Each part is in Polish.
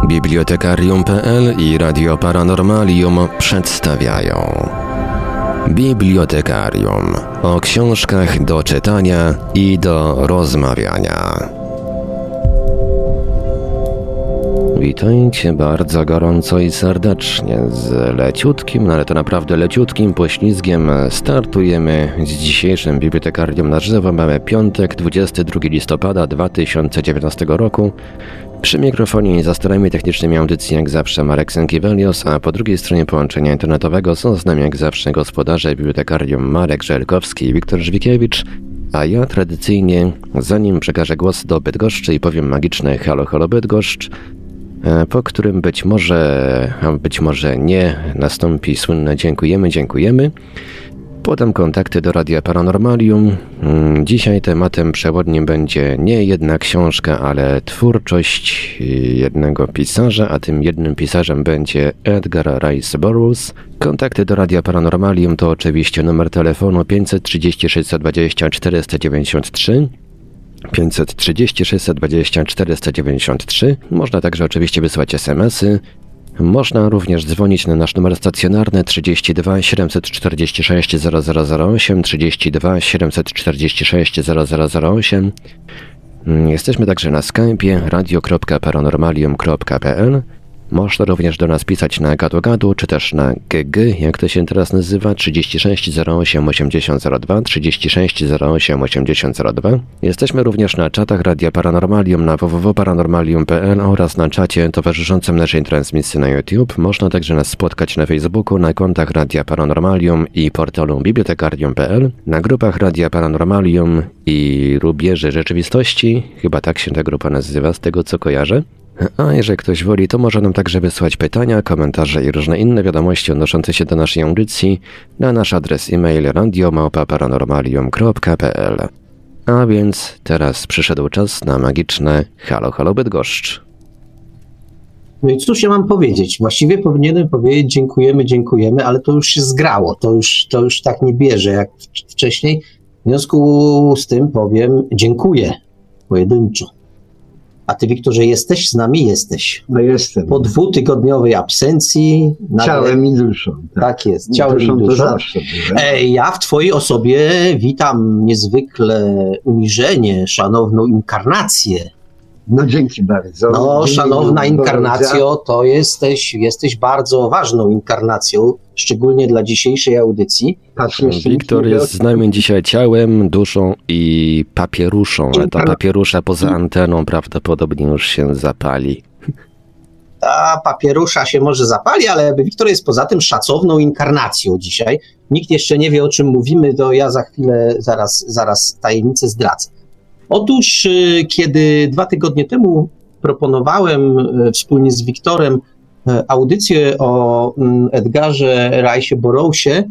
Bibliotekarium.pl i Radio Paranormalium przedstawiają Bibliotekarium. O książkach do czytania i do rozmawiania. Witajcie bardzo gorąco i serdecznie. Z leciutkim, ale to naprawdę leciutkim poślizgiem startujemy z dzisiejszym Bibliotekarium na żywo. Mamy piątek, 22 listopada 2019 roku. Przy mikrofonie i za sterami technicznymi audycji jak zawsze Marek Sękiewelios, a po drugiej stronie połączenia internetowego są z nami jak zawsze gospodarze Bibliotekarium Marek Żelkowski i Wiktor Żwikiewicz, a ja tradycyjnie, zanim przekażę głos do Bydgoszczy i powiem magiczne halo halo Bydgoszcz, po którym być może nie nastąpi słynne dziękujemy, podam kontakty do Radia Paranormalium. Dzisiaj tematem przewodnim będzie nie jedna książka, ale twórczość jednego pisarza, a tym jednym pisarzem będzie Edgar Rice Burroughs. Kontakty do Radia Paranormalium to oczywiście numer telefonu 530 620 493. 530 620 493. Można także oczywiście wysłać SMS-y. Można również dzwonić na nasz numer stacjonarny 32 746 0008, 32 746 0008. Jesteśmy także na Skype'ie radio.paranormalium.pl. Można również do nas pisać na gadu, czy też na GG, jak to się teraz nazywa, 36 08 8002, 36 08 8002. Jesteśmy również na czatach Radia Paranormalium na www.paranormalium.pl oraz na czacie towarzyszącym naszej transmisji na YouTube. Można także nas spotkać na Facebooku, na kontach Radia Paranormalium i portalu bibliotekarium.pl, na grupach Radia Paranormalium i Rubieży Rzeczywistości, chyba tak się ta grupa nazywa, z tego co kojarzę. A jeżeli ktoś woli, to może nam także wysłać pytania, komentarze i różne inne wiadomości odnoszące się do naszej audycji na nasz adres e-mail radio@paranormalium.pl. A więc teraz przyszedł czas na magiczne halo halo Bydgoszcz. No i cóż ja mam powiedzieć? Właściwie powinienem powiedzieć dziękujemy, ale to już się zgrało, to już tak nie bierze jak wcześniej. W związku z tym powiem dziękuję pojedynczo. A ty, Wiktorze, jesteś z nami? Jesteś. No jestem. Po 2-tygodniowej absencji. Ciałem i duszą. Tak jest, ciałem i duszą. To zawsze ja w twojej osobie witam niezwykle uniżenie, szanowną inkarnację. No dzięki bardzo. No, szanowna inkarnacjo, to jesteś bardzo ważną inkarnacją, szczególnie dla dzisiejszej audycji. Wiktor jest z nami dzisiaj ciałem, duszą i papieruszą, ale ta papierusza poza anteną prawdopodobnie już się zapali. Ta papierusza się może zapali, ale Wiktor jest poza tym szacowną inkarnacją dzisiaj. Nikt jeszcze nie wie, o czym mówimy, to ja za chwilę zaraz tajemnicę zdradzę. Otóż, kiedy 2 tygodnie temu proponowałem wspólnie z Wiktorem audycję o Edgarze Rice'ie Burroughsie,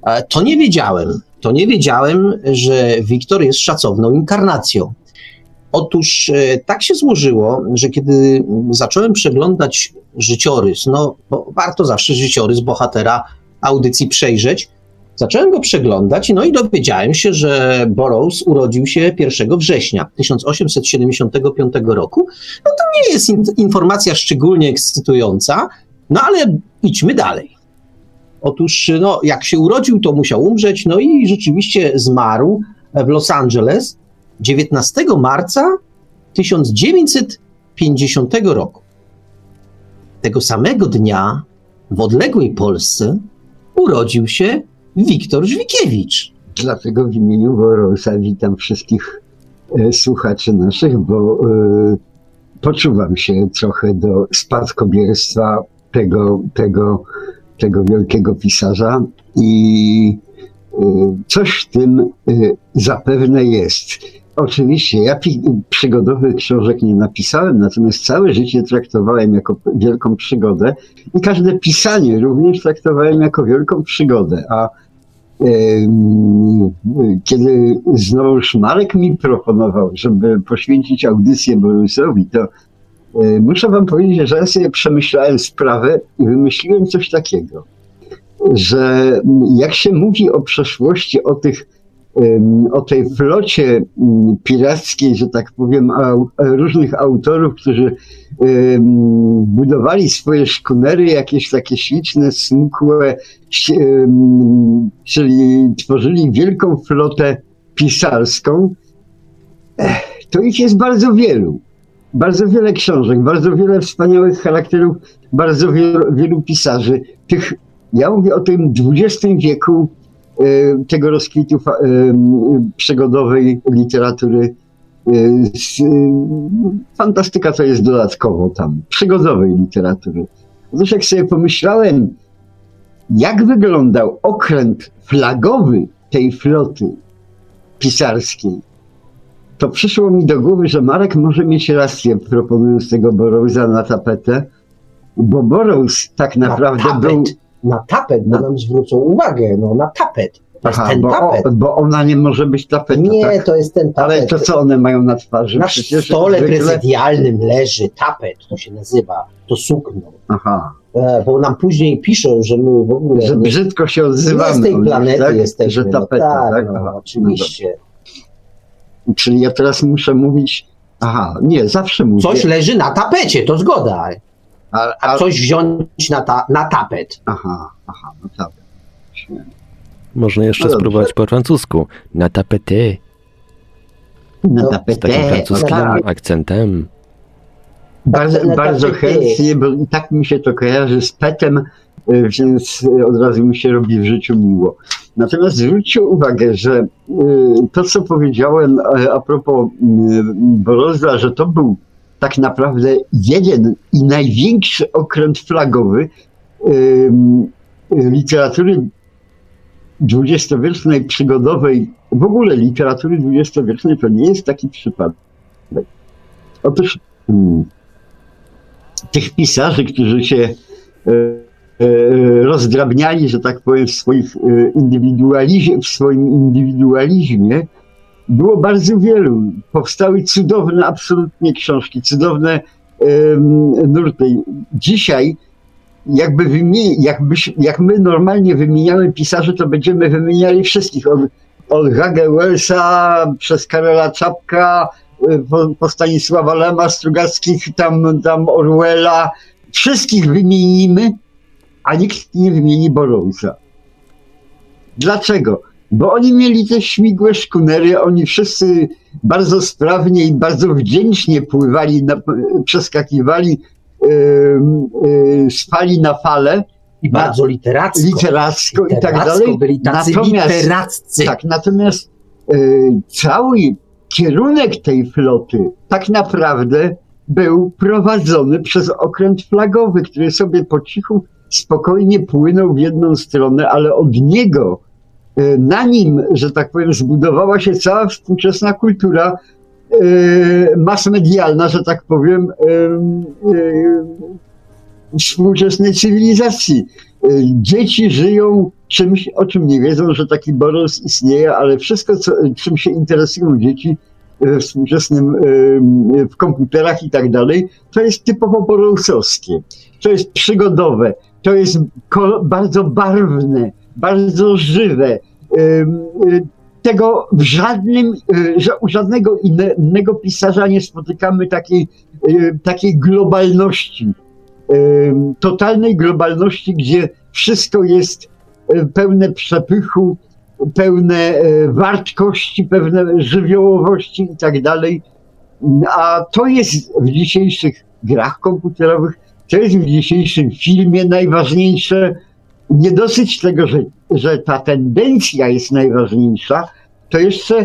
to nie wiedziałem, że Wiktor jest szacowną inkarnacją. Otóż tak się złożyło, że kiedy zacząłem przeglądać życiorys, no bo warto zawsze życiorys bohatera audycji przejrzeć, zacząłem go przeglądać, no i dowiedziałem się, że Burroughs urodził się 1 września 1875 roku. No to nie jest informacja szczególnie ekscytująca, no ale idźmy dalej. Otóż, no, jak się urodził, to musiał umrzeć, no i rzeczywiście zmarł w Los Angeles 19 marca 1950 roku. Tego samego dnia w odległej Polsce urodził się Wiktor Żwikiewicz. Dlatego w imieniu Burroughsa witam wszystkich słuchaczy naszych, bo poczuwam się trochę do spadkobierstwa tego wielkiego pisarza i coś w tym zapewne jest. Oczywiście ja przygodowych książek nie napisałem, natomiast całe życie traktowałem jako wielką przygodę i każde pisanie również traktowałem jako wielką przygodę, a kiedy znowuż Marek mi proponował, żeby poświęcić audycję Burroughsowi, to muszę wam powiedzieć, że ja sobie przemyślałem sprawę i wymyśliłem coś takiego, że jak się mówi o przeszłości, o tych o tej flocie pirackiej, że tak powiem, różnych autorów, którzy budowali swoje szkunery, jakieś takie śliczne, smukłe, czyli tworzyli wielką flotę pisarską, to ich jest bardzo wielu. Bardzo wiele książek, bardzo wiele wspaniałych charakterów, bardzo wielu pisarzy. Ja mówię o tym XX wieku, tego rozkwitu przygodowej literatury. Fantastyka to jest dodatkowo tam, przygodowej literatury. Otóż jak sobie pomyślałem, jak wyglądał okręt flagowy tej floty pisarskiej, to przyszło mi do głowy, że Marek może mieć rację, proponując tego Burroughsa na tapetę, bo Burroughs tak naprawdę był... Na tapet, bo nam zwrócą uwagę, na tapet. To jest ten tapet. Bo ona nie może być tapetą. Nie, tak? to jest ten tapet. Ale to co one mają na twarzy? Na stole prezydialnym leży tapet, to się nazywa, to sukno. Aha. Bo nam później piszą, że my w ogóle... Że brzydko się odzywamy. Nie z tej planety tak? Jesteśmy. Że tapeta, tak? Oczywiście. Czyli ja teraz muszę mówić... Aha, nie, zawsze mówię. Coś leży na tapecie, to zgoda. A coś wziąć na tapet. Aha, no tapet. Można jeszcze spróbować po francusku. Na tapetę. Na tapetę. Z takim francuskim akcentem. Bardzo chętnie, bo i tak mi się to kojarzy z petem, więc od razu mi się robi w życiu miło. Natomiast zwróćcie uwagę, że to, co powiedziałem a propos Burroughsa, że to był tak naprawdę jeden i największy okręt flagowy literatury dwudziestowiecznej, przygodowej, w ogóle literatury dwudziestowiecznej, to nie jest taki przypadek. Otóż tych pisarzy, którzy się rozdrabniali, że tak powiem, w swoim indywidualizmie, było bardzo wielu. Powstały cudowne absolutnie książki, cudowne nurty. Dzisiaj jak my normalnie wymieniamy pisarzy, to będziemy wymieniali wszystkich. Od H.G. Wellsa, przez Karola Czapka, po Stanisława Lema, Strugackich, tam Orwella. Wszystkich wymienimy, a nikt nie wymieni Burroughsa. Dlaczego? Bo oni mieli te śmigłe szkunery, oni wszyscy bardzo sprawnie i bardzo wdzięcznie pływali, przeskakiwali spali na fale. I bardzo literacko i tak dalej. Byli tacy literaccy. Tak, natomiast cały kierunek tej floty tak naprawdę był prowadzony przez okręt flagowy, który sobie po cichu, spokojnie płynął w jedną stronę, ale od niego, na nim, że tak powiem, zbudowała się cała współczesna kultura masmedialna, że tak powiem, współczesnej cywilizacji. Dzieci żyją czymś, o czym nie wiedzą, że taki Burroughs istnieje, ale wszystko, czym się interesują dzieci we współczesnym, w komputerach i tak dalej, to jest typowo burroughsowskie. To jest przygodowe, to jest bardzo barwne, bardzo żywe. Tego u żadnego innego pisarza nie spotykamy takiej globalności, totalnej globalności, gdzie wszystko jest pełne przepychu, pełne wartości, pewne żywiołowości i tak dalej. A to jest w dzisiejszych grach komputerowych, to jest w dzisiejszym filmie najważniejsze. Nie dosyć tego, że ta tendencja jest najważniejsza, to jeszcze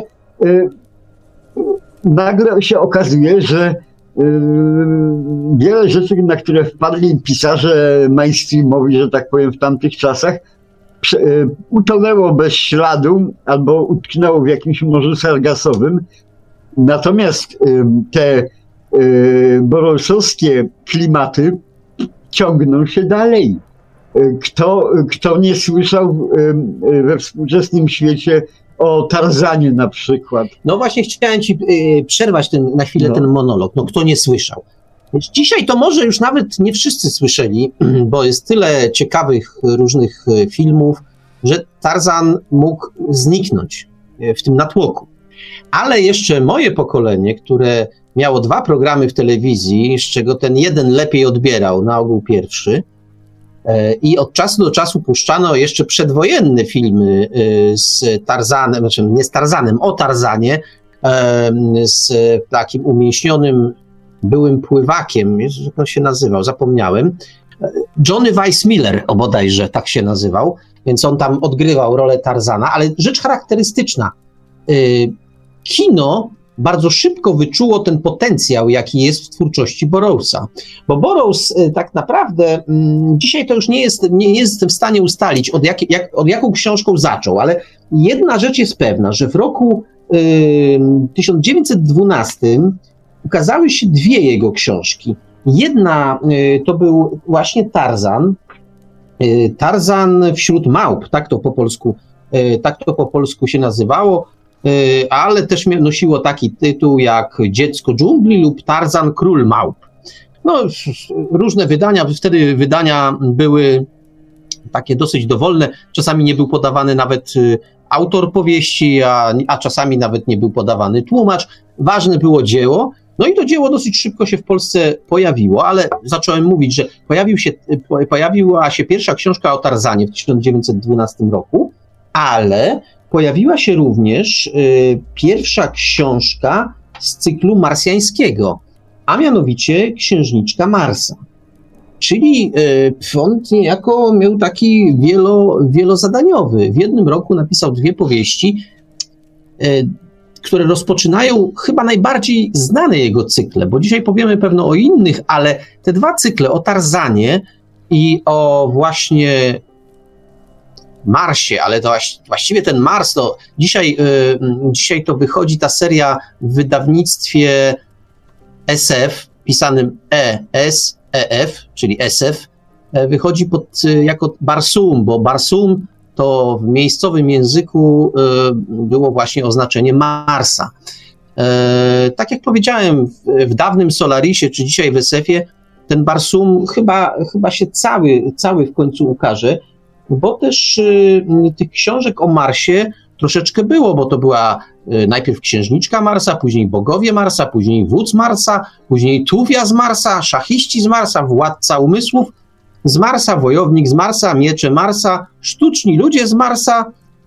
nagle się okazuje, że wiele rzeczy, na które wpadli pisarze mainstreamowi, że tak powiem, w tamtych czasach, utonęło bez śladu albo utknęło w jakimś morzu sargasowym. Natomiast te burroughsowskie klimaty ciągną się dalej. Kto nie słyszał we współczesnym świecie o Tarzanie na przykład? No właśnie chciałem ci przerwać na chwilę ten monolog. No kto nie słyszał? Dzisiaj to może już nawet nie wszyscy słyszeli, bo jest tyle ciekawych różnych filmów, że Tarzan mógł zniknąć. w tym natłoku. Ale jeszcze moje pokolenie, które miało 2 programy w telewizji, z czego ten jeden lepiej odbierał, na ogół pierwszy, i od czasu do czasu puszczano jeszcze przedwojenne filmy z Tarzanem, znaczy nie z Tarzanem, o Tarzanie, z takim umięśnionym byłym pływakiem, jak on się nazywał, zapomniałem, Johnny Weissmiller, bodajże tak się nazywał, więc on tam odgrywał rolę Tarzana, ale rzecz charakterystyczna, kino bardzo szybko wyczuło ten potencjał, jaki jest w twórczości Burroughsa. Bo Burroughs tak naprawdę, dzisiaj to już nie jestem w stanie ustalić, od jaką książką zaczął, ale jedna rzecz jest pewna, że w roku 1912 ukazały się 2 jego książki. Jedna to był właśnie Tarzan, Tarzan wśród małp, tak to po polsku się nazywało, ale też nosiło taki tytuł jak Dziecko dżungli lub Tarzan król małp. No, różne wydania, wtedy wydania były takie dosyć dowolne, czasami nie był podawany nawet autor powieści, a czasami nawet nie był podawany tłumacz. Ważne było dzieło, no i to dzieło dosyć szybko się w Polsce pojawiło, ale zacząłem mówić, że pojawiła się pierwsza książka o Tarzanie w 1912 roku, ale pojawiła się również pierwsza książka z cyklu marsjańskiego, a mianowicie Księżniczka Marsa. Czyli on niejako miał taki wielozadaniowy. W jednym roku napisał 2 powieści, które rozpoczynają chyba najbardziej znane jego cykle, bo dzisiaj powiemy pewno o innych, ale te 2 cykle o Tarzanie i o właśnie Marsie, ale to właściwie ten Mars, to dzisiaj to wychodzi ta seria w wydawnictwie SF, pisanym ESEF, czyli SF, wychodzi jako Barsoom, bo Barsoom to w miejscowym języku było właśnie oznaczenie Marsa. Tak jak powiedziałem, w dawnym Solarisie, czy dzisiaj w SF-ie, ten Barsoom chyba się cały w końcu ukaże, bo też tych książek o Marsie troszeczkę było, bo to była najpierw Księżniczka Marsa, później Bogowie Marsa, później Wódz Marsa, później Tuvia z Marsa, Szachiści z Marsa, Władca Umysłów z Marsa, Wojownik z Marsa, Miecze Marsa, Sztuczni Ludzie z Marsa,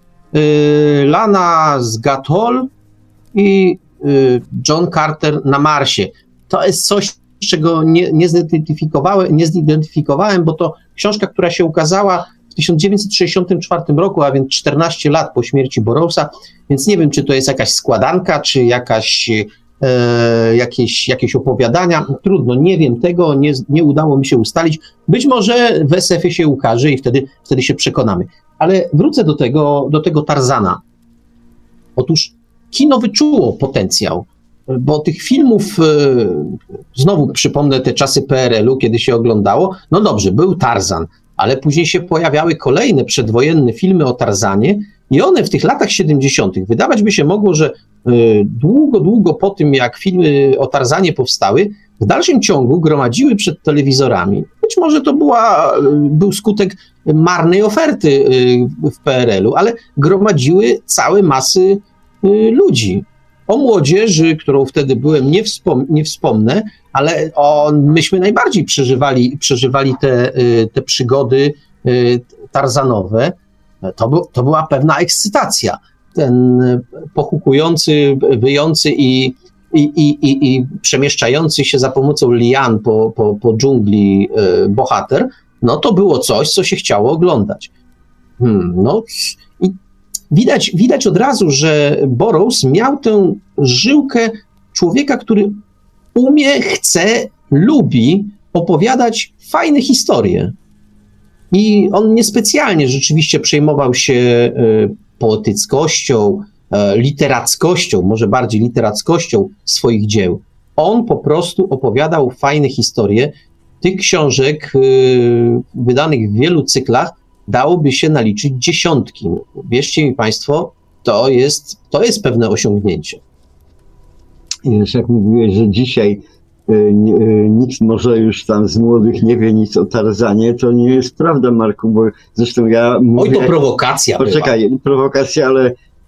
Lana z Gathol i John Carter na Marsie. To jest coś, czego nie zidentyfikowałem, bo to książka, która się ukazała w 1964 roku, a więc 14 lat po śmierci Burroughsa, więc nie wiem, czy to jest jakaś składanka, czy jakieś opowiadania. Trudno, nie wiem tego, nie udało mi się ustalić. Być może w SF-ie się ukaże i wtedy się przekonamy. Ale wrócę do tego Tarzana. Otóż kino wyczuło potencjał, bo tych filmów, znowu przypomnę te czasy PRL-u, kiedy się oglądało, no dobrze, był Tarzan, ale później się pojawiały kolejne przedwojenne filmy o Tarzanie i one w tych latach 70. wydawać by się mogło, że długo po tym, jak filmy o Tarzanie powstały, w dalszym ciągu gromadziły przed telewizorami. Być może to był skutek marnej oferty w PRL-u, ale gromadziły całe masy ludzi. O młodzieży, którą wtedy byłem, nie wspomnę, ale myśmy najbardziej przeżywali te przygody tarzanowe. To była pewna ekscytacja. Ten pochukujący, wyjący i przemieszczający się za pomocą lian po dżungli bohater, no to było coś, co się chciało oglądać. No i widać od razu, że Burroughs miał tę żyłkę człowieka, który chce, lubi opowiadać fajne historie. I on niespecjalnie rzeczywiście przejmował się poetyckością, literackością, może bardziej literackością swoich dzieł. On po prostu opowiadał fajne historie. Tych książek wydanych w wielu cyklach dałoby się naliczyć dziesiątki. Wierzcie mi Państwo, to jest pewne osiągnięcie. Jak mówiłeś, że dzisiaj nikt może już tam z młodych nie wie nic o Tarzanie, to nie jest prawda, Marku, bo zresztą ja mówię... Oj, to prowokacja. Poczekaj, prowokacja, ale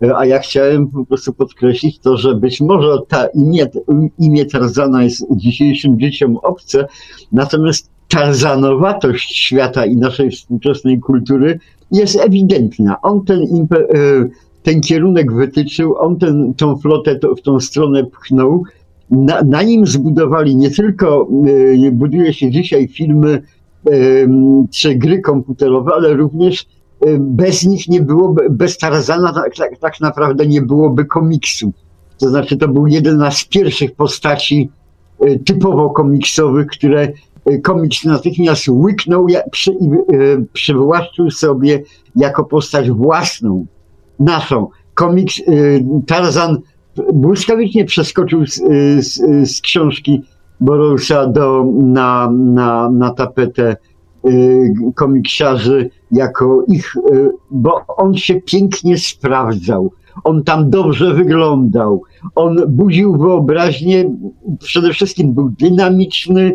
A ja chciałem po prostu podkreślić to, że być może imię Tarzana jest dzisiejszym dzieciom obce, natomiast tarzanowatość świata i naszej współczesnej kultury jest ewidentna. On ten kierunek wytyczył, on tą flotę w tą stronę pchnął. Na nim zbudowali nie tylko, buduje się dzisiaj filmy czy gry komputerowe, ale również bez nich nie byłoby, bez Tarzana tak naprawdę nie byłoby komiksu. To znaczy to był jeden z pierwszych postaci typowo komiksowych, które komiks natychmiast łyknął i przywłaszczył sobie jako postać własną, naszą. Komiks Tarzan błyskawicznie przeskoczył z książki Burroughsa na tapetę komiksiarzy jako ich, bo on się pięknie sprawdzał. On tam dobrze wyglądał. On budził wyobraźnię, przede wszystkim był dynamiczny,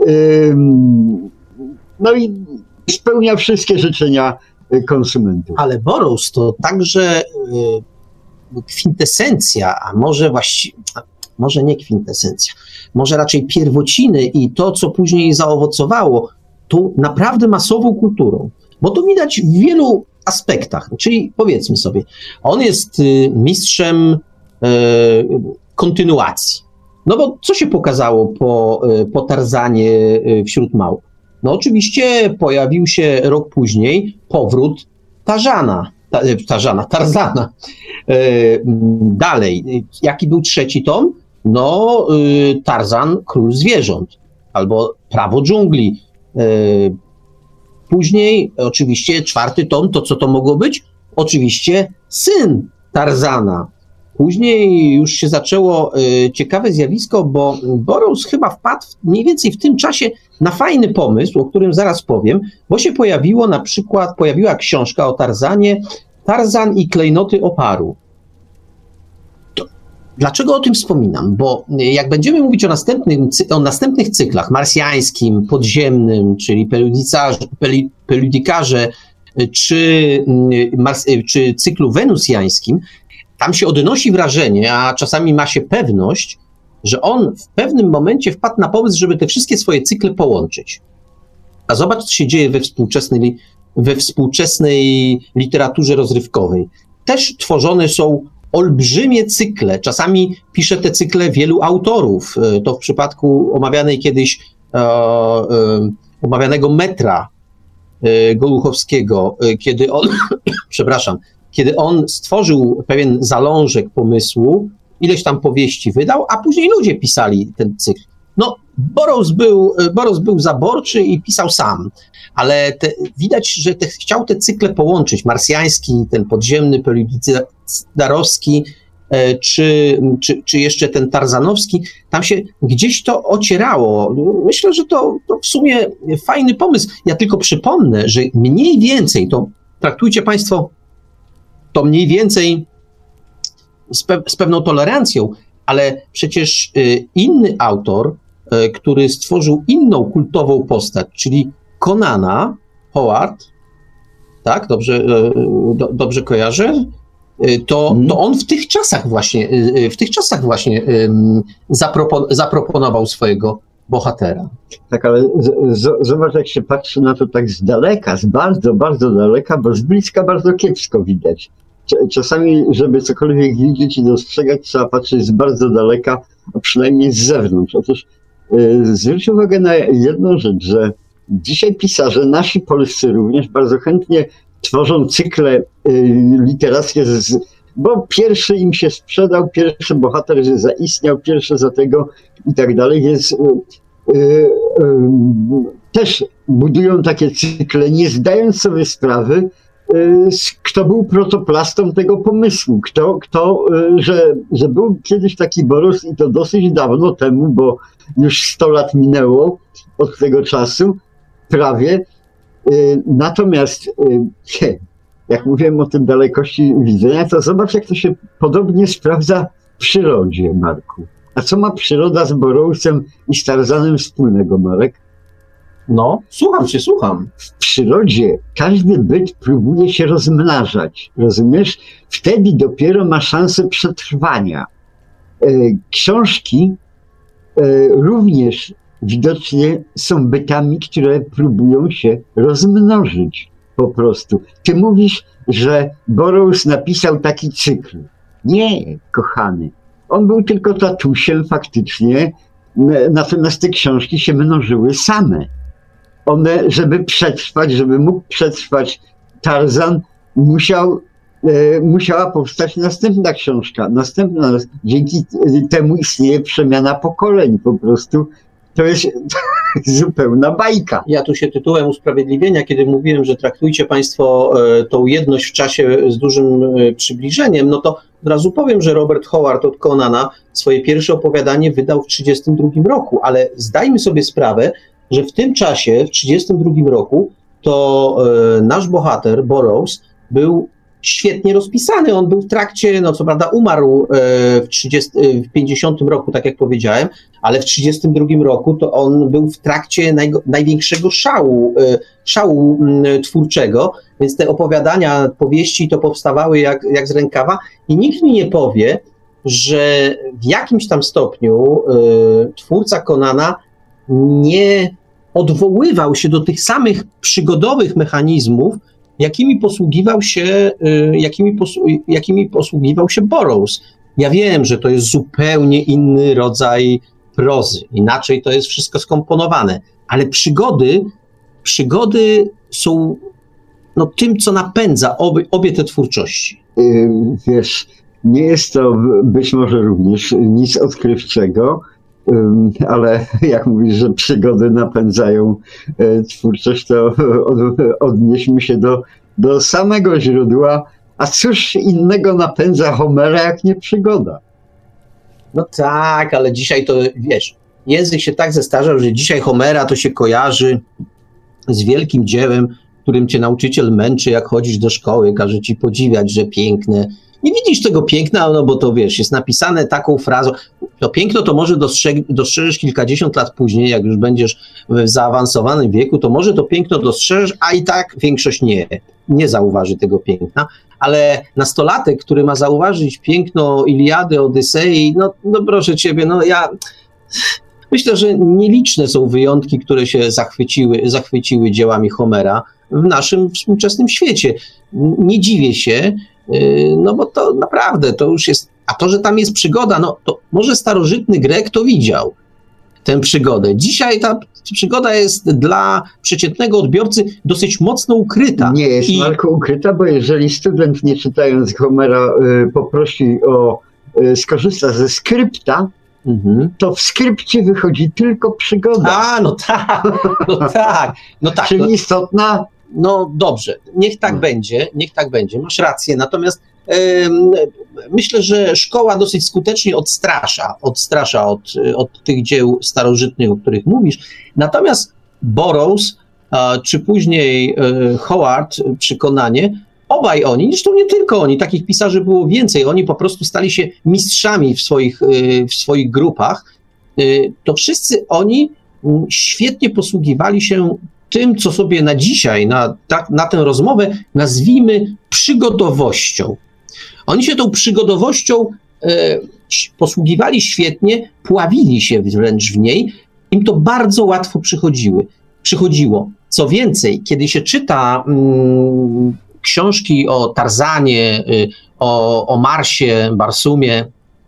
no i spełniał wszystkie życzenia konsumentów. Ale Burroughs to także kwintesencja, a może nie kwintesencja, może raczej pierwociny i to, co później zaowocowało, tą naprawdę masową kulturą. Bo to widać w wielu aspektach. Czyli powiedzmy sobie, on jest mistrzem kontynuacji. No bo co się pokazało po Tarzanie wśród małp? No oczywiście pojawił się rok później powrót Tarzana. Dalej, jaki był trzeci tom? No, Tarzan, Król Zwierząt, albo Prawo dżungli. Później oczywiście czwarty tom, to co to mogło być? Oczywiście Syn Tarzana. Później już się zaczęło ciekawe zjawisko, bo Burroughs chyba wpadł mniej więcej w tym czasie na fajny pomysł, o którym zaraz powiem, bo się pojawiła książka o Tarzanie, Tarzan i klejnoty oparu. Dlaczego o tym wspominam? Bo jak będziemy mówić o następnych cyklach, marsjańskim, podziemnym, czyli peludikarze, czy cyklu wenusjańskim, tam się odnosi wrażenie, a czasami ma się pewność, że on w pewnym momencie wpadł na pomysł, żeby te wszystkie swoje cykle połączyć. A zobacz, co się dzieje we współczesnej literaturze rozrywkowej. Też tworzone są olbrzymie cykle. Czasami pisze te cykle wielu autorów. To w przypadku omawianej kiedyś omawianego Metra Goluchowskiego, kiedy on stworzył pewien zalążek pomysłu, ileś tam powieści wydał, a później ludzie pisali ten cykl. No, Burroughs był zaborczy i pisał sam, ale widać, że chciał te cykle połączyć, marsjański, ten podziemny, peludidarowski, czy jeszcze ten tarzanowski, tam się gdzieś to ocierało. Myślę, że to w sumie fajny pomysł. Ja tylko przypomnę, że mniej więcej, to traktujcie Państwo to mniej więcej z pewną tolerancją, ale przecież inny autor, który stworzył inną kultową postać, czyli Conana, Howard, tak, dobrze kojarzę, to on w tych czasach właśnie zaproponował swojego bohatera. Tak, ale zobacz, jak się patrzy na to tak z daleka, z bardzo, bardzo daleka, bo z bliska bardzo kiepsko widać. Czasami, żeby cokolwiek widzieć i dostrzegać, trzeba patrzeć z bardzo daleka, a przynajmniej z zewnątrz. Otóż zwróć uwagę na jedną rzecz, że dzisiaj pisarze, nasi polscy również, bardzo chętnie tworzą cykle literackie, bo pierwszy im się sprzedał, pierwszy bohater zaistniał, pierwszy za tego i tak dalej, więc też budują takie cykle, nie zdając sobie sprawy, kto był protoplastą tego pomysłu, że był kiedyś taki Burroughs i to dosyć dawno temu, bo już 100 lat minęło od tego czasu, prawie. Natomiast jak mówiłem o tym dalekości widzenia, to zobacz, jak to się podobnie sprawdza w przyrodzie, Marku. A co ma przyroda z Burroughsem i z Tarzanem wspólnego, Marek? No, słucham. W przyrodzie każdy byt próbuje się rozmnażać, rozumiesz? Wtedy dopiero ma szansę przetrwania. Książki również widocznie są bytami, które próbują się rozmnożyć po prostu. Ty mówisz, że Burroughs napisał taki cykl. Nie, kochany. On był tylko tatusiem faktycznie, natomiast te książki się mnożyły same. One, żeby przetrwać, żeby mógł przetrwać Tarzan, musiała powstać następna książka, dzięki temu istnieje przemiana pokoleń po prostu. To jest zupełna bajka. Ja tu się tytułem usprawiedliwienia, kiedy mówiłem, że traktujcie Państwo tą jedność w czasie z dużym przybliżeniem, no to od razu powiem, że Robert Howard od Conana swoje pierwsze opowiadanie wydał w 1932 roku, ale zdajmy sobie sprawę, że w tym czasie, w 1932 roku, to nasz bohater, Burroughs, był świetnie rozpisany. On był w trakcie, no co prawda umarł w 50 roku, tak jak powiedziałem, ale w 32 roku to on był w trakcie największego szału twórczego, więc te opowiadania, powieści to powstawały jak z rękawa i nikt mi nie powie, że w jakimś tam stopniu twórca Conana nie odwoływał się do tych samych przygodowych mechanizmów, jakimi posługiwał się Burroughs. Ja wiem, że to jest zupełnie inny rodzaj prozy, inaczej to jest wszystko skomponowane, ale przygody są tym, co napędza obie te twórczości. Wiesz, nie jest to być może również nic odkrywczego, ale jak mówisz, że przygody napędzają twórczość, to odnieśmy się do samego źródła. A cóż innego napędza Homera, jak nie przygoda? No tak, ale dzisiaj to, wiesz, język się tak zestarzał, że dzisiaj Homera to się kojarzy z wielkim dziełem, którym cię nauczyciel męczy, jak chodzisz do szkoły, każe ci podziwiać, że piękne. Nie widzisz tego piękna, no bo to wiesz, jest napisane taką frazą. To piękno to może dostrzeżesz kilkadziesiąt lat później, jak już będziesz w zaawansowanym wieku, to może to piękno dostrzeżesz, a i tak większość nie zauważy tego piękna. Ale nastolatek, który ma zauważyć piękno Iliady, Odysei, no proszę ciebie, ja myślę, że nieliczne są wyjątki, które się zachwyciły dziełami Homera w naszym współczesnym świecie. Nie dziwię się, no bo to naprawdę, to już jest, a to, że tam jest przygoda, no to może starożytny Grek to widział, tę przygodę. Dzisiaj ta przygoda jest dla przeciętnego odbiorcy dosyć mocno ukryta. Nie jest tylko ukryta, bo jeżeli student, nie czytając Homera, skorzysta ze skrypta, to w skrypcie wychodzi tylko przygoda. No tak. Czyli istotna. No dobrze, niech tak będzie, masz rację, natomiast myślę, że szkoła dosyć skutecznie odstrasza od tych dzieł starożytnych, o których mówisz, natomiast Burroughs, czy później Howard przy Conanie, obaj oni, zresztą nie tylko oni, takich pisarzy było więcej, oni po prostu stali się mistrzami w swoich grupach, to wszyscy oni świetnie posługiwali się tym, co sobie na dzisiaj, na tę rozmowę nazwijmy przygodowością. Oni się tą przygodowością posługiwali świetnie, pławili się wręcz w niej, im to bardzo łatwo przychodziło. Co więcej, kiedy się czyta książki o Tarzanie, o Marsie, Barsumie,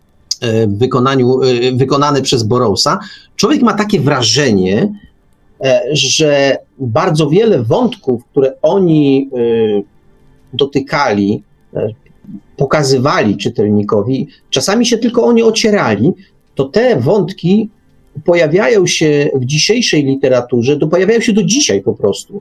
wykonane przez Burroughsa, człowiek ma takie wrażenie, że bardzo wiele wątków, które oni dotykali, pokazywali czytelnikowi, czasami się tylko o nie ocierali, to te wątki pojawiają się w dzisiejszej literaturze, to pojawiają się do dzisiaj po prostu.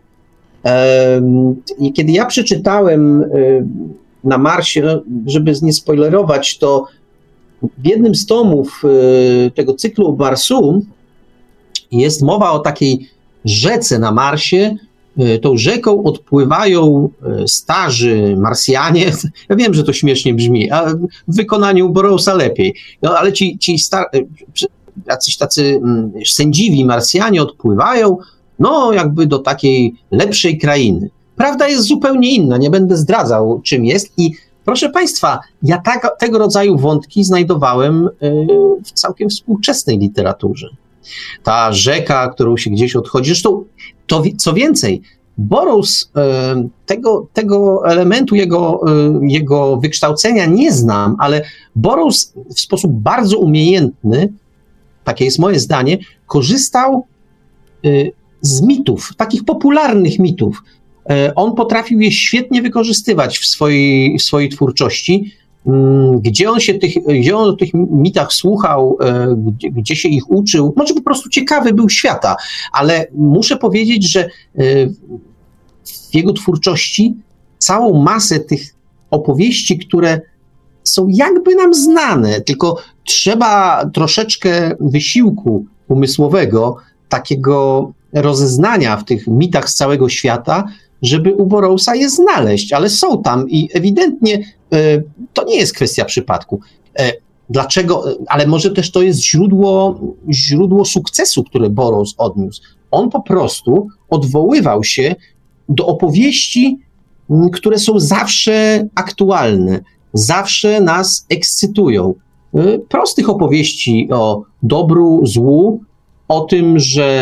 I kiedy ja przeczytałem na Marsie, żeby nie spoilerować, to w jednym z tomów tego cyklu Barsum jest mowa o takiej rzece na Marsie. Tą rzeką odpływają starzy Marsjanie. Ja wiem, że to śmiesznie brzmi, a w wykonaniu Burroughsa lepiej. No, ale jacyś tacy sędziwi Marsjanie odpływają no jakby do takiej lepszej krainy. Prawda jest zupełnie inna, nie będę zdradzał, czym jest i proszę Państwa, ja tego rodzaju wątki znajdowałem w całkiem współczesnej literaturze. Ta rzeka, którą się gdzieś odchodzi, zresztą to, co więcej, Burroughs tego elementu jego wykształcenia nie znam, ale Burroughs w sposób bardzo umiejętny, takie jest moje zdanie, korzystał z mitów, takich popularnych mitów. On potrafił je świetnie wykorzystywać w swojej twórczości, gdzie on o tych mitach słuchał, gdzie się ich uczył, może po prostu ciekawy był świata, ale muszę powiedzieć, że w jego twórczości całą masę tych opowieści, które są jakby nam znane, tylko trzeba troszeczkę wysiłku umysłowego, takiego rozeznania w tych mitach z całego świata, żeby u Burroughsa je znaleźć, ale są tam i ewidentnie to nie jest kwestia przypadku. Dlaczego? Ale może też to jest źródło sukcesu, które Burroughs odniósł. On po prostu odwoływał się do opowieści, które są zawsze aktualne, zawsze nas ekscytują. Prostych opowieści o dobru, złu, o tym,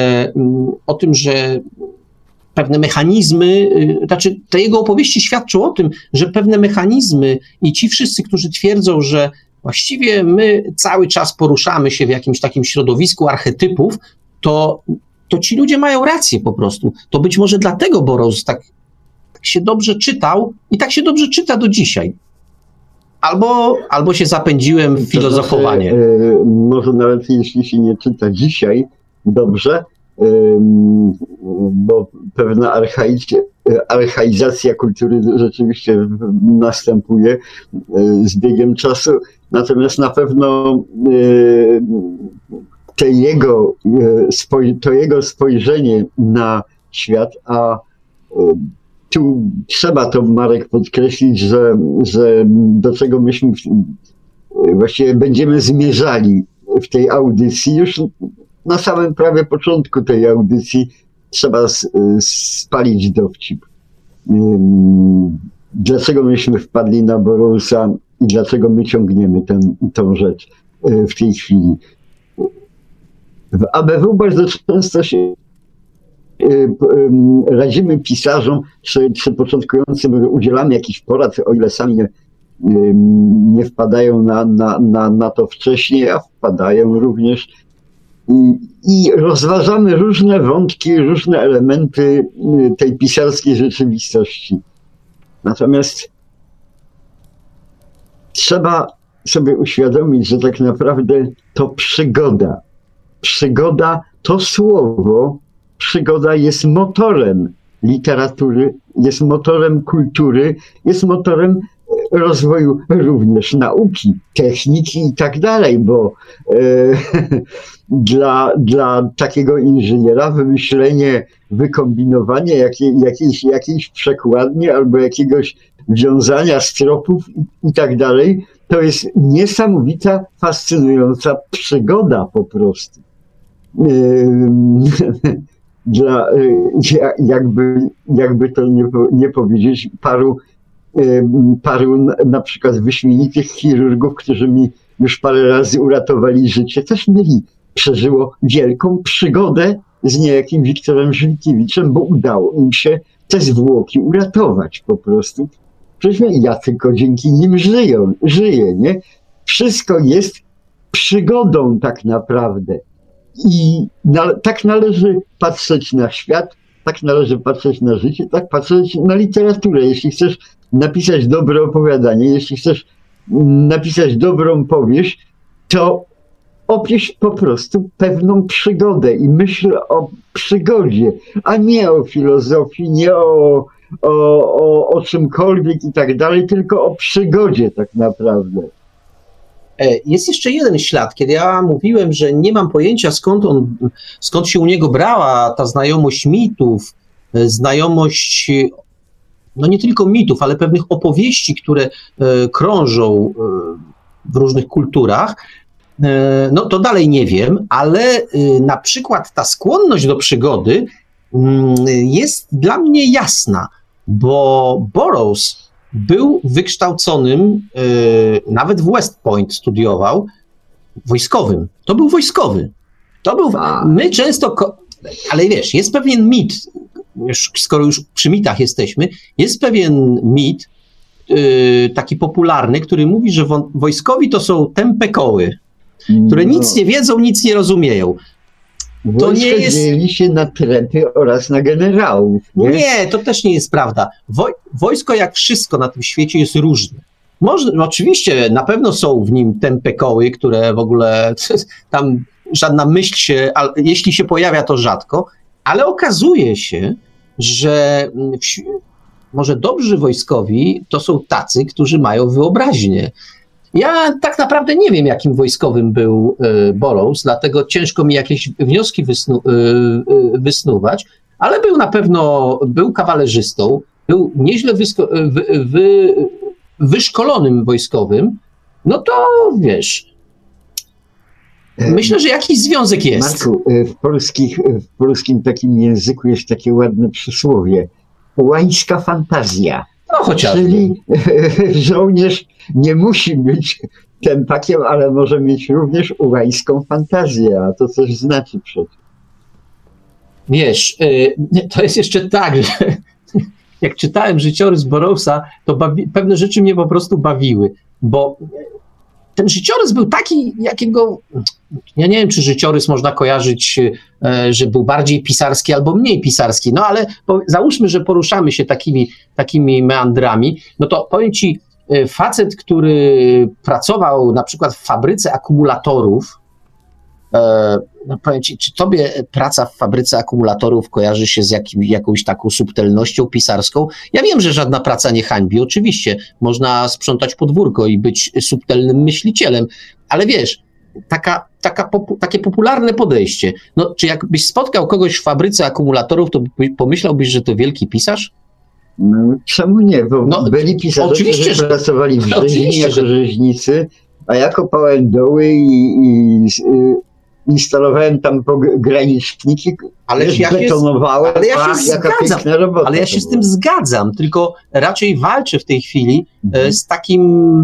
że pewne mechanizmy, te jego opowieści świadczą o tym, że pewne mechanizmy i ci wszyscy, którzy twierdzą, że właściwie my cały czas poruszamy się w jakimś takim środowisku archetypów, to ci ludzie mają rację po prostu. To być może dlatego Burroughs tak się dobrze czytał i tak się dobrze czyta do dzisiaj. Albo się zapędziłem w filozofowanie. Może nawet jeśli się nie czyta dzisiaj dobrze, bo pewna archaizacja kultury rzeczywiście następuje z biegiem czasu, natomiast na pewno to jego spojrzenie na świat, a tu trzeba to, Marek, podkreślić, że do czego myśmy właściwie będziemy zmierzali w tej audycji, już na samym prawie początku tej audycji trzeba spalić dowcip. Dlaczego myśmy wpadli na Burroughsa i dlaczego my ciągniemy tą rzecz w tej chwili. W ABW bardzo często się radzimy pisarzom czy początkującym, udzielamy jakichś porad, o ile sami nie wpadają na to wcześniej, a wpadają również. I rozważamy różne wątki, różne elementy tej pisarskiej rzeczywistości. Natomiast trzeba sobie uświadomić, że tak naprawdę to przygoda, to słowo, przygoda jest motorem literatury, jest motorem kultury, jest motorem rozwoju również nauki, techniki i tak dalej, bo dla takiego inżyniera wymyślenie, wykombinowanie jakiejś przekładni albo jakiegoś wiązania stropów i tak dalej, to jest niesamowita, fascynująca przygoda po prostu. Jakby to nie powiedzieć, paru na przykład wyśmienitych chirurgów, którzy mi już parę razy uratowali życie, też przeżyło wielką przygodę z niejakim Wiktorem Żywkiewiczem, bo udało im się te zwłoki uratować po prostu. Przecież ja tylko dzięki nim żyję, nie? Wszystko jest przygodą tak naprawdę. I tak należy patrzeć na świat, tak należy patrzeć na życie, tak patrzeć na literaturę. Jeśli chcesz napisać dobre opowiadanie, jeśli chcesz napisać dobrą powieść, to opisz po prostu pewną przygodę i myśl o przygodzie, a nie o filozofii, nie o czymkolwiek i tak dalej, tylko o przygodzie tak naprawdę. Jest jeszcze jeden ślad, kiedy ja mówiłem, że nie mam pojęcia skąd się u niego brała ta znajomość mitów, znajomość no nie tylko mitów, ale pewnych opowieści, które krążą w różnych kulturach, no to dalej nie wiem, ale na przykład ta skłonność do przygody jest dla mnie jasna, bo Burroughs był wykształconym, nawet w West Point studiował, wojskowym. To był wojskowy. My często, ale wiesz, jest pewien mit, skoro już przy mitach jesteśmy, jest pewien mit taki popularny, który mówi, że wojskowi to są tępe koły, które nic nie wiedzą, nic nie rozumieją. To nie jest... dzieli się na trepy oraz na generałów. Nie, to też nie jest prawda. Wojsko, jak wszystko na tym świecie, jest różne. Oczywiście, na pewno są w nim tępe koły, które w ogóle tam żadna myśl się, jeśli się pojawia, to rzadko, ale okazuje się, że może dobrzy wojskowi to są tacy, którzy mają wyobraźnię. Ja tak naprawdę nie wiem, jakim wojskowym był Burroughs, dlatego ciężko mi jakieś wnioski wysnuwać, ale był na pewno, był kawalerzystą, był nieźle wyszkolonym wojskowym, no to wiesz, myślę, że jakiś związek jest. Marku, w polskim takim języku jest takie ładne przysłowie. Łańska fantazja. No chociażby. Czyli żołnierz nie musi być tępakiem, ale może mieć również łańską fantazję, a to coś znaczy przecież. Wiesz, to jest jeszcze tak, że jak czytałem życiorys Burroughsa, to pewne rzeczy mnie po prostu bawiły, bo ten życiorys był taki, jakiego... Ja nie wiem, czy życiorys można kojarzyć, że był bardziej pisarski albo mniej pisarski, no ale załóżmy, że poruszamy się takimi meandrami, no to powiem ci, facet, który pracował na przykład w fabryce akumulatorów, no powiem ci, czy tobie praca w fabryce akumulatorów kojarzy się z jakąś taką subtelnością pisarską? Ja wiem, że żadna praca nie hańbi, oczywiście, można sprzątać podwórko i być subtelnym myślicielem, ale wiesz, takie popularne podejście, no czy jakbyś spotkał kogoś w fabryce akumulatorów, to pomyślałbyś, że to wielki pisarz? No, czemu nie? Bo byli pisarze, którzy pracowali w rzeźni jako rzeźnicy, a ja kopałem doły i instalowałem tam graniczniki, betonowałem. Jaka piękna robota. Ale ja się z tym zgadzam, tylko raczej walczę w tej chwili z takim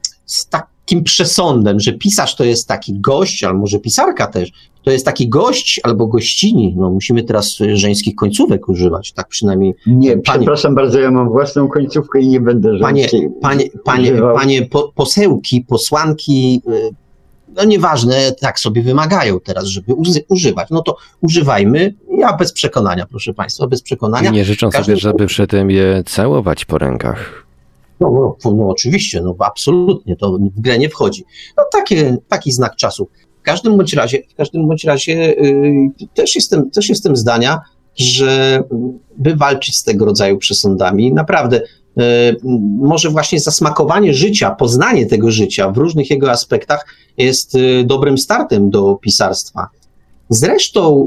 przesądem, że pisarz to jest taki gość, albo może pisarka też, to jest taki gość albo gościni. No musimy teraz żeńskich końcówek używać, tak przynajmniej. Nie, przepraszam bardzo, ja mam własną końcówkę i nie będę żeńskiej Panie posełki, posłanki, no nieważne, tak sobie wymagają teraz, żeby używać. No to używajmy. Ja bez przekonania, proszę państwa, bez przekonania. Nie życzą sobie, żeby przy tym je całować po rękach. No oczywiście, no absolutnie, to w grę nie wchodzi. No taki znak czasu. W każdym bądź razie też jestem zdania, że by walczyć z tego rodzaju przesądami, naprawdę może właśnie zasmakowanie życia, poznanie tego życia w różnych jego aspektach jest dobrym startem do pisarstwa. Zresztą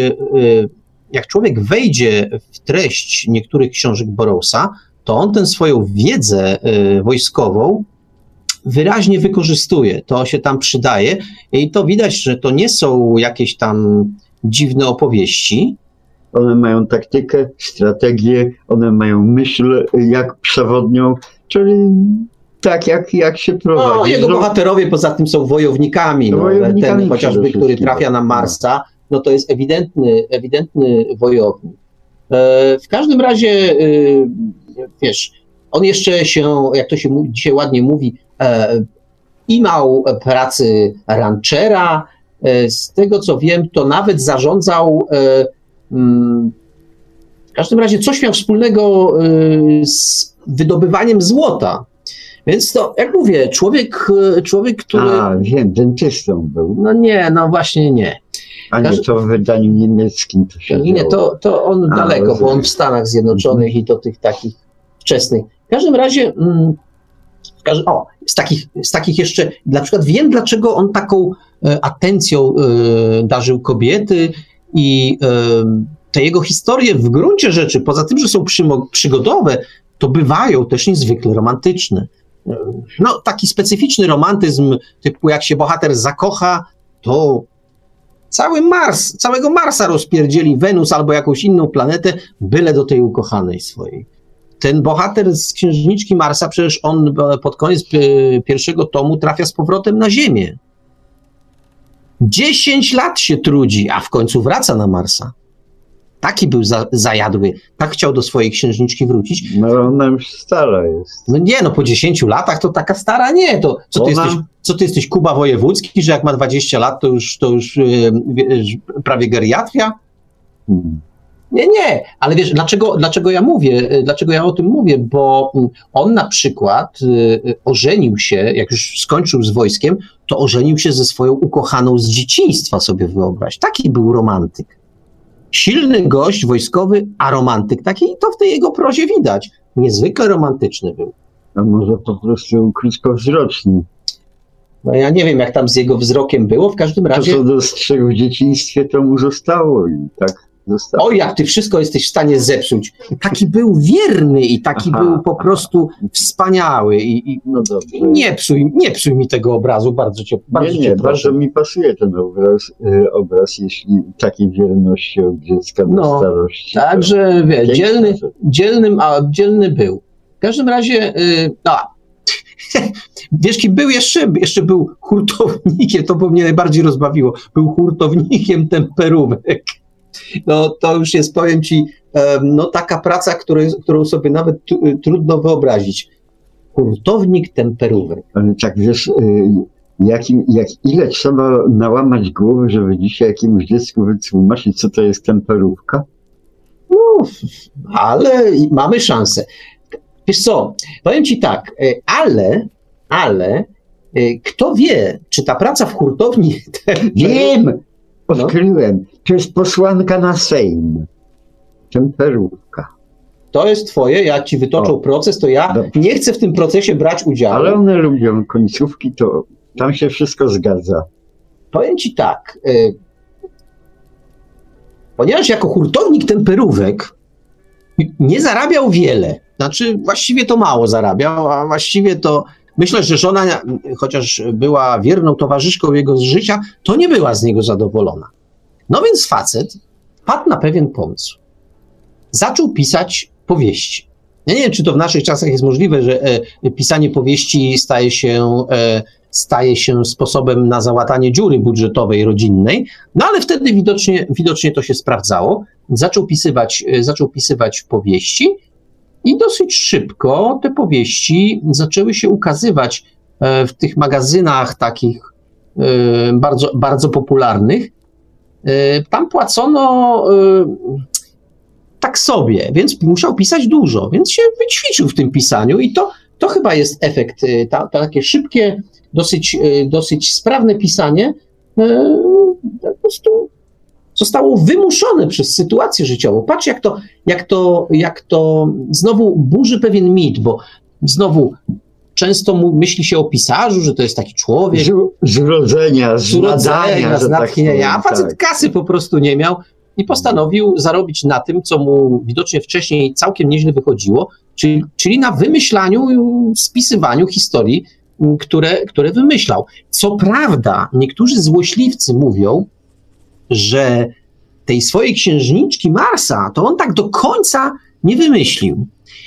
jak człowiek wejdzie w treść niektórych książek Burroughsa, to on tę swoją wiedzę wojskową wyraźnie wykorzystuje. To się tam przydaje i to widać, że to nie są jakieś tam dziwne opowieści. One mają taktykę, strategię, one mają myśl jak przewodnią, czyli tak jak się prowadzi. No, jego bohaterowie poza tym są wojownikami. Ten chociażby, który trafia na Marsa, no to jest ewidentny wojownik. W każdym razie, wiesz, on jeszcze się, jak to się dzisiaj ładnie mówi, imał pracy ranchera. Z tego co wiem, to nawet zarządzał, w każdym razie coś miał wspólnego z wydobywaniem złota. Więc to, jak mówię, człowiek, który... Wiem, dentystą był. No nie, no właśnie nie. A nie, to w wydaniu niemieckim to się nie, to on daleko, bo on w Stanach Zjednoczonych i do tych takich wczesnych. W każdym razie, z takich jeszcze, na przykład wiem, dlaczego on taką atencją darzył kobiety i te jego historie w gruncie rzeczy, poza tym, że są przygodowe, to bywają też niezwykle romantyczne. No, taki specyficzny romantyzm, typu jak się bohater zakocha, to Całego Marsa rozpierdzieli, Wenus albo jakąś inną planetę, byle do tej ukochanej swojej. Ten bohater z Księżniczki Marsa, przecież on pod koniec pierwszego tomu trafia z powrotem na Ziemię. 10 lat się trudzi, a w końcu wraca na Marsa. Taki był zajadły, tak chciał do swojej księżniczki wrócić. No ona już stara jest. No nie, no po 10 latach to taka stara nie. To co ty jesteś Kuba Wojewódzki, że jak ma 20 lat, to już prawie geriatria? Nie, ale wiesz, dlaczego ja o tym mówię, bo on na przykład ożenił się, jak już skończył z wojskiem, to ożenił się ze swoją ukochaną z dzieciństwa, sobie wyobraź. Taki był romantyk. Silny gość wojskowy, a romantyk taki, to w tej jego prozie widać. Niezwykle romantyczny był. A może po prostu krótkowzroczny. No ja nie wiem, jak tam z jego wzrokiem było, w każdym razie... To, co dostrzegł w dzieciństwie, to mu zostało i tak zostało. O, jak ty wszystko jesteś w stanie zepsuć. Taki był wierny i taki był po prostu wspaniały. No dobrze. Nie psuj mi tego obrazu, bardzo cię proszę. Bardzo mi pasuje ten obraz, jeśli takiej wierności od dziecka do starości. Także dzielny był. W każdym razie, wiesz, kim był jeszcze był hurtownikiem, to mnie najbardziej rozbawiło. Był hurtownikiem temperówek. No to już jest, powiem ci, taka praca, którą sobie nawet trudno wyobrazić. Hurtownik temperówek. Ale tak, wiesz, ile trzeba nałamać głowy, żeby dzisiaj jakiemuś dziecku wytłumaczyć, co to jest temperówka? No, ale mamy szansę. Wiesz co, powiem ci tak, ale kto wie, czy ta praca w hurtowni... Wiem! Odkryłem. To jest posłanka na Sejm. Temperówka. To jest twoje, jak ci wytoczą proces, to ja nie chcę w tym procesie brać udziału. Ale one lubią końcówki, to tam się wszystko zgadza. Powiem ci tak, ponieważ jako hurtownik temperówek nie zarabiał wiele, znaczy właściwie to mało zarabiał, a właściwie to myślę, że żona, chociaż była wierną towarzyszką jego z życia, to nie była z niego zadowolona. No więc facet padł na pewien pomysł. Zaczął pisać powieści. Ja nie wiem, czy to w naszych czasach jest możliwe, że pisanie powieści staje się sposobem na załatanie dziury budżetowej rodzinnej, no ale wtedy widocznie to się sprawdzało. Zaczął pisywać powieści i dosyć szybko te powieści zaczęły się ukazywać w tych magazynach takich bardzo, bardzo popularnych. Tam płacono tak sobie, więc musiał pisać dużo, więc się wyćwiczył w tym pisaniu i to chyba jest efekt, takie szybkie, dosyć sprawne pisanie po prostu zostało wymuszone przez sytuację życiową. Patrz, jak to znowu burzy pewien mit, bo znowu często myśli się o pisarzu, że to jest taki człowiek z urodzenia, z natchnienia, a facet kasy po prostu nie miał i postanowił zarobić na tym, co mu widocznie wcześniej całkiem nieźle wychodziło, czyli na wymyślaniu i spisywaniu historii, które wymyślał. Co prawda, niektórzy złośliwcy mówią, że tej swojej księżniczki Marsa to on tak do końca nie wymyślił.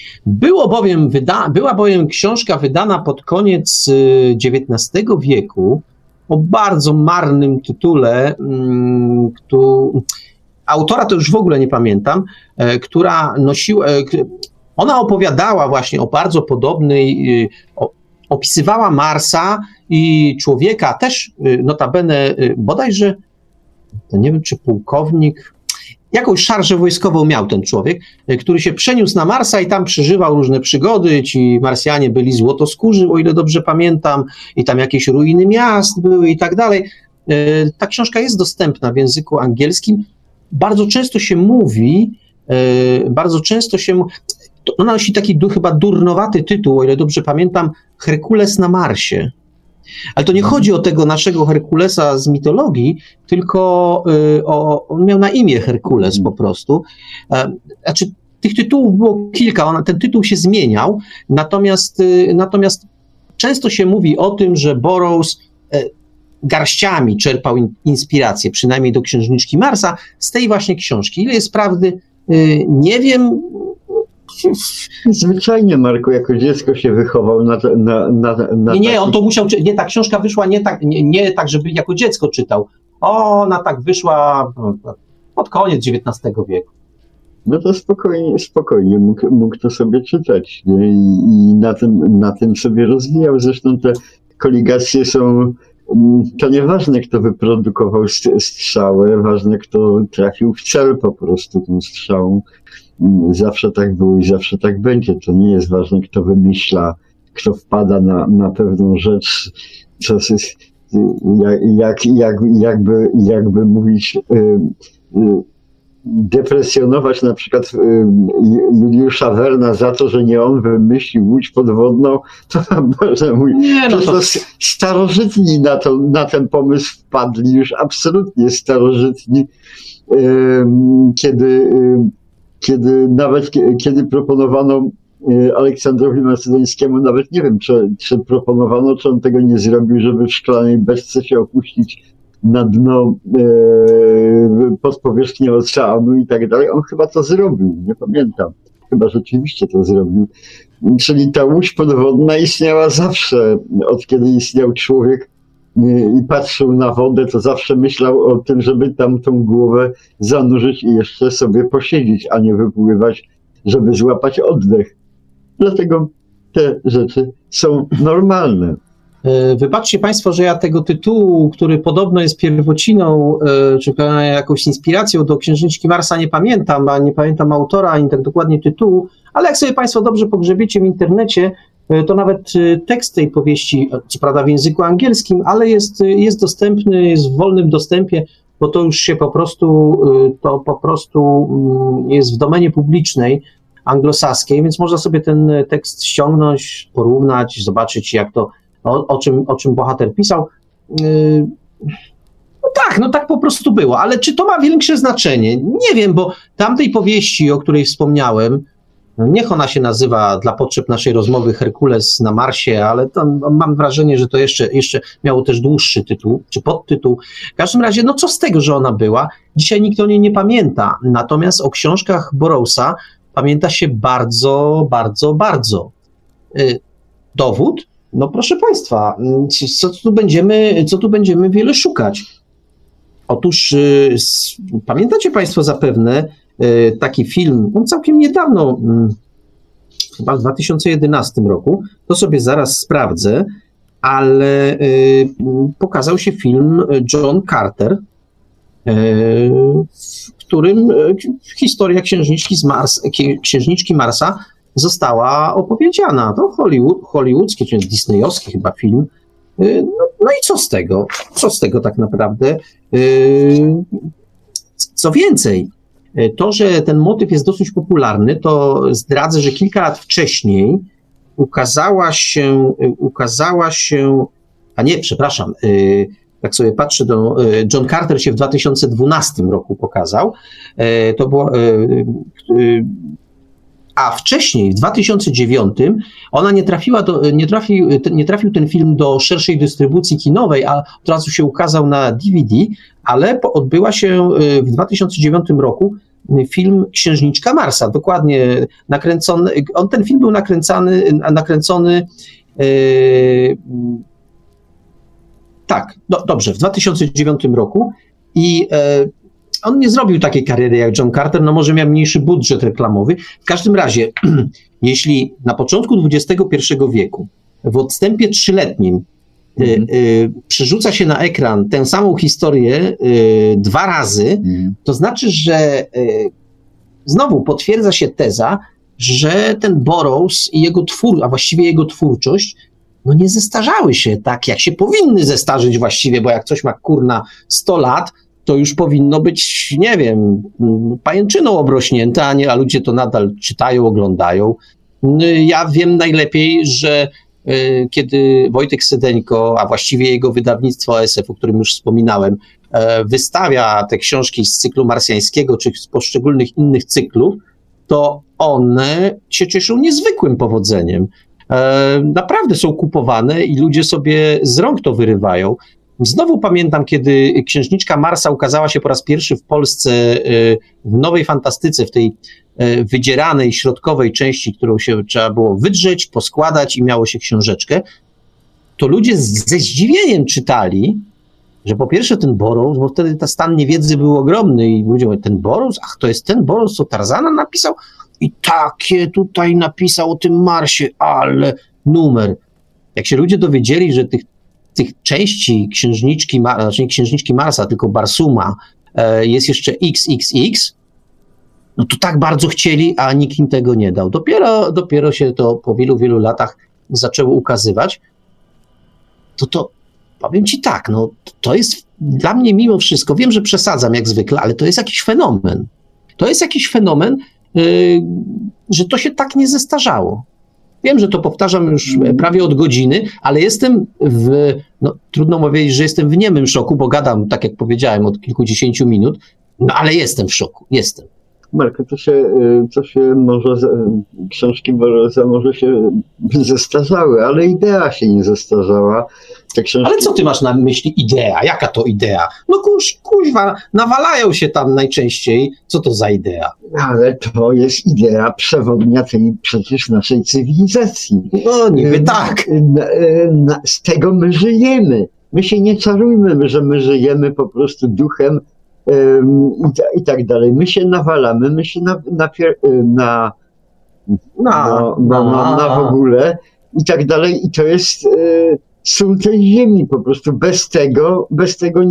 Była bowiem książka wydana pod koniec XIX wieku o bardzo marnym tytule, autora to już w ogóle nie pamiętam, która nosiła, ona opowiadała właśnie o bardzo podobnej, opisywała Marsa i człowieka też, notabene bodajże, to nie wiem czy pułkownik, jakąś szarżę wojskową miał ten człowiek, który się przeniósł na Marsa i tam przeżywał różne przygody. Ci Marsjanie byli złotoskórzy, o ile dobrze pamiętam, i tam jakieś ruiny miast były i tak dalej. Ta książka jest dostępna w języku angielskim. Bardzo często się mówi, ona nosi taki chyba durnowaty tytuł, o ile dobrze pamiętam, Herkules na Marsie. Ale to nie chodzi o tego naszego Herkulesa z mitologii, tylko on miał na imię Herkules po prostu. Znaczy, tych tytułów było kilka, ten tytuł się zmieniał, natomiast często się mówi o tym, że Burroughs garściami czerpał inspirację, przynajmniej do Księżniczki Marsa, z tej właśnie książki. Ile jest prawdy, nie wiem. Zwyczajnie, Marku, jako dziecko się wychował na Nie, on to musiał, nie, ta książka wyszła nie tak, żeby jako dziecko czytał. Ona tak wyszła pod koniec XIX wieku. No to spokojnie mógł to sobie czytać, nie? I na tym sobie rozwijał. Zresztą te koligacje są, to nieważne, kto wyprodukował strzałę, ważne, kto trafił w cel po prostu tą strzałą. Zawsze tak było i zawsze tak będzie. To nie jest ważne, kto wymyśla, kto wpada na pewną rzecz, co jest, jakby mówić, depresjonować na przykład Juliusza Werna za to, że nie on wymyślił łódź podwodną, to Boże mój, to starożytni na ten pomysł wpadli, już absolutnie starożytni, kiedy proponowano Aleksandrowi Macedońskiemu, nawet nie wiem, czy proponowano, czy on tego nie zrobił, żeby w szklanej beczce się opuścić na dno pod powierzchnię oceanu i tak dalej. On chyba to zrobił, nie pamiętam. Chyba rzeczywiście to zrobił. Czyli ta łódź podwodna istniała zawsze, od kiedy istniał człowiek i patrzył na wodę, to zawsze myślał o tym, żeby tam tą głowę zanurzyć i jeszcze sobie posiedzieć, a nie wypływać, żeby złapać oddech. Dlatego te rzeczy są normalne. Wybaczcie Państwo, że ja tego tytułu, który podobno jest pierwociną, czy jakąś inspiracją do Księżniczki Marsa nie pamiętam, a nie pamiętam autora, ani tak dokładnie tytułu, ale jak sobie Państwo dobrze pogrzebiecie w internecie, to nawet tekst tej powieści, co prawda w języku angielskim, ale jest dostępny, jest w wolnym dostępie, bo to już się po prostu jest w domenie publicznej, anglosaskiej, więc można sobie ten tekst ściągnąć, porównać, zobaczyć jak to, o czym bohater pisał. No tak po prostu było, ale czy to ma większe znaczenie? Nie wiem, bo tamtej powieści, o której wspomniałem, niech ona się nazywa dla potrzeb naszej rozmowy Herkules na Marsie, ale tam mam wrażenie, że to jeszcze miało też dłuższy tytuł, czy podtytuł. W każdym razie, no co z tego, że ona była? Dzisiaj nikt o niej nie pamięta, natomiast o książkach Burroughsa pamięta się bardzo, bardzo, bardzo. Dowód? No proszę Państwa, co tu będziemy wiele szukać? Otóż pamiętacie Państwo zapewne taki film, on całkiem niedawno, chyba w 2011 roku, to sobie zaraz sprawdzę, ale pokazał się film John Carter, w którym historia Księżniczki Marsa została opowiedziana. To hollywoodzki, czy disneyowski chyba film. No i co z tego? Co z tego tak naprawdę? Co więcej, to, że ten motyw jest dosyć popularny, to zdradzę, że kilka lat wcześniej ukazała się, tak sobie patrzę, John Carter się w 2012 roku pokazał, to było, a wcześniej, w 2009, ona nie trafił ten film do szerszej dystrybucji kinowej, a od razu się ukazał na DVD, ale odbyła się w 2009 roku film Księżniczka Marsa, dokładnie nakręcony, ten film był nakręcony tak, dobrze, w 2009 roku i on nie zrobił takiej kariery jak John Carter, no może miał mniejszy budżet reklamowy. W każdym razie, jeśli na początku XXI wieku w odstępie 3-letnim przerzuca się na ekran tę samą historię 2 razy, to znaczy, że znowu potwierdza się teza, że ten Burroughs i a właściwie jego twórczość, no nie zestarzały się tak, jak się powinny zestarzyć właściwie, bo jak coś ma 100 lat, to już powinno być, nie wiem, pajęczyną obrośnięte, a ludzie to nadal czytają, oglądają. Ja wiem najlepiej, że kiedy Wojtek Sedeńko, a właściwie jego wydawnictwo ASF, o którym już wspominałem, wystawia te książki z cyklu marsjańskiego, czy z poszczególnych innych cyklów, to one się cieszą niezwykłym powodzeniem. Naprawdę są kupowane i ludzie sobie z rąk to wyrywają. Znowu pamiętam, kiedy Księżniczka Marsa ukazała się po raz pierwszy w Polsce w Nowej Fantastyce, w tej wydzieranej, środkowej części, którą się trzeba było wydrzeć, poskładać i miało się książeczkę, to ludzie ze zdziwieniem czytali, że po pierwsze ten Borous, bo wtedy ten stan niewiedzy był ogromny i ludzie mówią, ten Borous, ach, to jest ten Borous, co Tarzana napisał? I takie tutaj napisał o tym Marsie, ale numer. Jak się ludzie dowiedzieli, że tych części znaczy nie Księżniczki Marsa, tylko Barsuma jest jeszcze XXX, no to tak bardzo chcieli, a nikt im tego nie dał. Dopiero się to po wielu, wielu latach zaczęło ukazywać. To powiem ci tak, no to jest dla mnie mimo wszystko, wiem, że przesadzam jak zwykle, ale to jest jakiś fenomen. To jest jakiś fenomen, że to się tak nie zestarzało. Wiem, że to powtarzam już prawie od godziny, ale jestem trudno powiedzieć, że jestem w niemym szoku, bo gadam, tak jak powiedziałem, od kilkudziesięciu minut, no ale jestem w szoku, jestem. Marko, to się może, książki Borousa może się zestarzały, ale idea się nie zestarzała. Ale co ty masz na myśli idea? Jaka to idea? No kuźwa, nawalają się tam najczęściej. Co to za idea? Ale to jest idea przewodnia tej przecież naszej cywilizacji. No niby tak. Z tego my żyjemy. My się nie czarujmy, że my żyjemy po prostu duchem i tak dalej. My się nawalamy, my się na w ogóle i tak dalej. I to jest sól tej ziemi po prostu. Bez tego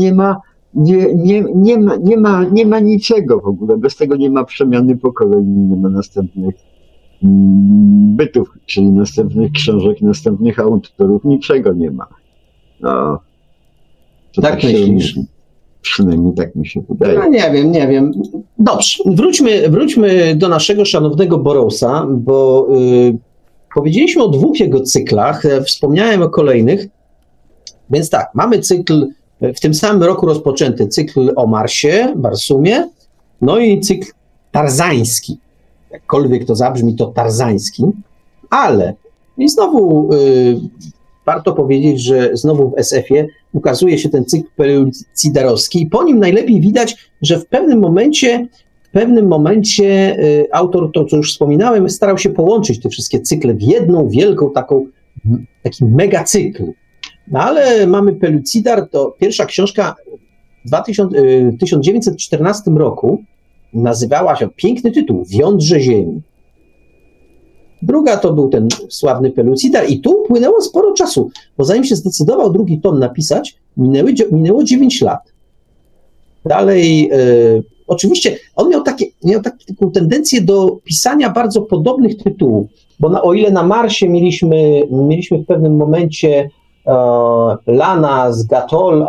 nie ma niczego w ogóle. Bez tego nie ma przemiany pokoleń, nie ma następnych bytów, czyli następnych książek, następnych autorów. Niczego nie ma. No, to tak myślisz? Przynajmniej tak mi się wydaje. No, nie wiem. Dobrze, wróćmy do naszego szanownego Borousa, bo powiedzieliśmy o 2 jego cyklach, wspomniałem o kolejnych, więc tak, mamy cykl w tym samym roku rozpoczęty, cykl o Marsie, Barsumie, no i cykl tarzański, jakkolwiek to zabrzmi, to tarzański, ale i znowu warto powiedzieć, że znowu w SF-ie ukazuje się ten cykl pelucidarowski i po nim najlepiej widać, że w pewnym momencie autor, to co już wspominałem, starał się połączyć te wszystkie cykle w jedną wielką taki megacykl. No ale mamy Pelucidar, to pierwsza książka w 1914 roku, nazywała się, piękny tytuł, W jądrze ziemi. Druga to był ten sławny Pelucidar i tu upłynęło sporo czasu, bo zanim się zdecydował drugi tom napisać, minęło 9 lat. Dalej, oczywiście on miał taką tendencję do pisania bardzo podobnych tytułów, bo o ile na Marsie mieliśmy w pewnym momencie Lana z Gatol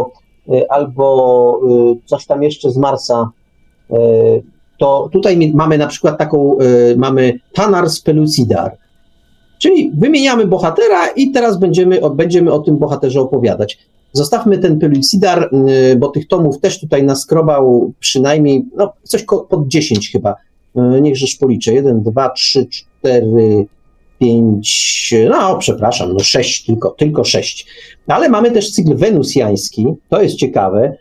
albo coś tam jeszcze z Marsa, to tutaj mamy na przykład mamy Tanar z Pelucidar. Czyli wymieniamy bohatera i teraz będziemy o tym bohaterze opowiadać. Zostawmy ten Pelucidar, bo tych tomów też tutaj naskrobał przynajmniej, coś pod 10 chyba. Niechżeż policzę. 1, 2, 3, 4, 5, 6, tylko 6. Ale mamy też cykl wenusjański, to jest ciekawe.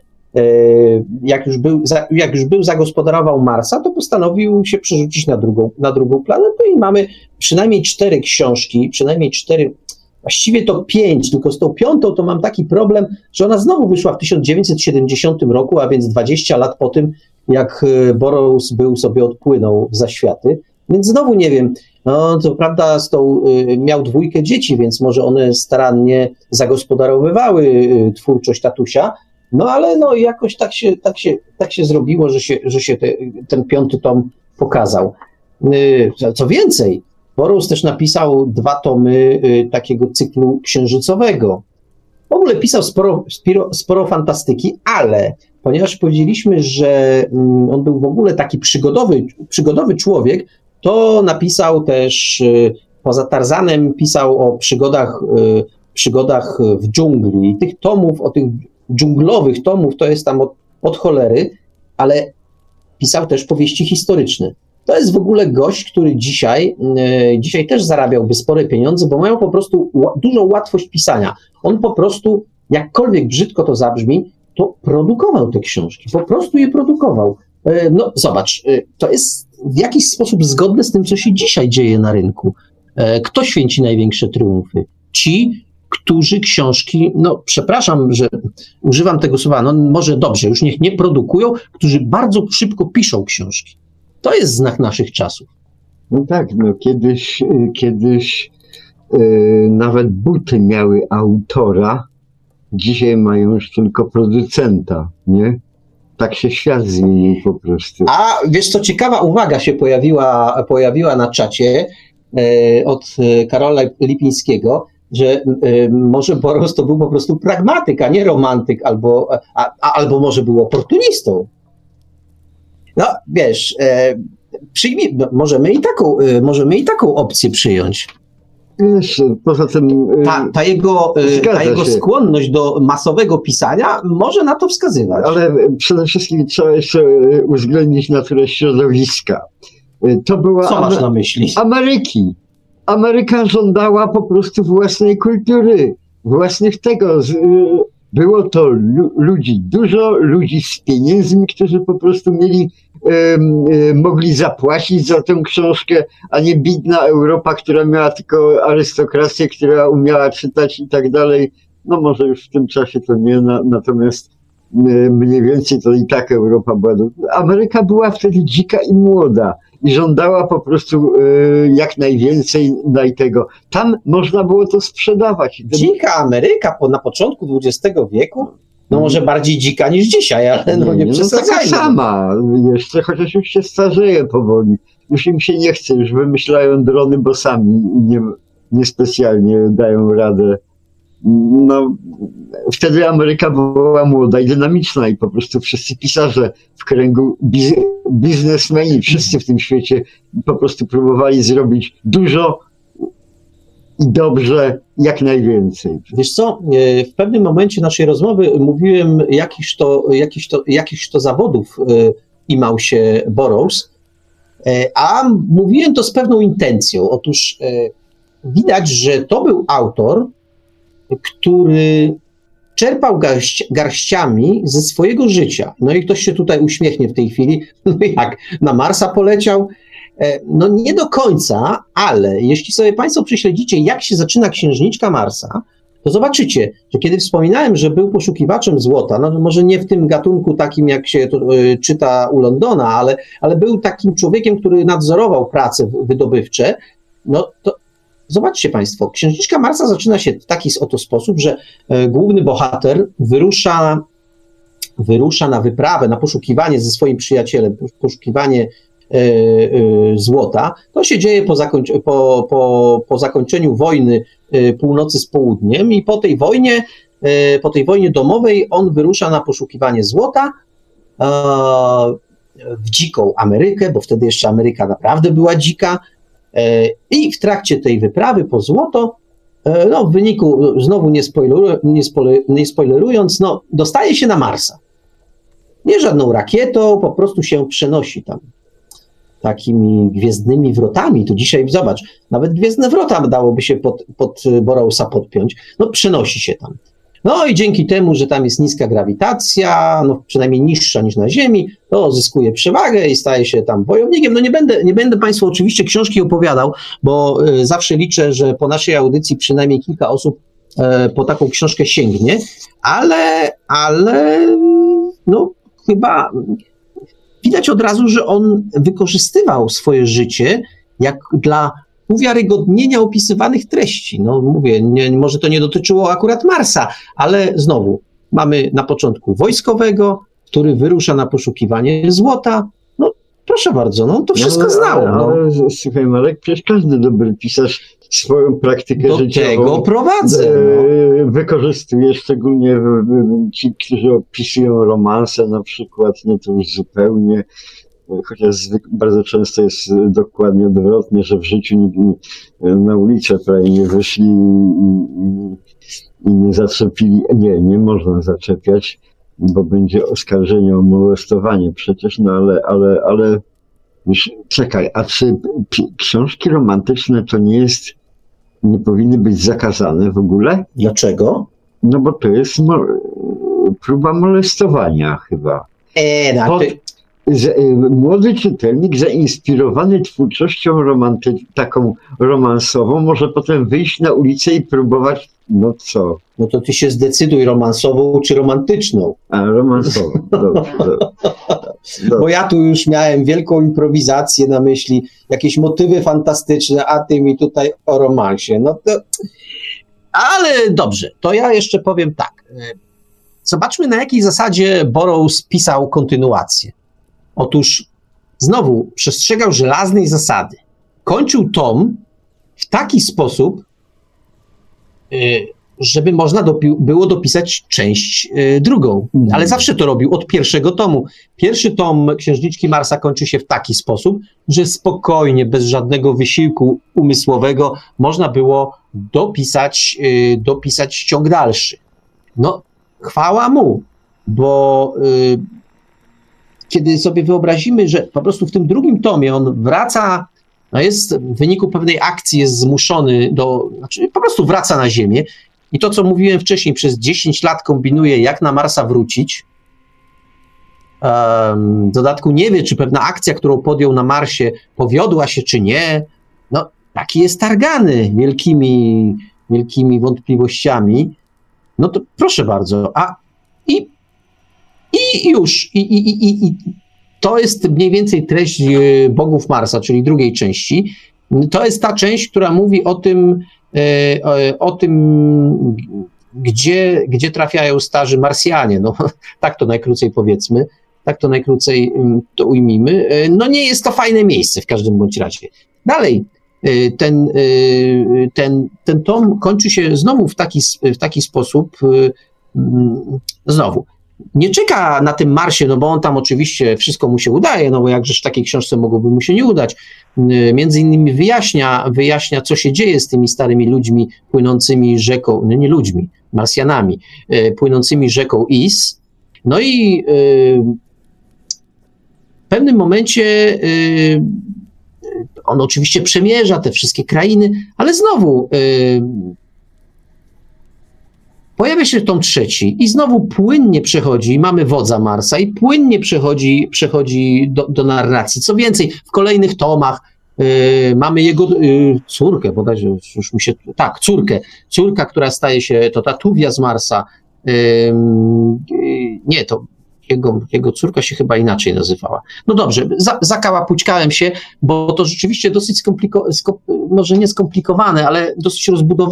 Jak już był zagospodarował Marsa, to postanowił się przerzucić na drugą planetę i mamy przynajmniej 4 książki, właściwie to 5, tylko z tą 5 to mam taki problem, że ona znowu wyszła w 1970 roku, a więc 20 lat po tym, jak Burroughs odpłynął w zaświaty. Więc znowu nie wiem, co prawda miał 2 dzieci, więc może one starannie zagospodarowywały twórczość tatusia, ale jakoś tak się zrobiło, że się ten 5 tom pokazał. Co więcej, Burroughs też napisał 2 tomy takiego cyklu księżycowego. W ogóle pisał sporo fantastyki, ale ponieważ powiedzieliśmy, że on był w ogóle taki przygodowy człowiek, to napisał też, poza Tarzanem, pisał o przygodach w dżungli. I tych tomów, tych dżunglowych tomów, to jest tam od cholery, ale pisał też powieści historyczne. To jest w ogóle gość, który dzisiaj też zarabiałby spore pieniądze, bo mają po prostu dużą łatwość pisania. On po prostu jakkolwiek brzydko to zabrzmi, to produkował te książki, po prostu je produkował. No zobacz, to jest w jakiś sposób zgodne z tym, co się dzisiaj dzieje na rynku. Kto święci największe triumfy? Ci, którzy książki, no przepraszam, że używam tego słowa, no może dobrze, już niech nie produkują, którzy bardzo szybko piszą książki. To jest znak naszych czasów. No tak, no kiedyś nawet buty miały autora, dzisiaj mają już tylko producenta, nie? Tak się świat zmienił po prostu. A wiesz co, ciekawa uwaga się pojawiła na czacie od Karola Lipińskiego, że może Boros to był po prostu pragmatyk, a nie romantyk, albo może był oportunistą. No wiesz, przyjmij, możemy i taką opcję przyjąć. Wiesz, poza tym... Ta jego skłonność do masowego pisania może na to wskazywać. Ale przede wszystkim trzeba jeszcze uwzględnić naturę środowiska. To była Co masz na myśli? Ameryki. Ameryka żądała po prostu własnej kultury, własnych tego. Było to ludzi, dużo ludzi z pieniędzmi, którzy po prostu mogli zapłacić za tę książkę, a nie biedna Europa, która miała tylko arystokrację, która umiała czytać i tak dalej. No może już w tym czasie to nie, natomiast mniej więcej to i tak Europa była. Ameryka była wtedy dzika i młoda i żądała po prostu jak najwięcej tego. Tam można było to sprzedawać. Dzika Ameryka na początku XX wieku? No może bardziej dzika niż dzisiaj, ale nie przesadzajmy. Taka sama jeszcze, chociaż już się starzeje powoli. Już im się nie chce, już wymyślają drony, bo sami niespecjalnie dają radę. No, wtedy Ameryka była młoda i dynamiczna i po prostu wszyscy pisarze w kręgu biznesmeni, wszyscy w tym świecie po prostu próbowali zrobić dużo i dobrze, jak najwięcej. Wiesz co, w pewnym momencie naszej rozmowy mówiłem, jakichś to zawodów imał się Burroughs, a mówiłem to z pewną intencją. Otóż widać, że to był autor, który czerpał garściami ze swojego życia. No i ktoś się tutaj uśmiechnie w tej chwili. No jak, na Marsa poleciał? No nie do końca, ale jeśli sobie Państwo prześledzicie, jak się zaczyna Księżniczka Marsa, to zobaczycie, że kiedy wspominałem, że był poszukiwaczem złota, no może nie w tym gatunku takim, jak się to czyta u Londona, ale był takim człowiekiem, który nadzorował prace wydobywcze, no to zobaczcie Państwo, Księżniczka Marsa zaczyna się w taki oto sposób, że główny bohater wyrusza na wyprawę, na poszukiwanie ze swoim przyjacielem, poszukiwanie złota. To się dzieje po zakończeniu wojny północy z południem i po tej wojnie domowej on wyrusza na poszukiwanie złota w dziką Amerykę, bo wtedy jeszcze Ameryka naprawdę była dzika. I w trakcie tej wyprawy po złoto, no w wyniku, znowu nie spoilerując, no dostaje się na Marsa. Nie żadną rakietą, po prostu się przenosi tam takimi gwiezdnymi wrotami. Tu dzisiaj, zobacz, nawet gwiezdne wrota dałoby się pod Burroughsa podpiąć. No przenosi się tam. No i dzięki temu, że tam jest niska grawitacja, no przynajmniej niższa niż na Ziemi, to zyskuje przewagę i staje się tam wojownikiem. No nie będę Państwu oczywiście książki opowiadał, bo zawsze liczę, że po naszej audycji przynajmniej kilka osób po taką książkę sięgnie, ale no chyba widać od razu, że on wykorzystywał swoje życie jak dla uwiarygodnienia opisywanych treści. No mówię, może to nie dotyczyło akurat Marsa, ale znowu mamy na początku wojskowego, który wyrusza na poszukiwanie złota. No proszę bardzo, no to wszystko znał. Ale słuchaj Marek, przecież każdy dobry pisarz swoją praktykę do życiową tego prowadzę. Wykorzystuje, szczególnie ci, którzy opisują romanse na przykład, no to już zupełnie. Chociaż bardzo często jest dokładnie odwrotnie, że w życiu na ulicę prawie nie wyszli i nie zaczepili. Nie można zaczepiać, bo będzie oskarżenie o molestowanie przecież, no ale już czekaj, a czy książki romantyczne to nie powinny być zakazane w ogóle? Dlaczego? No bo to jest próba molestowania chyba. Młody czytelnik zainspirowany twórczością taką romansową może potem wyjść na ulicę i próbować, no co? No to ty się zdecyduj, romansową czy romantyczną. A, romansową, dobrze. Bo ja tu już miałem wielką improwizację na myśli, jakieś motywy fantastyczne, a ty mi tutaj o romansie. No to... Ale dobrze, to ja jeszcze powiem tak. Zobaczmy, na jakiej zasadzie Burroughs pisał kontynuację. Otóż znowu przestrzegał żelaznej zasady. Kończył tom w taki sposób, żeby można było dopisać część drugą. Ale zawsze to robił od pierwszego tomu. Pierwszy tom Księżniczki Marsa kończy się w taki sposób, że spokojnie, bez żadnego wysiłku umysłowego można było dopisać ciąg dalszy. No, chwała mu, bo kiedy sobie wyobrazimy, że po prostu w tym drugim tomie on wraca, no jest w wyniku pewnej akcji jest zmuszony znaczy po prostu wraca na Ziemię i to, co mówiłem wcześniej, przez 10 lat kombinuje, jak na Marsa wrócić. W dodatku nie wie, czy pewna akcja, którą podjął na Marsie, powiodła się, czy nie. No, taki jest targany wielkimi wątpliwościami. No to proszę bardzo. I to jest mniej więcej treść Bogów Marsa, czyli drugiej części. To jest ta część, która mówi o tym, gdzie trafiają starzy Marsjanie. No, tak to najkrócej powiedzmy, tak to najkrócej to ujmijmy. No nie jest to fajne miejsce w każdym bądź razie. Dalej, ten tom kończy się znowu w taki sposób, znowu, nie czeka na tym Marsie, no bo on tam oczywiście wszystko mu się udaje, no bo jakżeż w takiej książce mogłoby mu się nie udać. Między innymi wyjaśnia, co się dzieje z tymi starymi ludźmi płynącymi rzeką, no nie ludźmi, Marsjanami, płynącymi rzeką Is. No i w pewnym momencie on oczywiście przemierza te wszystkie krainy, ale znowu pojawia się tom trzeci i znowu płynnie przechodzi, mamy wodza Marsa i płynnie przechodzi do narracji. Co więcej, w kolejnych tomach mamy jego córkę, bodajże już mi się, tak, córka, która staje się, to ta Tuvia z Marsa, nie, to jego córka się chyba inaczej nazywała. No dobrze, zakałapućkałem się, bo to rzeczywiście dosyć może nie skomplikowane, ale dosyć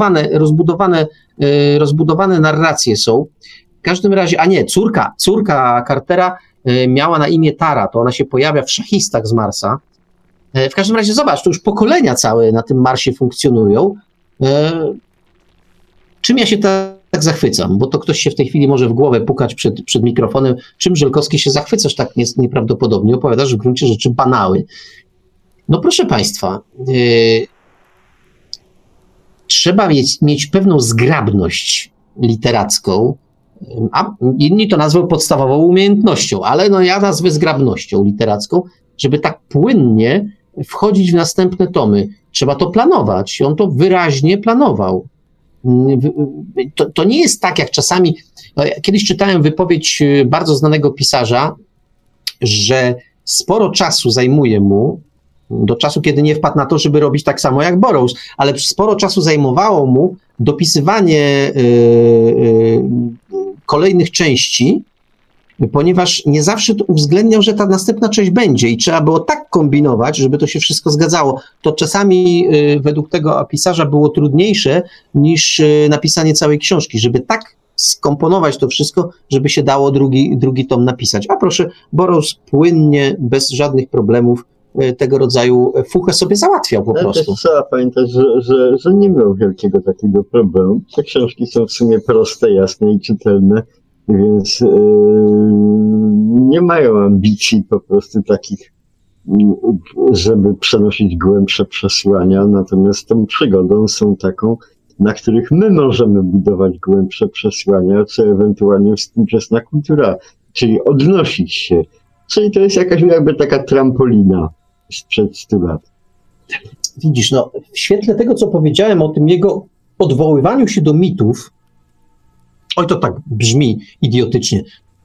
rozbudowane narracje są. W każdym razie, córka Cartera miała na imię Tara, to ona się pojawia w Szachistach z Marsa. W każdym razie zobacz, to już pokolenia całe na tym Marsie funkcjonują. Czym ja się tak zachwycam, bo to ktoś się w tej chwili może w głowę pukać przed mikrofonem, czym Żelkowski się zachwycasz tak nieprawdopodobnie, opowiadasz w gruncie rzeczy banały. No proszę Państwa, trzeba mieć pewną zgrabność literacką, a inni to nazwą podstawową umiejętnością, ale no ja nazwę zgrabnością literacką, żeby tak płynnie wchodzić w następne tomy. Trzeba to planować i on to wyraźnie planował. To nie jest tak, jak czasami, kiedyś czytałem wypowiedź bardzo znanego pisarza, że sporo czasu zajmuje mu, do czasu, kiedy nie wpadł na to, żeby robić tak samo jak Burroughs, ale sporo czasu zajmowało mu dopisywanie kolejnych części, ponieważ nie zawsze to uwzględniał, że ta następna część będzie i trzeba było tak kombinować, żeby to się wszystko zgadzało. To czasami według tego pisarza było trudniejsze niż napisanie całej książki, żeby tak skomponować to wszystko, żeby się dało drugi tom napisać. A proszę, Burroughs płynnie, bez żadnych problemów tego rodzaju fuchę sobie załatwiał po prostu. Też trzeba pamiętać, że nie miał wielkiego takiego problemu. Te książki są w sumie proste, jasne i czytelne. Więc nie mają ambicji po prostu takich, żeby przenosić głębsze przesłania, natomiast tą przygodą są taką, na których my możemy budować głębsze przesłania, co ewentualnie współczesna kultura, czyli odnosić się. Czyli to jest jakaś jakby taka trampolina sprzed 100 lat. Widzisz, no w świetle tego, co powiedziałem o tym jego odwoływaniu się do mitów, oj to tak brzmi idiotycznie,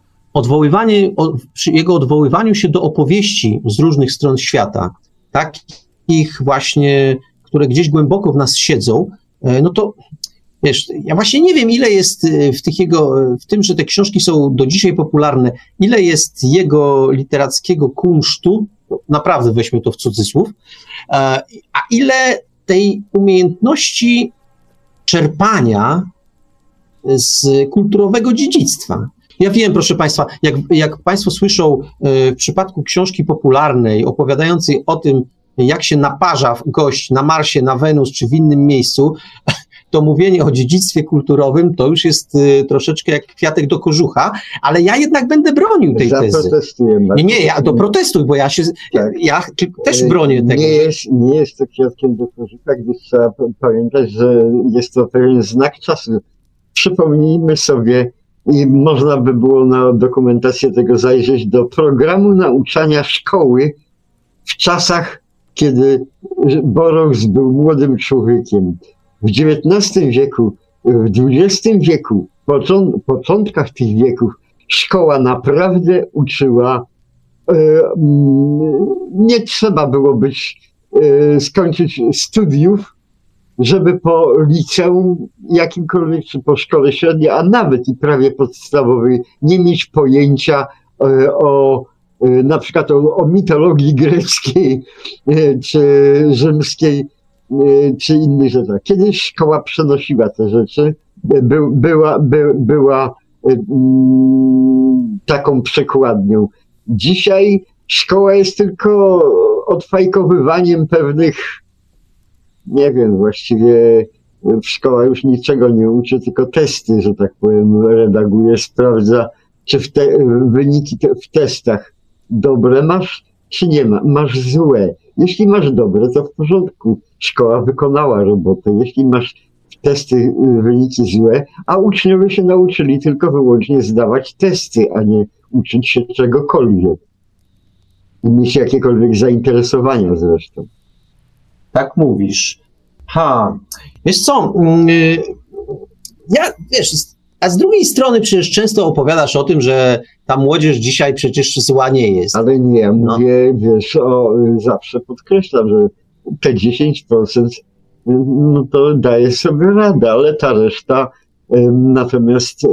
przy jego odwoływaniu się do opowieści z różnych stron świata, takich właśnie, które gdzieś głęboko w nas siedzą, no to wiesz, ja właśnie nie wiem, ile jest w tym, że te książki są do dzisiaj popularne, ile jest jego literackiego kunsztu, naprawdę weźmy to w cudzysłów, a ile tej umiejętności czerpania z kulturowego dziedzictwa. Ja wiem, proszę Państwa, jak Państwo słyszą w przypadku książki popularnej opowiadającej o tym, jak się naparza gość na Marsie, na Wenus czy w innym miejscu, to mówienie o dziedzictwie kulturowym to już jest troszeczkę jak kwiatek do kożucha, ale ja jednak będę bronił tej tezy. Zaprotestuję. Nie, ja to protestuj, bo ja też bronię tego. Nie jest to kwiatkiem do kożucha, gdyż trzeba pamiętać, że jest to pewien znak czasu. Przypomnijmy sobie, i można by było na dokumentację tego zajrzeć, do programu nauczania szkoły w czasach, kiedy Burroughs był młodym człowiekiem. W XIX wieku, w XX wieku, początkach tych wieków, szkoła naprawdę uczyła, nie trzeba było skończyć studiów, żeby po liceum jakimkolwiek, czy po szkole średniej, a nawet i prawie podstawowej, nie mieć pojęcia na przykład o mitologii greckiej, czy rzymskiej, czy innych rzeczach. Kiedyś szkoła przenosiła te rzeczy, była taką przekładnią. Dzisiaj szkoła jest tylko odfajkowywaniem pewnych, nie wiem, właściwie szkoła już niczego nie uczy, tylko testy, że tak powiem, redaguje, sprawdza, czy wyniki w testach dobre masz, czy nie masz złe. Jeśli masz dobre, to w porządku. Szkoła wykonała robotę. Jeśli masz testy, wyniki złe, a uczniowie się nauczyli tylko wyłącznie zdawać testy, a nie uczyć się czegokolwiek. I mieć jakiekolwiek zainteresowania zresztą. Tak mówisz. Wiesz co, a z drugiej strony przecież często opowiadasz o tym, że ta młodzież dzisiaj przecież zła nie jest. Ale nie, ja mówię, wiesz, zawsze podkreślam, że te 10% no to daje sobie radę, ale ta reszta, natomiast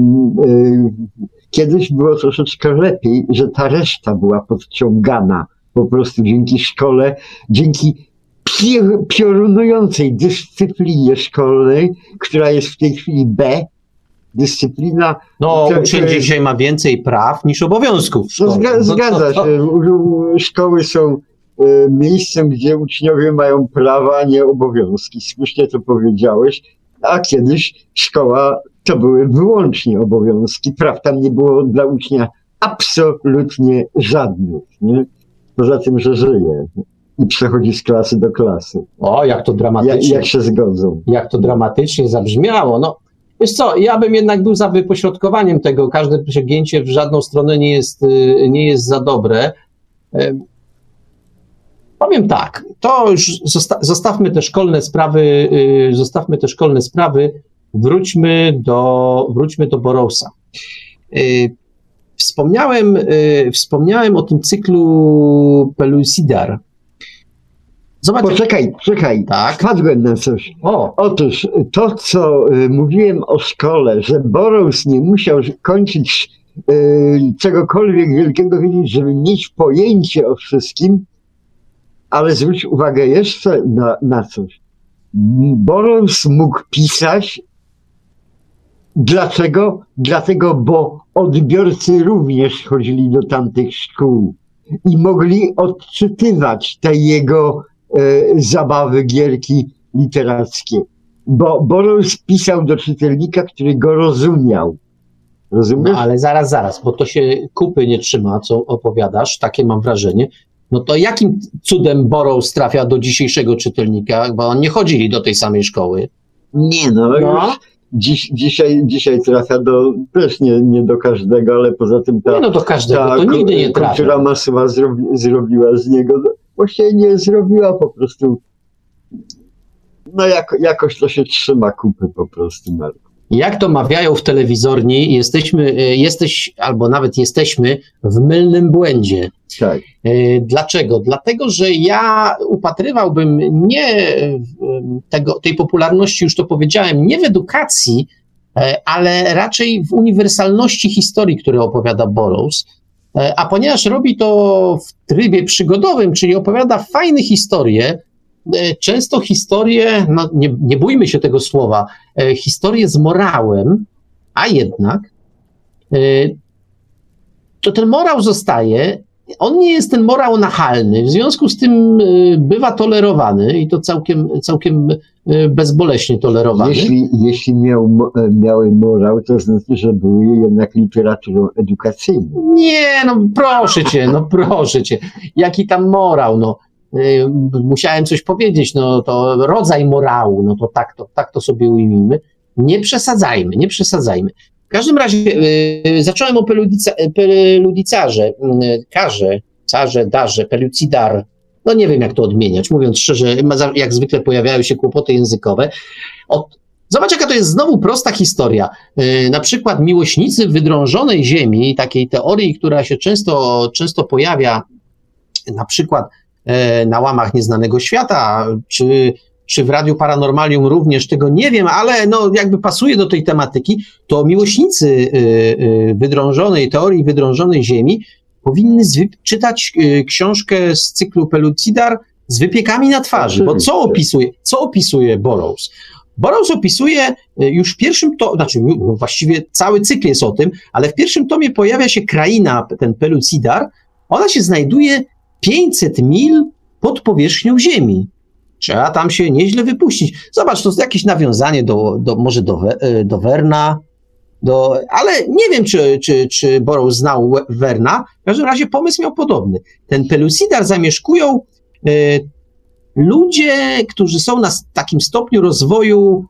kiedyś było troszeczkę lepiej, że ta reszta była podciągana po prostu dzięki szkole, dzięki piorunującej dyscyplinie szkolnej, która jest w tej chwili dyscyplina. No, uczeń dzisiaj ma więcej praw niż obowiązków w szkole. Zgadza się. Szkoły są miejscem, gdzie uczniowie mają prawa, a nie obowiązki. Słusznie to powiedziałeś. A kiedyś szkoła to były wyłącznie obowiązki. Praw tam nie było dla ucznia absolutnie żadnych. Nie? Poza tym, że żyje i przechodzi z klasy do klasy. O, jak to dramatycznie. Jak się zgodzą. Jak to dramatycznie zabrzmiało. No, wiesz co, ja bym jednak był za wypośrodkowaniem tego. Każde przegięcie w żadną stronę nie jest za dobre. Powiem tak, to już zostawmy te szkolne sprawy, wróćmy do Burroughsa. Wspomniałem o tym cyklu Pellucidar. Zobacz, Poczekaj, tak? Wpadłem na coś. Otóż to, co mówiłem o szkole, że Burroughs nie musiał kończyć czegokolwiek wielkiego wiedzieć, żeby mieć pojęcie o wszystkim, ale zwróć uwagę jeszcze na coś. Burroughs mógł pisać. Dlaczego? Dlatego, bo odbiorcy również chodzili do tamtych szkół i mogli odczytywać te jego zabawy, gierki literackie. Bo Burroughs pisał do czytelnika, który go rozumiał. Rozumiesz? No, ale zaraz, bo to się kupy nie trzyma, co opowiadasz, takie mam wrażenie. No to jakim cudem Burroughs trafia do dzisiejszego czytelnika, bo oni nie chodzili do tej samej szkoły? Nie, już dzisiaj trafia też nie do każdego, ale poza tym do każdego, to nigdy nie trafia. Kultura masowa zrobiła z niego, właściwie nie zrobiła po prostu, jakoś to się trzyma kupy po prostu, Marku. Jak to mawiają w telewizorni, albo nawet jesteśmy w mylnym błędzie. Tak. Dlaczego? Dlatego, że ja upatrywałbym nie tej popularności, już to powiedziałem, nie w edukacji, ale raczej w uniwersalności historii, które opowiada Burroughs. A ponieważ robi to w trybie przygodowym, czyli opowiada fajne historie, często historie, no nie bójmy się tego słowa, historie z morałem, a jednak to ten morał zostaje, on nie jest ten morał nachalny, w związku z tym bywa tolerowany i to całkiem bezboleśnie tolerowany. Jeśli miały morał, to znaczy, że były jednak literaturą edukacyjną. Nie, proszę cię, jaki tam morał, no. Musiałem coś powiedzieć, no to rodzaj morału, no to tak to sobie ujmijmy. Nie przesadzajmy. W każdym razie zacząłem o peludicarze, darze, pelucidar. No nie wiem, jak to odmieniać. Mówiąc szczerze, jak zwykle pojawiają się kłopoty językowe. Zobacz, jaka to jest znowu prosta historia. Na przykład miłośnicy wydrążonej ziemi, takiej teorii, która się często pojawia, na przykład na łamach Nieznanego Świata, czy w Radiu Paranormalium również, tego nie wiem, ale no jakby pasuje do tej tematyki, to miłośnicy teorii wydrążonej Ziemi powinny czytać książkę z cyklu Pelucidar z wypiekami na twarzy, bo co opisuje Burroughs? Burroughs opisuje już w pierwszym tomie, właściwie cały cykl jest o tym, ale w pierwszym tomie pojawia się kraina, ten Pelucidar, ona się znajduje 500 mil pod powierzchnią Ziemi. Trzeba tam się nieźle wypuścić. Zobacz, to jest jakieś nawiązanie może do Verna, ale nie wiem, czy Burroughs znał Verna. W każdym razie pomysł miał podobny. Ten Pelucidar zamieszkują ludzie, którzy są na takim stopniu rozwoju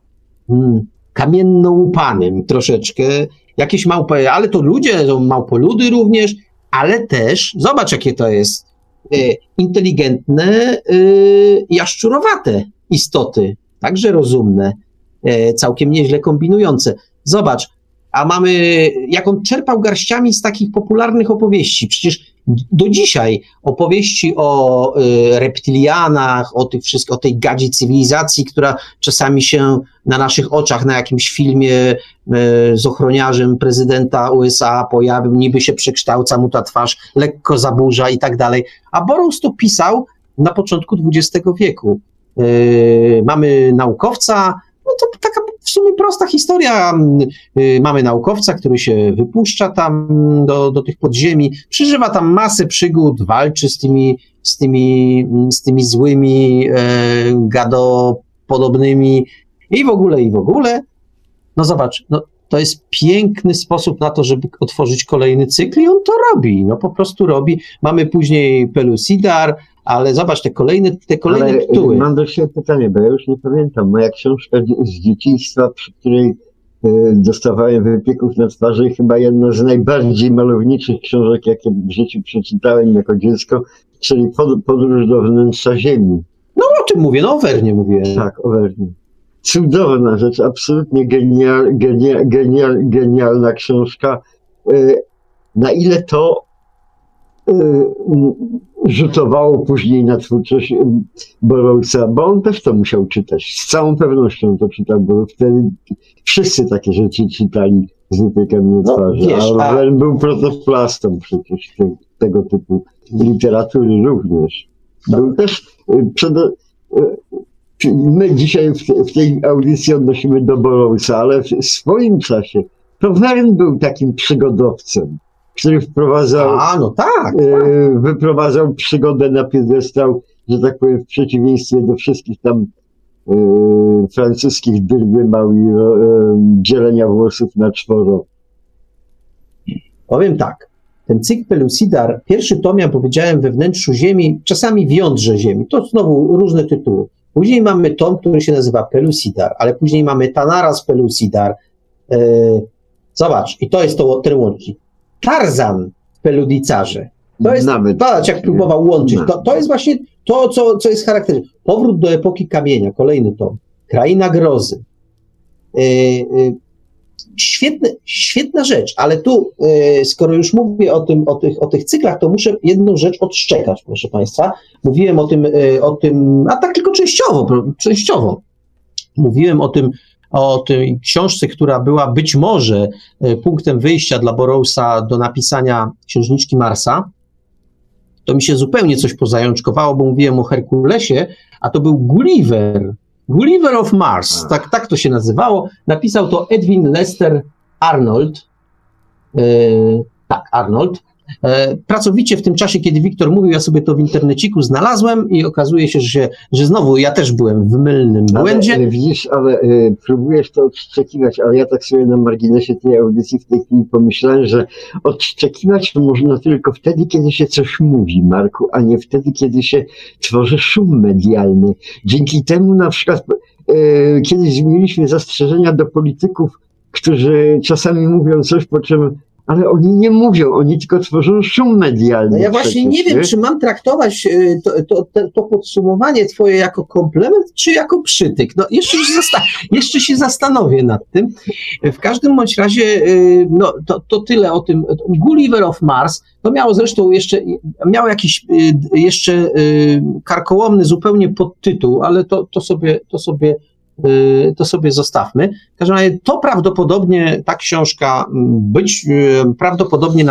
kamienno-łupanym troszeczkę. Jakieś małpy, ale to ludzie, to małpoludy również, ale też, zobacz, jakie to jest inteligentne, jaszczurowate istoty, także rozumne, całkiem nieźle kombinujące. Zobacz, a mamy, jak on czerpał garściami z takich popularnych opowieści. Przecież do dzisiaj opowieści o reptilianach, o tej gadzie cywilizacji, która czasami się na naszych oczach na jakimś filmie z ochroniarzem prezydenta USA pojawił, niby się przekształca mu ta twarz, lekko zaburza i tak dalej. A Burroughs to pisał na początku XX wieku. Mamy naukowca, no to taka w sumie prosta historia. Mamy naukowca, który się wypuszcza tam do tych podziemi, przeżywa tam masę przygód, walczy z tymi złymi, gadopodobnymi i w ogóle. No zobacz, no to jest piękny sposób na to, żeby otworzyć kolejny cykl i on to robi, no po prostu robi. Mamy później Pelucidar, ale zobacz, te kolejne tytuły. Mam do Ciebie pytanie, bo ja już nie pamiętam. Moja książka z dzieciństwa, przy której dostawałem wypieków na twarzy, chyba jedna z najbardziej malowniczych książek, jakie w życiu przeczytałem jako dziecko, czyli Podróż do wnętrza Ziemi. No o tym mówię, no o Vernie mówię. Tak, o Vernie. Cudowna rzecz, absolutnie genialna książka. Na ile to rzutowało później na twórczość Burroughsa, bo on też to musiał czytać. Z całą pewnością to czytał, bo wtedy wszyscy takie rzeczy czytali z wypiekami na twarzy. A Verne był protoplastą przecież tego typu literatury również. Był też my dzisiaj w tej audycji odnosimy do Burroughsa, ale w swoim czasie to Verne był takim przygodowcem, który wyprowadzał przygodę na piedestał, że tak powiem, w przeciwieństwie do wszystkich tam francuskich dyrdymał i dzielenia włosów na czworo. Powiem tak, ten cykl Pelucidar, pierwszy tom, ja powiedziałem, we wnętrzu Ziemi, czasami w jądrze Ziemi, to znowu różne tytuły. Później mamy tom, który się nazywa Pelucidar, ale później mamy Tanaras Pelucidar. Zobacz, i to jest ten łącznik. Tarzan w Peludicarze. To jest, patrz, jak próbował łączyć. To jest właśnie to, co jest charakterystyczne. Powrót do epoki kamienia, kolejny tom. Kraina grozy. Świetna rzecz, ale tu, skoro już mówię o tych cyklach, to muszę jedną rzecz odszczekać, proszę Państwa. Mówiłem o tym, a tak tylko częściowo. Mówiłem o tej książce, która była być może punktem wyjścia dla Burroughsa do napisania Księżniczki Marsa. To mi się zupełnie coś pozajączkowało, bo mówiłem o Herkulesie, a to był Gulliver of Mars, tak to się nazywało. Napisał to Edwin Lester Arnold. Arnold. Pracowicie w tym czasie, kiedy Wiktor mówił, ja sobie to w interneciku znalazłem i okazuje się, że znowu ja też byłem w mylnym błędzie. Ale widzisz, próbujesz to odszczekiwać, ale ja tak sobie na marginesie tej audycji w tej chwili pomyślałem, że odszczekiwać to można tylko wtedy, kiedy się coś mówi, Marku, a nie wtedy, kiedy się tworzy szum medialny. Dzięki temu na przykład kiedyś mieliśmy zastrzeżenia do polityków, którzy czasami mówią coś, po czym ale oni nie mówią, oni tylko tworzą szum medialny. No ja właśnie nie wiem, czy mam traktować to podsumowanie twoje jako komplement, czy jako przytyk. No jeszcze się zastanowię nad tym. W każdym bądź razie to tyle o tym. Gulliver of Mars, to miało zresztą miało jakiś jeszcze karkołomny zupełnie podtytuł, ale to sobie zostawmy. W każdym razie to prawdopodobnie, ta książka prawdopodobnie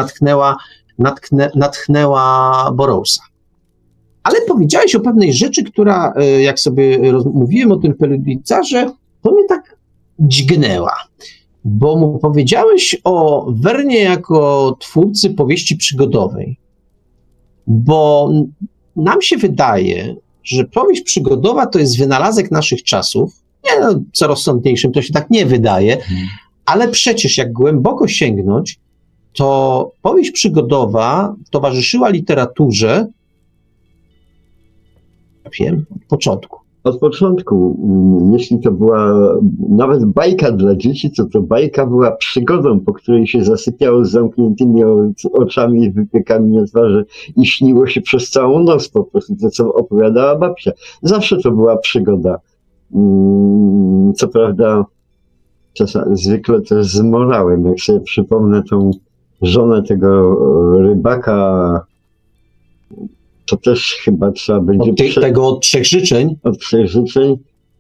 natchnęła Burroughsa. Ale powiedziałeś o pewnej rzeczy, która, jak sobie mówiłem o tym Pelitzarze, to mnie tak dźgnęła. Bo mu powiedziałeś o Wernie jako twórcy powieści przygodowej. Bo nam się wydaje, że powieść przygodowa to jest wynalazek naszych czasów. Co rozsądniejszym to się tak nie wydaje, ale przecież jak głęboko sięgnąć, to powieść przygodowa towarzyszyła literaturze od początku. Od początku, jeśli to była nawet bajka dla dzieci, to bajka była przygodą, po której się zasypiało z zamkniętymi oczami i wypiekami na twarzy i śniło się przez całą noc po prostu to, co opowiadała babcia. Zawsze to była przygoda. Co prawda zwykle też zmorałem, jak sobie przypomnę tą żonę tego rybaka, to też chyba trzeba będzie... Tego od trzech życzeń? Od trzech życzeń,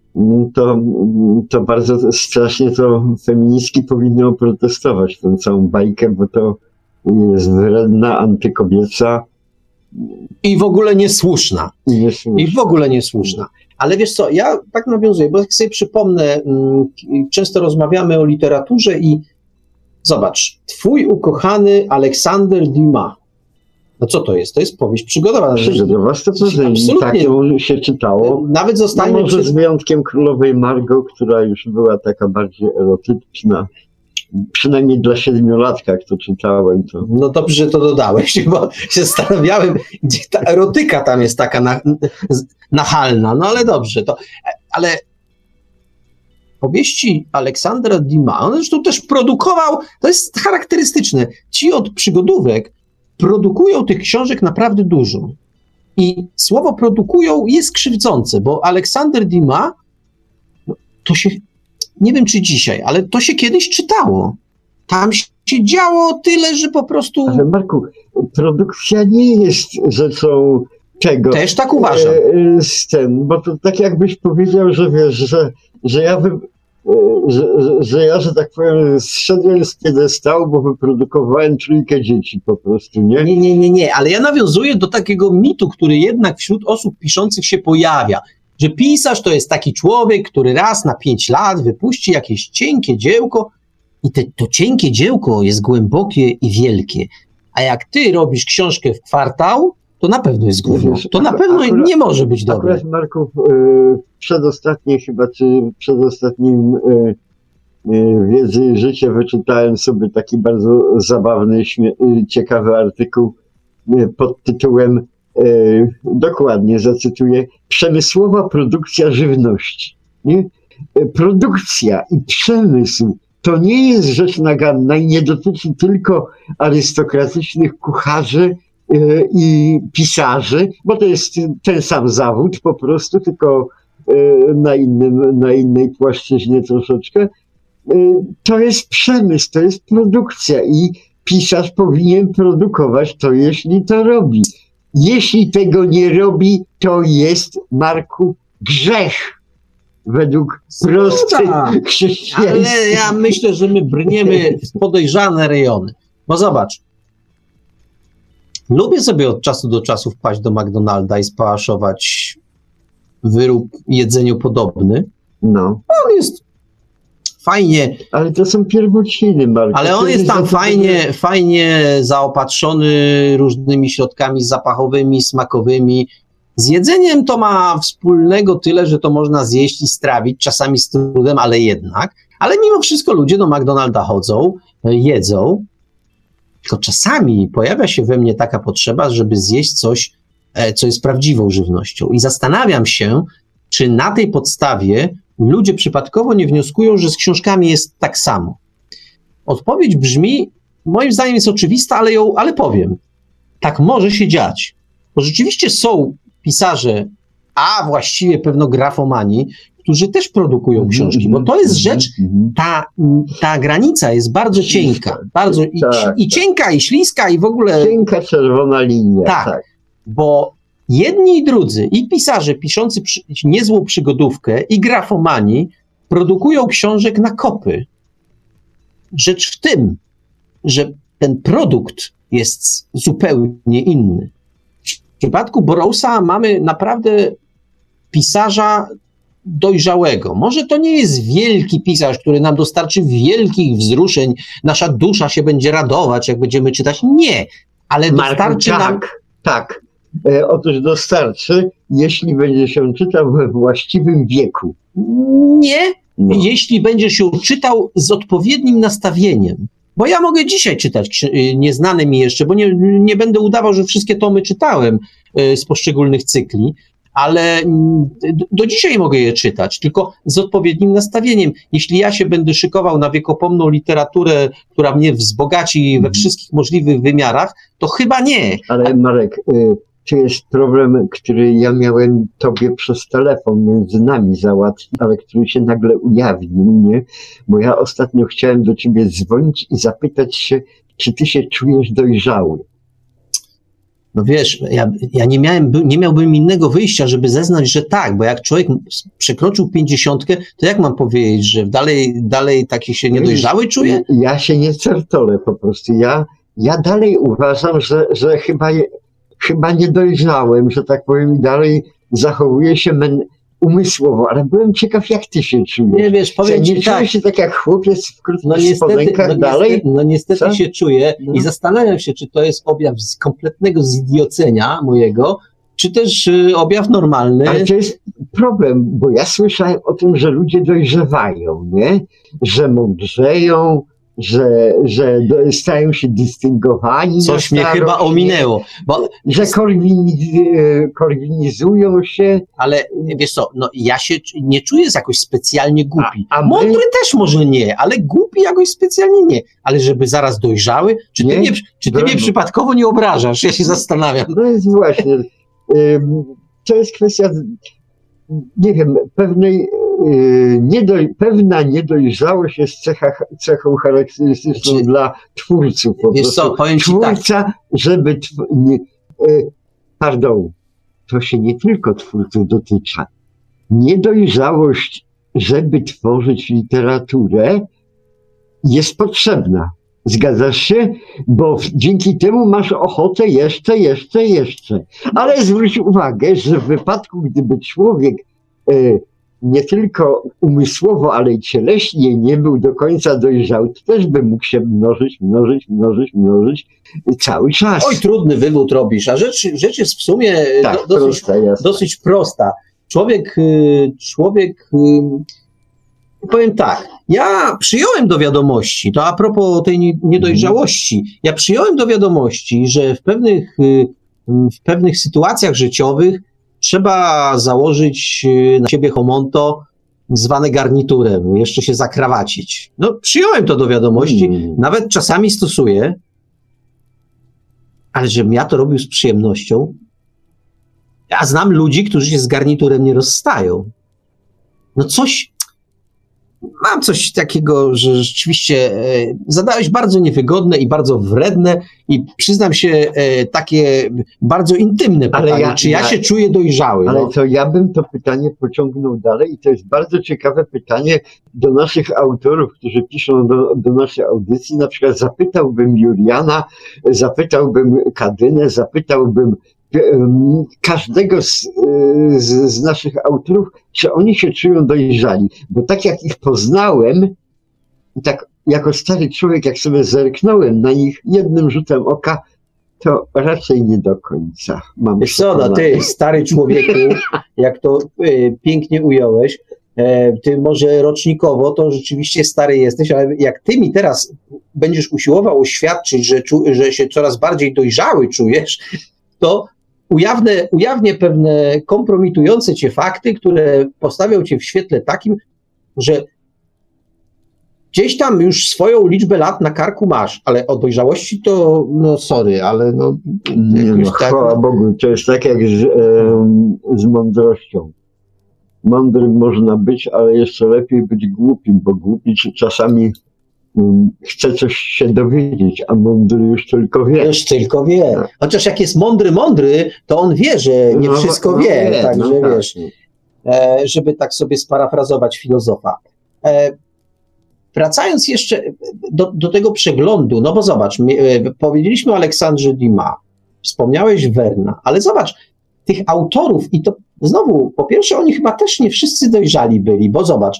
to bardzo strasznie to feministki powinny oprotestować tę całą bajkę, bo to jest wredna, antykobieca. I w ogóle niesłuszna. I w ogóle niesłuszna. Ale wiesz co, ja tak nawiązuję, bo jak sobie przypomnę, często rozmawiamy o literaturze i zobacz, twój ukochany Aleksander Dumas. No co to jest? To jest powieść przygodowa. Przygodowa 100%. Absolutnie. Tak ją się czytało. Nawet zostanie... może z wyjątkiem Królowej Margot, która już była taka bardziej erotyczna. Przynajmniej dla 7-latka, jak to czytałem. To... No dobrze, że to dodałeś, bo się zastanawiałem, gdzie ta erotyka tam jest taka nachalna. No ale dobrze, ale powieści Aleksandra Dumas, on zresztą też produkował, to jest charakterystyczne, ci od przygodówek produkują tych książek naprawdę dużo. I słowo produkują jest krzywdzące, bo Aleksander Dumas, to się... Nie wiem, czy dzisiaj, ale to się kiedyś czytało. Tam się działo tyle, że po prostu... Ale Marku, produkcja nie jest rzeczą tego. Też tak uważam. Bo to tak jakbyś powiedział, że wiesz, że ja, że tak powiem, zszedłem z piedestału, bo wyprodukowałem 3 dzieci po prostu, nie? Nie, ale ja nawiązuję do takiego mitu, który jednak wśród osób piszących się pojawia. Że pisarz to jest taki człowiek, który raz na 5 lat wypuści jakieś cienkie dziełko i to cienkie dziełko jest głębokie i wielkie. A jak ty robisz książkę w kwartał, to na pewno jest gówno. To na pewno nie może być dobre. Akurat Marku, przedostatniej chyba, czy przedostatnim Wiedzy i Życie wyczytałem sobie taki bardzo zabawny, ciekawy artykuł pod tytułem dokładnie zacytuję, przemysłowa produkcja żywności. Nie? Produkcja i przemysł to nie jest rzecz naganna i nie dotyczy tylko arystokratycznych kucharzy i pisarzy, bo to jest ten sam zawód po prostu, tylko na innej płaszczyźnie troszeczkę. to jest przemysł, to jest produkcja i pisarz powinien produkować to, jeśli to robi. Jeśli tego nie robi, to jest, Marku, grzech według prostych chrześcijaństwa. Ale ja myślę, że my brniemy w podejrzane rejony. Bo zobacz, lubię sobie od czasu do czasu wpaść do McDonalda i spałaszować wyrób jedzeniu podobny. No. On jest fajnie. Ale to są pierwociny, Marku. Ale on jest tam fajnie zaopatrzony różnymi środkami zapachowymi, smakowymi. Z jedzeniem to ma wspólnego tyle, że to można zjeść i strawić, czasami z trudem, ale jednak. Ale mimo wszystko ludzie do McDonalda chodzą, jedzą. Tylko czasami pojawia się we mnie taka potrzeba, żeby zjeść coś, co jest prawdziwą żywnością. I zastanawiam się, czy na tej podstawie ludzie przypadkowo nie wnioskują, że z książkami jest tak samo. Odpowiedź brzmi, moim zdaniem jest oczywista, ale powiem. Tak może się dziać. Bo rzeczywiście są pisarze, a właściwie pewno grafomani, którzy też produkują książki, bo to jest rzecz, ta granica jest bardzo cienka, bardzo i cienka, i śliska, i w ogóle... Cienka czerwona linia. Tak, bo jedni i drudzy, i pisarze piszący niezłą przygodówkę, i grafomani produkują książek na kopy. Rzecz w tym, że ten produkt jest zupełnie inny. W przypadku Burroughsa mamy naprawdę pisarza dojrzałego. Może to nie jest wielki pisarz, który nam dostarczy wielkich wzruszeń, nasza dusza się będzie radować, jak będziemy czytać. Nie, ale dostarczy nam... Tak. Otóż dostarczy, jeśli będzie się czytał we właściwym wieku. Nie, jeśli będzie się czytał z odpowiednim nastawieniem. Bo ja mogę dzisiaj czytać nieznane mi jeszcze, bo nie będę udawał, że wszystkie tomy czytałem z poszczególnych cykli, ale do dzisiaj mogę je czytać, tylko z odpowiednim nastawieniem. Jeśli ja się będę szykował na wiekopomną literaturę, która mnie wzbogaci we wszystkich możliwych wymiarach, to chyba nie. Ale Marek, to jest problem, który ja miałem tobie przez telefon między nami załatwić, ale który się nagle ujawnił, nie? Bo ja ostatnio chciałem do ciebie dzwonić i zapytać się, czy ty się czujesz dojrzały. No wiesz, ja nie miałbym innego wyjścia, żeby zeznać, że tak, bo jak człowiek przekroczył 50, to jak mam powiedzieć, że dalej taki się niedojrzały czuje? Ja się nie certolę po prostu. Ja dalej uważam, że chyba nie dojrzałem, że tak powiem, i dalej zachowuję się umysłowo, ale byłem ciekaw, jak ty się czujesz. Nie wiesz, powiem ci tak. Czujesz się tak jak chłopiec w krótkich spodenkach dalej? Niestety się czuję i zastanawiam się, czy to jest objaw kompletnego zidiocenia mojego, czy też objaw normalny. Ale to jest problem, bo ja słyszałem o tym, że ludzie dojrzewają, nie? Że mądrzeją, że stają się dystyngowani. Coś mnie chyba ominęło. Że korwinizują się. Ale wiesz co, ja się nie czuję jakoś specjalnie głupi. Mądry też może nie, ale głupi jakoś specjalnie nie. Ale żeby zaraz dojrzały? Czy ty mnie przypadkowo nie obrażasz? Ja się zastanawiam. No jest właśnie. To jest kwestia, nie wiem, pewna niedojrzałość jest cechą charakterystyczną dla twórców. Wiesz co, powiem ci twórca, tak. żeby... to się nie tylko twórców dotyczy. Niedojrzałość, żeby tworzyć literaturę, jest potrzebna. Zgadzasz się? Bo dzięki temu masz ochotę jeszcze. Ale zwróć uwagę, że w wypadku, gdyby człowiek nie tylko umysłowo, ale i cieleśnie nie był do końca dojrzały, to też by mógł się mnożyć cały czas. Oj, trudny wywód robisz, a rzecz jest w sumie dosyć prosta. Człowiek, powiem tak, ja przyjąłem do wiadomości, to a propos tej niedojrzałości, ja przyjąłem do wiadomości, że w pewnych sytuacjach życiowych trzeba założyć na siebie homonto zwane garniturem, jeszcze się zakrawacić. Przyjąłem to do wiadomości, nawet czasami stosuję, ale żebym ja to robił z przyjemnością. Ja znam ludzi, którzy się z garniturem nie rozstają. mam coś takiego, że rzeczywiście zadałeś bardzo niewygodne i bardzo wredne i przyznam się takie bardzo intymne pytanie, czy ja się czuję dojrzały. Ale to ja bym to pytanie pociągnął dalej i to jest bardzo ciekawe pytanie do naszych autorów, którzy piszą do naszej audycji. Na przykład zapytałbym Juliana, zapytałbym Kadynę, zapytałbym każdego z naszych autorów, czy oni się czują dojrzali. Bo tak jak ich poznałem, tak jako stary człowiek, jak sobie zerknąłem na nich jednym rzutem oka, to raczej nie do końca. Wiesz co, no ty, stary człowieku, jak to pięknie ująłeś, ty może rocznikowo to rzeczywiście stary jesteś, ale jak ty mi teraz będziesz usiłował oświadczyć, że się coraz bardziej dojrzały czujesz, to ujawnię pewne kompromitujące cię fakty, które postawią cię w świetle takim, że gdzieś tam już swoją liczbę lat na karku masz, ale o dojrzałości to, no sorry, ale no... Chwała Bogu, to jest tak jak z mądrością. Mądrym można być, ale jeszcze lepiej być głupim, bo głupi czasami chce coś się dowiedzieć, a mądry już tylko wie. Już tylko wie. Chociaż jak jest mądry, to on wie, że nie wszystko wie. Także wiesz, żeby tak sobie sparafrazować filozofa. Wracając jeszcze do tego przeglądu, no bo zobacz, powiedzieliśmy o Aleksandrze Dumas, wspomniałeś Verna, ale zobacz, tych autorów i to znowu, po pierwsze oni chyba też nie wszyscy dojrzali byli, bo zobacz,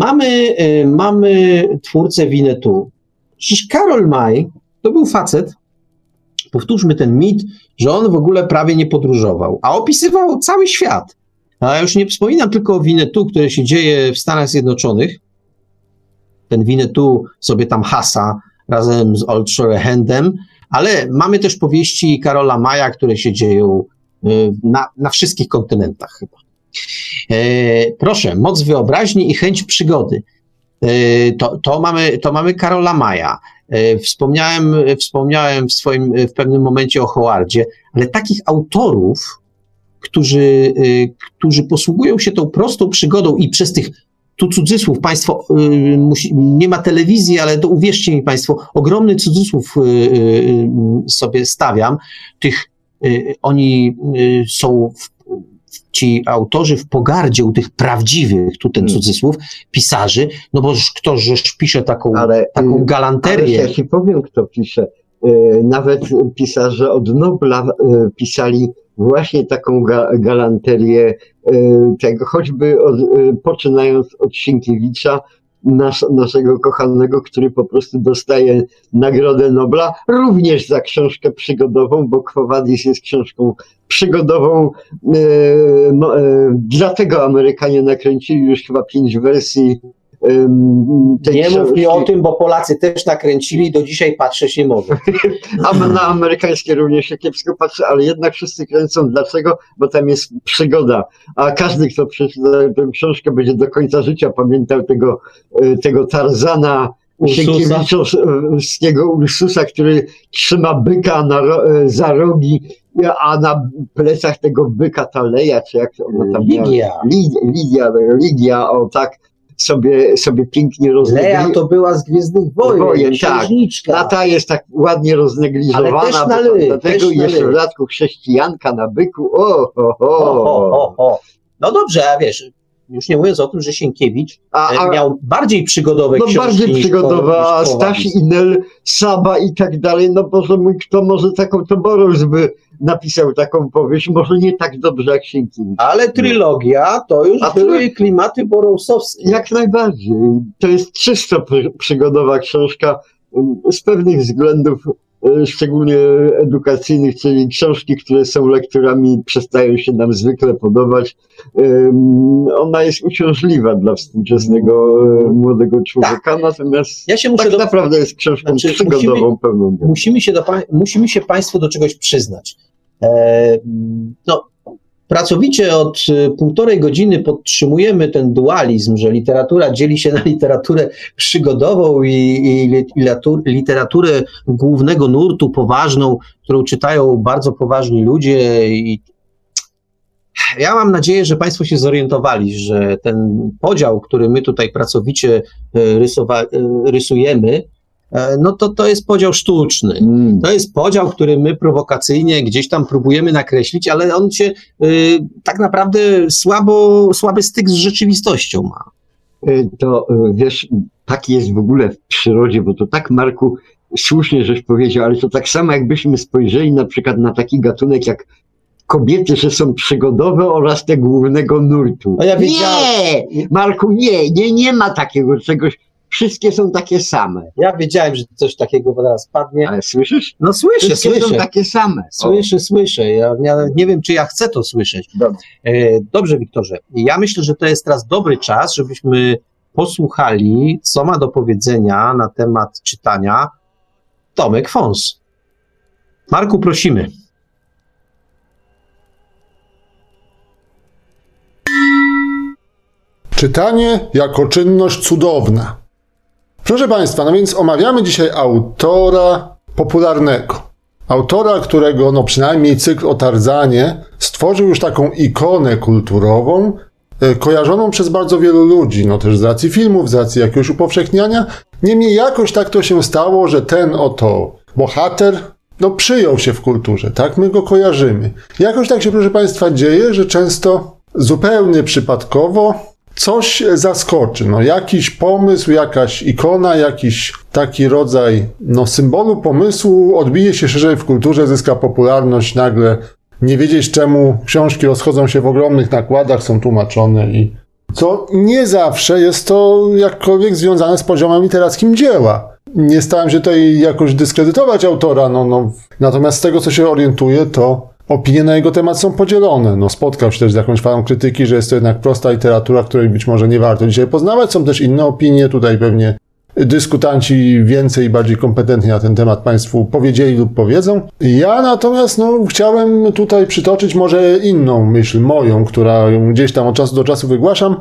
mamy twórcę Winnettu. Przecież Karol May to był facet, powtórzmy ten mit, że on w ogóle prawie nie podróżował, a opisywał cały świat. A ja już nie wspominam tylko o Winnettu, które się dzieje w Stanach Zjednoczonych. Ten Winnettu sobie tam hasa razem z Old Shatterhandem, ale mamy też powieści Karola Maya, które się dzieją na wszystkich kontynentach chyba. Proszę, moc wyobraźni i chęć przygody. To mamy Karola Maya. Wspomniałem w pewnym momencie o Howardzie, ale takich autorów, którzy posługują się tą prostą przygodą i przez tych, tu cudzysłów, państwo, nie ma telewizji, ale to uwierzcie mi państwo, ogromny cudzysłów sobie stawiam, oni są ci autorzy w pogardzie u tych prawdziwych, tu ten cudzysłów, pisarzy, no bo ktoś pisze taką galanterię. Ale ja ci powiem, kto pisze. Nawet pisarze od Nobla pisali właśnie taką galanterię tego, choćby poczynając od Sienkiewicza, naszego kochanego, który po prostu dostaje Nagrodę Nobla, również za książkę przygodową, bo Quo Vadis jest książką przygodową. Dlatego Amerykanie nakręcili już chyba 5 wersji tej nie książki. mów mi o tym, bo Polacy też nakręcili, do dzisiaj patrzeć nie mogę. A na amerykańskie również się kiepsko patrzy, ale jednak wszyscy kręcą. Dlaczego? Bo tam jest przygoda. A każdy, kto przeczyta tę książkę, będzie do końca życia pamiętał tego Tarzana Sienkiewiczowskiego Ursusa, który trzyma byka za rogi, a na plecach tego byka ta Leja, czy jak ona tam Lidia, o tak, sobie pięknie roznegliżowana. Leja to była z Gwiezdnych Wojen, księżniczka. Tak. Ta jest tak ładnie roznegliżowana, dlatego jeszcze w dodatku chrześcijanka na byku. No dobrze, a wiesz, już nie mówiąc o tym, że Sienkiewicz miał bardziej przygodowe książki. No bardziej przygodowe, a Staś Inel, Saba i tak dalej, no Boże mój, kto może taką, to Borys by napisał taką powieść, może nie tak dobrze jak Sienkiewicz. Ale trylogia to już były klimaty borowsowskie. Jak najbardziej. To jest czysto przygodowa książka z pewnych względów, szczególnie edukacyjnych, czyli książki, które są lekturami, przestają się nam zwykle podobać. Ona jest uciążliwa dla współczesnego młodego człowieka, natomiast naprawdę jest książką przygodową pełną. Musimy się państwu do czegoś przyznać. Pracowicie od 1,5 godziny podtrzymujemy ten dualizm, że literatura dzieli się na literaturę przygodową i literaturę głównego nurtu, poważną, którą czytają bardzo poważni ludzie. Ja mam nadzieję, że Państwo się zorientowali, że ten podział, który my tutaj pracowicie rysujemy, no to jest podział sztuczny. To jest podział, który my prowokacyjnie gdzieś tam próbujemy nakreślić, ale on się tak naprawdę słaby styk z rzeczywistością ma. To wiesz, tak jest w ogóle w przyrodzie, bo to tak, Marku, słusznie żeś powiedział, ale to tak samo jakbyśmy spojrzeli na przykład na taki gatunek jak kobiety, że są przygodowe oraz te głównego nurtu. No ja Nie! Marku, nie ma takiego czegoś. Wszystkie są takie same. Ja wiedziałem, że coś takiego zaraz padnie. Ale słyszysz? No słyszę. Wszystkie są takie same. Słyszę. Ja nie wiem, czy ja chcę to słyszeć. Dobrze, Wiktorze. Ja myślę, że to jest teraz dobry czas, żebyśmy posłuchali, co ma do powiedzenia na temat czytania Tomek Fons. Marku, prosimy. Czytanie jako czynność cudowna. Proszę Państwa, no więc omawiamy dzisiaj autora popularnego. Autora, którego przynajmniej cykl o Tarzanie stworzył już taką ikonę kulturową, kojarzoną przez bardzo wielu ludzi, też z racji filmów, z racji jakiegoś upowszechniania. Niemniej jakoś tak to się stało, że ten oto bohater przyjął się w kulturze, tak? My go kojarzymy. Jakoś tak się, proszę Państwa, dzieje, że często zupełnie przypadkowo coś zaskoczy. Jakiś pomysł, jakaś ikona, jakiś taki rodzaj symbolu, pomysłu odbije się szerzej w kulturze, zyska popularność, nagle nie wiedzieć czemu książki rozchodzą się w ogromnych nakładach, są tłumaczone i co nie zawsze jest to jakkolwiek związane z poziomem literackim dzieła. Nie starałem się tutaj jakoś dyskredytować autora, natomiast z tego, co się orientuję, to opinie na jego temat są podzielone. Spotkał się też z jakąś falą krytyki, że jest to jednak prosta literatura, której być może nie warto dzisiaj poznawać. Są też inne opinie, tutaj pewnie dyskutanci więcej i bardziej kompetentni na ten temat Państwu powiedzieli lub powiedzą. Ja natomiast chciałem tutaj przytoczyć może inną myśl moją, która gdzieś tam od czasu do czasu wygłaszam,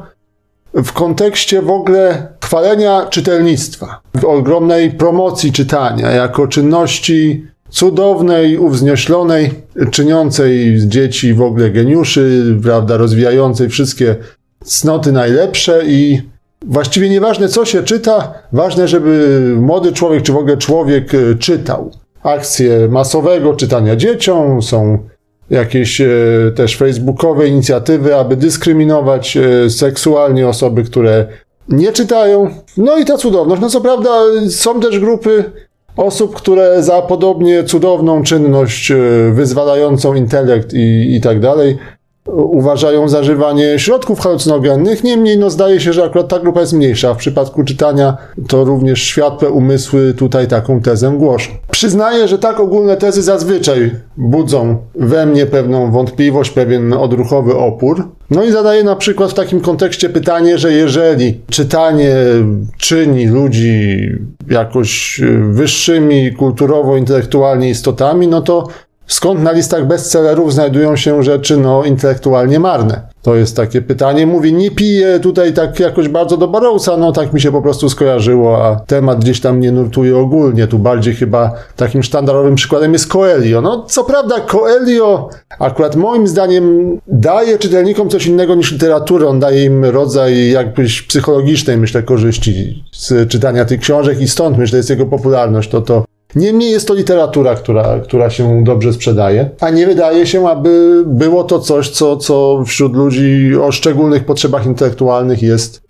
w kontekście w ogóle chwalenia czytelnictwa, w ogromnej promocji czytania jako czynności cudownej, uwznioślonej, czyniącej z dzieci w ogóle geniuszy, prawda, rozwijającej wszystkie cnoty najlepsze i właściwie nieważne co się czyta, ważne, żeby młody człowiek czy w ogóle człowiek czytał. Akcje masowego czytania dzieciom, są jakieś też facebookowe inicjatywy, aby dyskryminować seksualnie osoby, które nie czytają. I ta cudowność. Co prawda są też grupy osób, które za podobnie cudowną czynność wyzwalającą intelekt i tak dalej uważają zażywanie środków halucynogennych. Niemniej zdaje się, że akurat ta grupa jest mniejsza. W przypadku czytania to również światłe umysły tutaj taką tezę głoszą. Przyznaję, że tak ogólne tezy zazwyczaj budzą we mnie pewną wątpliwość, pewien odruchowy opór. I zadaję na przykład w takim kontekście pytanie, że jeżeli czytanie czyni ludzi jakoś wyższymi kulturowo-intelektualnie istotami, to skąd na listach bestsellerów znajdują się rzeczy intelektualnie marne? To jest takie pytanie. Mówię, nie piję tutaj tak jakoś bardzo do Burroughsa, tak mi się po prostu skojarzyło, a temat gdzieś tam nie nurtuje ogólnie. Tu bardziej chyba takim sztandarowym przykładem jest Coelho. Co prawda Coelho akurat moim zdaniem daje czytelnikom coś innego niż literaturę. On daje im rodzaj jakbyś psychologicznej, myślę, korzyści z czytania tych książek i stąd, myślę, jest jego popularność. Niemniej jest to literatura, która się dobrze sprzedaje, a nie wydaje się, aby było to coś, co wśród ludzi o szczególnych potrzebach intelektualnych jest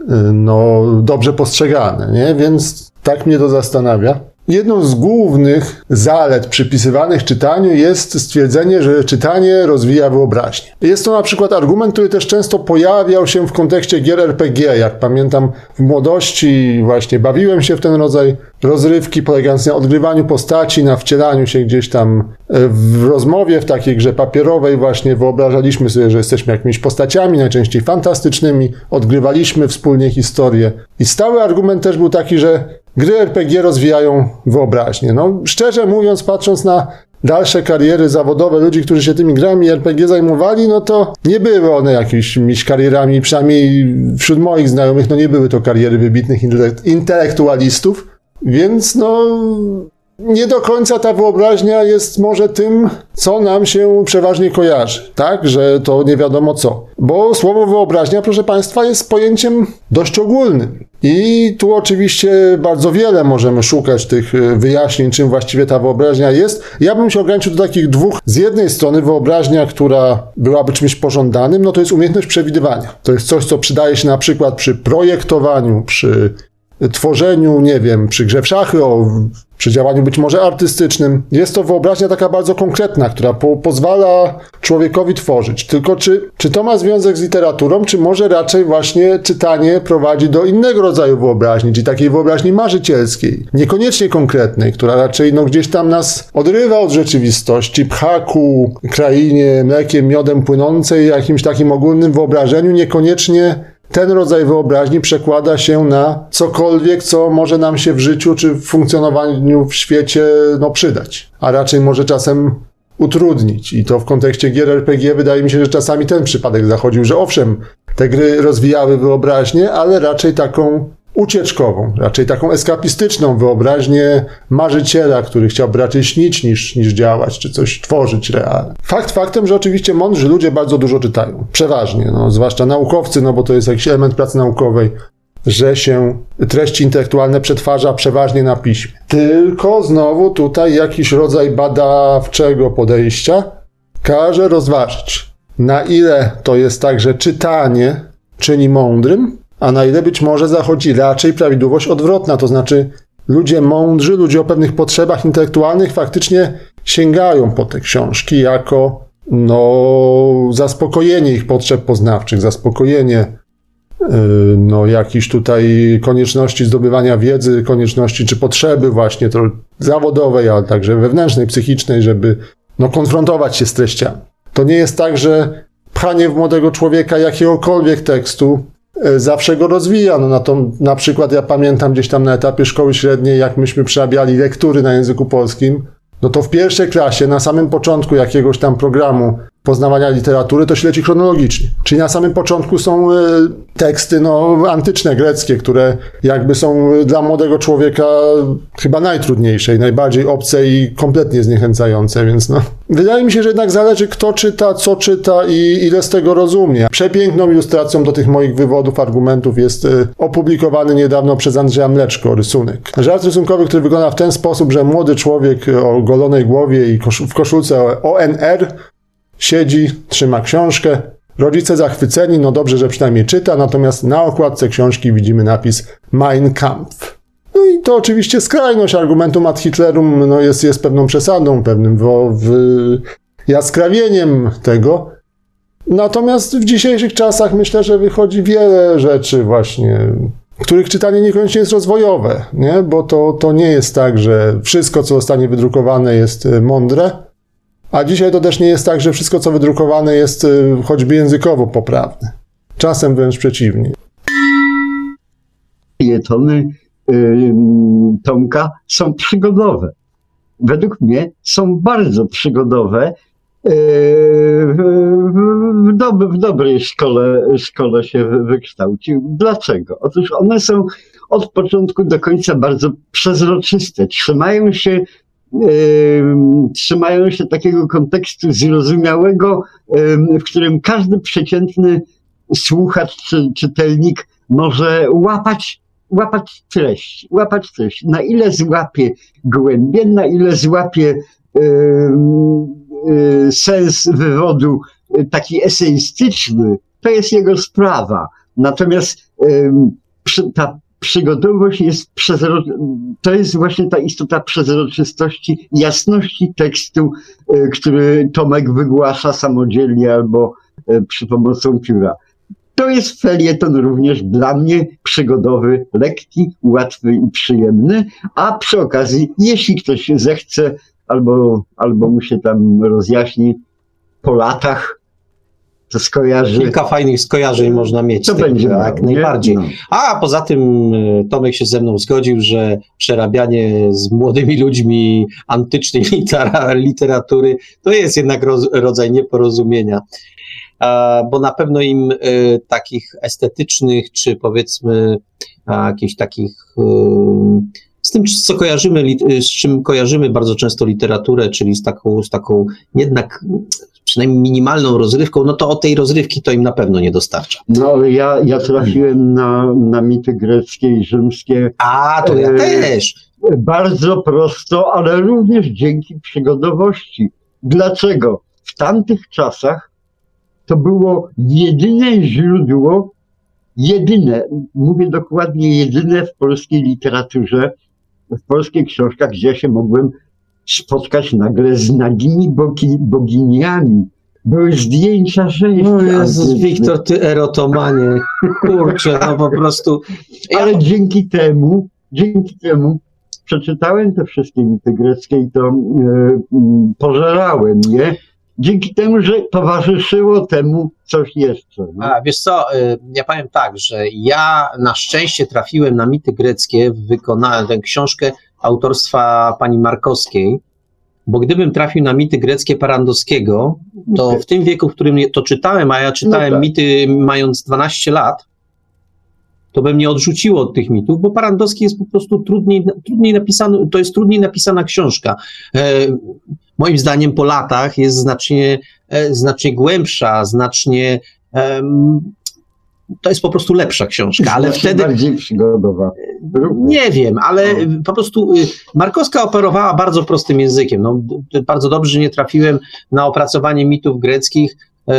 dobrze postrzegane, nie? Więc tak mnie to zastanawia. Jedną z głównych zalet przypisywanych czytaniu jest stwierdzenie, że czytanie rozwija wyobraźnię. Jest to na przykład argument, który też często pojawiał się w kontekście gier RPG. Jak pamiętam, w młodości właśnie bawiłem się w ten rodzaj rozrywki polegającej na odgrywaniu postaci, na wcielaniu się gdzieś tam w rozmowie, w takiej grze papierowej właśnie wyobrażaliśmy sobie, że jesteśmy jakimiś postaciami, najczęściej fantastycznymi, odgrywaliśmy wspólnie historię. I stały argument też był taki, że gry RPG rozwijają wyobraźnię. Szczerze mówiąc, patrząc na dalsze kariery zawodowe ludzi, którzy się tymi grami RPG zajmowali, to nie były one jakimiś karierami, przynajmniej wśród moich znajomych, nie były to kariery wybitnych intelektualistów, więc nie do końca ta wyobraźnia jest może tym, co nam się przeważnie kojarzy, tak? Że to nie wiadomo co. Bo słowo wyobraźnia, proszę Państwa, jest pojęciem dość ogólnym. I tu oczywiście bardzo wiele możemy szukać tych wyjaśnień, czym właściwie ta wyobraźnia jest. Ja bym się ograniczył do takich dwóch. Z jednej strony wyobraźnia, która byłaby czymś pożądanym, no to jest umiejętność przewidywania. To jest coś, co przydaje się na przykład przy projektowaniu, przy tworzeniu, nie wiem, przy grze w szachy, przy działaniu być może artystycznym. Jest to wyobraźnia taka bardzo konkretna, która pozwala człowiekowi tworzyć. Tylko czy to ma związek z literaturą, czy może raczej właśnie czytanie prowadzi do innego rodzaju wyobraźni, czyli takiej wyobraźni marzycielskiej, niekoniecznie konkretnej, która raczej gdzieś tam nas odrywa od rzeczywistości, pcha ku krainie mlekiem, miodem płynącej, jakimś takim ogólnym wyobrażeniu, niekoniecznie ten rodzaj wyobraźni przekłada się na cokolwiek, co może nam się w życiu czy w funkcjonowaniu w świecie przydać, a raczej może czasem utrudnić. I to w kontekście gier RPG wydaje mi się, że czasami ten przypadek zachodził, że owszem, te gry rozwijały wyobraźnię, ale raczej taką ucieczkową, raczej taką eskapistyczną wyobraźnię marzyciela, który chciałby raczej śnić niż działać, czy coś tworzyć realnie. Fakt faktem, że oczywiście mądrzy ludzie bardzo dużo czytają. Przeważnie, zwłaszcza naukowcy, bo to jest jakiś element pracy naukowej, że się treści intelektualne przetwarza przeważnie na piśmie. Tylko znowu tutaj jakiś rodzaj badawczego podejścia każe rozważyć, na ile to jest tak, że czytanie czyni mądrym, a na ile być może zachodzi raczej prawidłowość odwrotna, to znaczy ludzie mądrzy, ludzie o pewnych potrzebach intelektualnych faktycznie sięgają po te książki jako zaspokojenie ich potrzeb poznawczych, zaspokojenie jakichś tutaj konieczności zdobywania wiedzy, konieczności czy potrzeby właśnie to zawodowej, ale także wewnętrznej, psychicznej, żeby konfrontować się z treściami. To nie jest tak, że pchanie w młodego człowieka jakiegokolwiek tekstu zawsze go rozwija. Na przykład ja pamiętam gdzieś tam na etapie szkoły średniej, jak myśmy przerabiali lektury na języku polskim, to w pierwszej klasie, na samym początku jakiegoś tam programu poznawania literatury, to się leci chronologicznie. Czyli na samym początku są teksty antyczne, greckie, które jakby są dla młodego człowieka chyba najtrudniejsze i najbardziej obce i kompletnie zniechęcające, więc wydaje mi się, że jednak zależy kto czyta, co czyta i ile z tego rozumie. Przepiękną ilustracją do tych moich wywodów, argumentów jest opublikowany niedawno przez Andrzeja Mleczko rysunek. Żart rysunkowy, który wygląda w ten sposób, że młody człowiek o golonej głowie i w koszulce ONR siedzi, trzyma książkę, rodzice zachwyceni, dobrze, że przynajmniej czyta, natomiast na okładce książki widzimy napis Mein Kampf. I to oczywiście skrajność argumentum ad Hitlerum jest pewną przesadą, pewnym jaskrawieniem tego. Natomiast w dzisiejszych czasach myślę, że wychodzi wiele rzeczy właśnie, których czytanie niekoniecznie jest rozwojowe, nie? Bo to nie jest tak, że wszystko, co zostanie wydrukowane jest mądre, a dzisiaj to też nie jest tak, że wszystko, co wydrukowane jest choćby językowo poprawne. Czasem wręcz przeciwnie. Felietony Tomka są przygodowe. Według mnie są bardzo przygodowe. W dobrej szkole się wykształcił. Dlaczego? Otóż one są od początku do końca bardzo przezroczyste. Trzymają się takiego kontekstu zrozumiałego, w którym każdy przeciętny słuchacz czy czytelnik może łapać treść. Na ile złapie głębię, na ile złapie sens wywodu taki eseistyczny, to jest jego sprawa. Natomiast ta przygodowość jest to jest właśnie ta istota przezroczystości, jasności tekstu, który Tomek wygłasza samodzielnie albo przy pomocą pióra. To jest felieton również dla mnie przygodowy, lekki, łatwy i przyjemny, a przy okazji, jeśli ktoś zechce, albo mu się tam rozjaśni po latach, to skojarzy. Kilka fajnych skojarzeń można mieć. To będzie jak najbardziej. A poza tym Tomek się ze mną zgodził, że przerabianie z młodymi ludźmi antycznej literatury to jest jednak rodzaj nieporozumienia. Bo na pewno im takich estetycznych, czy powiedzmy jakichś takich z tym, co kojarzymy, z czym kojarzymy bardzo często literaturę, czyli z taką jednak przynajmniej minimalną rozrywką, no to o tej rozrywki to im na pewno nie dostarcza. No ale ja trafiłem na mity greckie i rzymskie. A, to ja też. Bardzo prosto, ale również dzięki przygodowości. Dlaczego? W tamtych czasach to było jedyne źródło, mówię dokładnie jedyne w polskiej literaturze, w polskich książkach, gdzie się mogłem spotkać nagle z nagimi boginiami. Były zdjęcia żeńskie. O Jezus, Wiktor, ty erotomanie. Kurczę, no po prostu. Ale dzięki temu przeczytałem te wszystkie mity greckie i to pożerałem je. Dzięki temu, że towarzyszyło temu coś jeszcze. No. A wiesz co, ja powiem tak, że ja na szczęście trafiłem na mity greckie, wykonałem tę książkę autorstwa pani Markowskiej, bo gdybym trafił na mity greckie Parandowskiego, to w tym wieku, w którym to czytałem, a ja czytałem mity mając 12 lat, to by mnie odrzuciło od tych mitów, bo Parandowski jest po prostu trudniej napisany, to jest trudniej napisana książka. Moim zdaniem po latach jest znacznie głębsza, to jest po prostu lepsza książka, ale wtedy... bardziej przygodowa. Nie wiem, ale po prostu Markowska operowała bardzo prostym językiem. No, bardzo dobrze, że nie trafiłem na opracowanie mitów greckich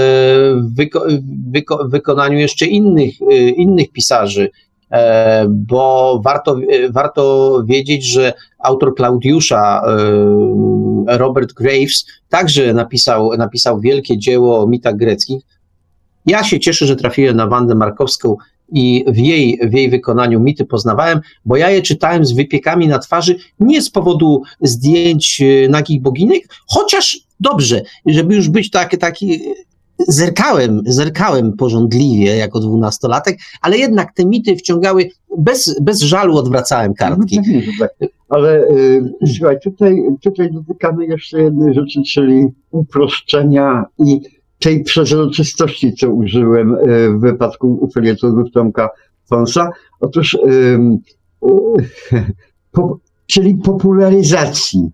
w wykonaniu jeszcze innych pisarzy, bo warto wiedzieć, że autor Klaudiusza, Robert Graves, także napisał wielkie dzieło o mitach greckich. Ja się cieszę, że trafiłem na Wandę Markowską i w jej wykonaniu mity poznawałem, bo ja je czytałem z wypiekami na twarzy, nie z powodu zdjęć nagich boginek, chociaż dobrze, żeby już być taki zerkałem porządliwie jako 12-latek, ale jednak te mity wciągały, bez żalu odwracałem kartki. Ale słuchaj, tutaj dotykamy jeszcze jednej rzeczy, czyli uproszczenia i tej przezroczystości, co użyłem w wypadku felietonów Tomka Fonsa. Otóż, czyli popularyzacji.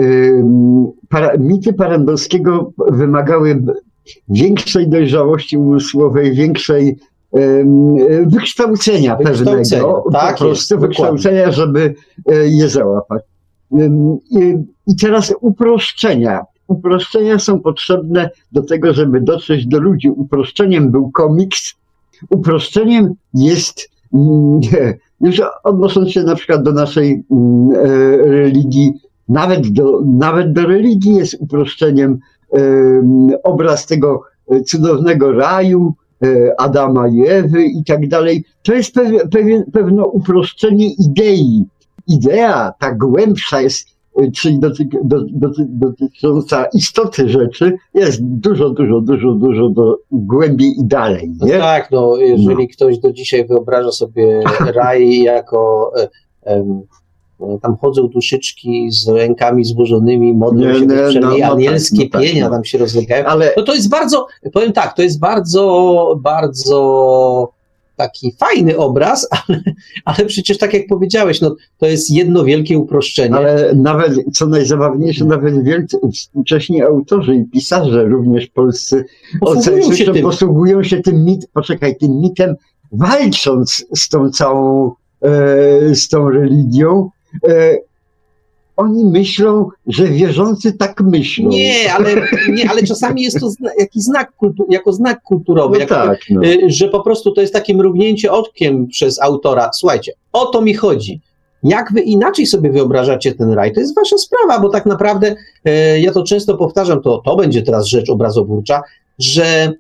Mity Parandowskiego wymagały większej dojrzałości umysłowej, większej wykształcenia pewnego, tak, po prostu wykształcenia, żeby je załapać. I teraz uproszczenia. Uproszczenia są potrzebne do tego, żeby dotrzeć do ludzi. Uproszczeniem był komiks. Uproszczeniem jest, już odnosząc się na przykład do naszej religii, nawet do religii jest uproszczeniem obraz tego cudownego raju, Adama i Ewy i tak dalej. To jest pewne uproszczenie idei. Idea, ta głębsza jest, czyli dotycząca istoty rzeczy, jest dużo głębiej i dalej. Nie? No tak, no jeżeli ktoś do dzisiaj wyobraża sobie raj jako tam chodzą duszyczki z rękami złożonymi, modlą się anielskie pienia tam się rozlegają. Ale no to jest bardzo, powiem tak, to jest bardzo taki fajny obraz, ale przecież tak jak powiedziałeś, no to jest jedno wielkie uproszczenie. Ale nawet, co najzabawniejsze, nawet wielcy współcześni autorzy i pisarze, również polscy, posługują się tym mitem, walcząc z tą całą, z tą religią. Oni myślą, że wierzący tak myślą. Nie, ale czasami jest to jakiś znak kulturowy, że po prostu to jest takie mrugnięcie okiem przez autora. Słuchajcie, o to mi chodzi. Jak wy inaczej sobie wyobrażacie ten raj, to jest wasza sprawa, bo tak naprawdę ja to często powtarzam, to będzie teraz rzecz obrazotwórcza, że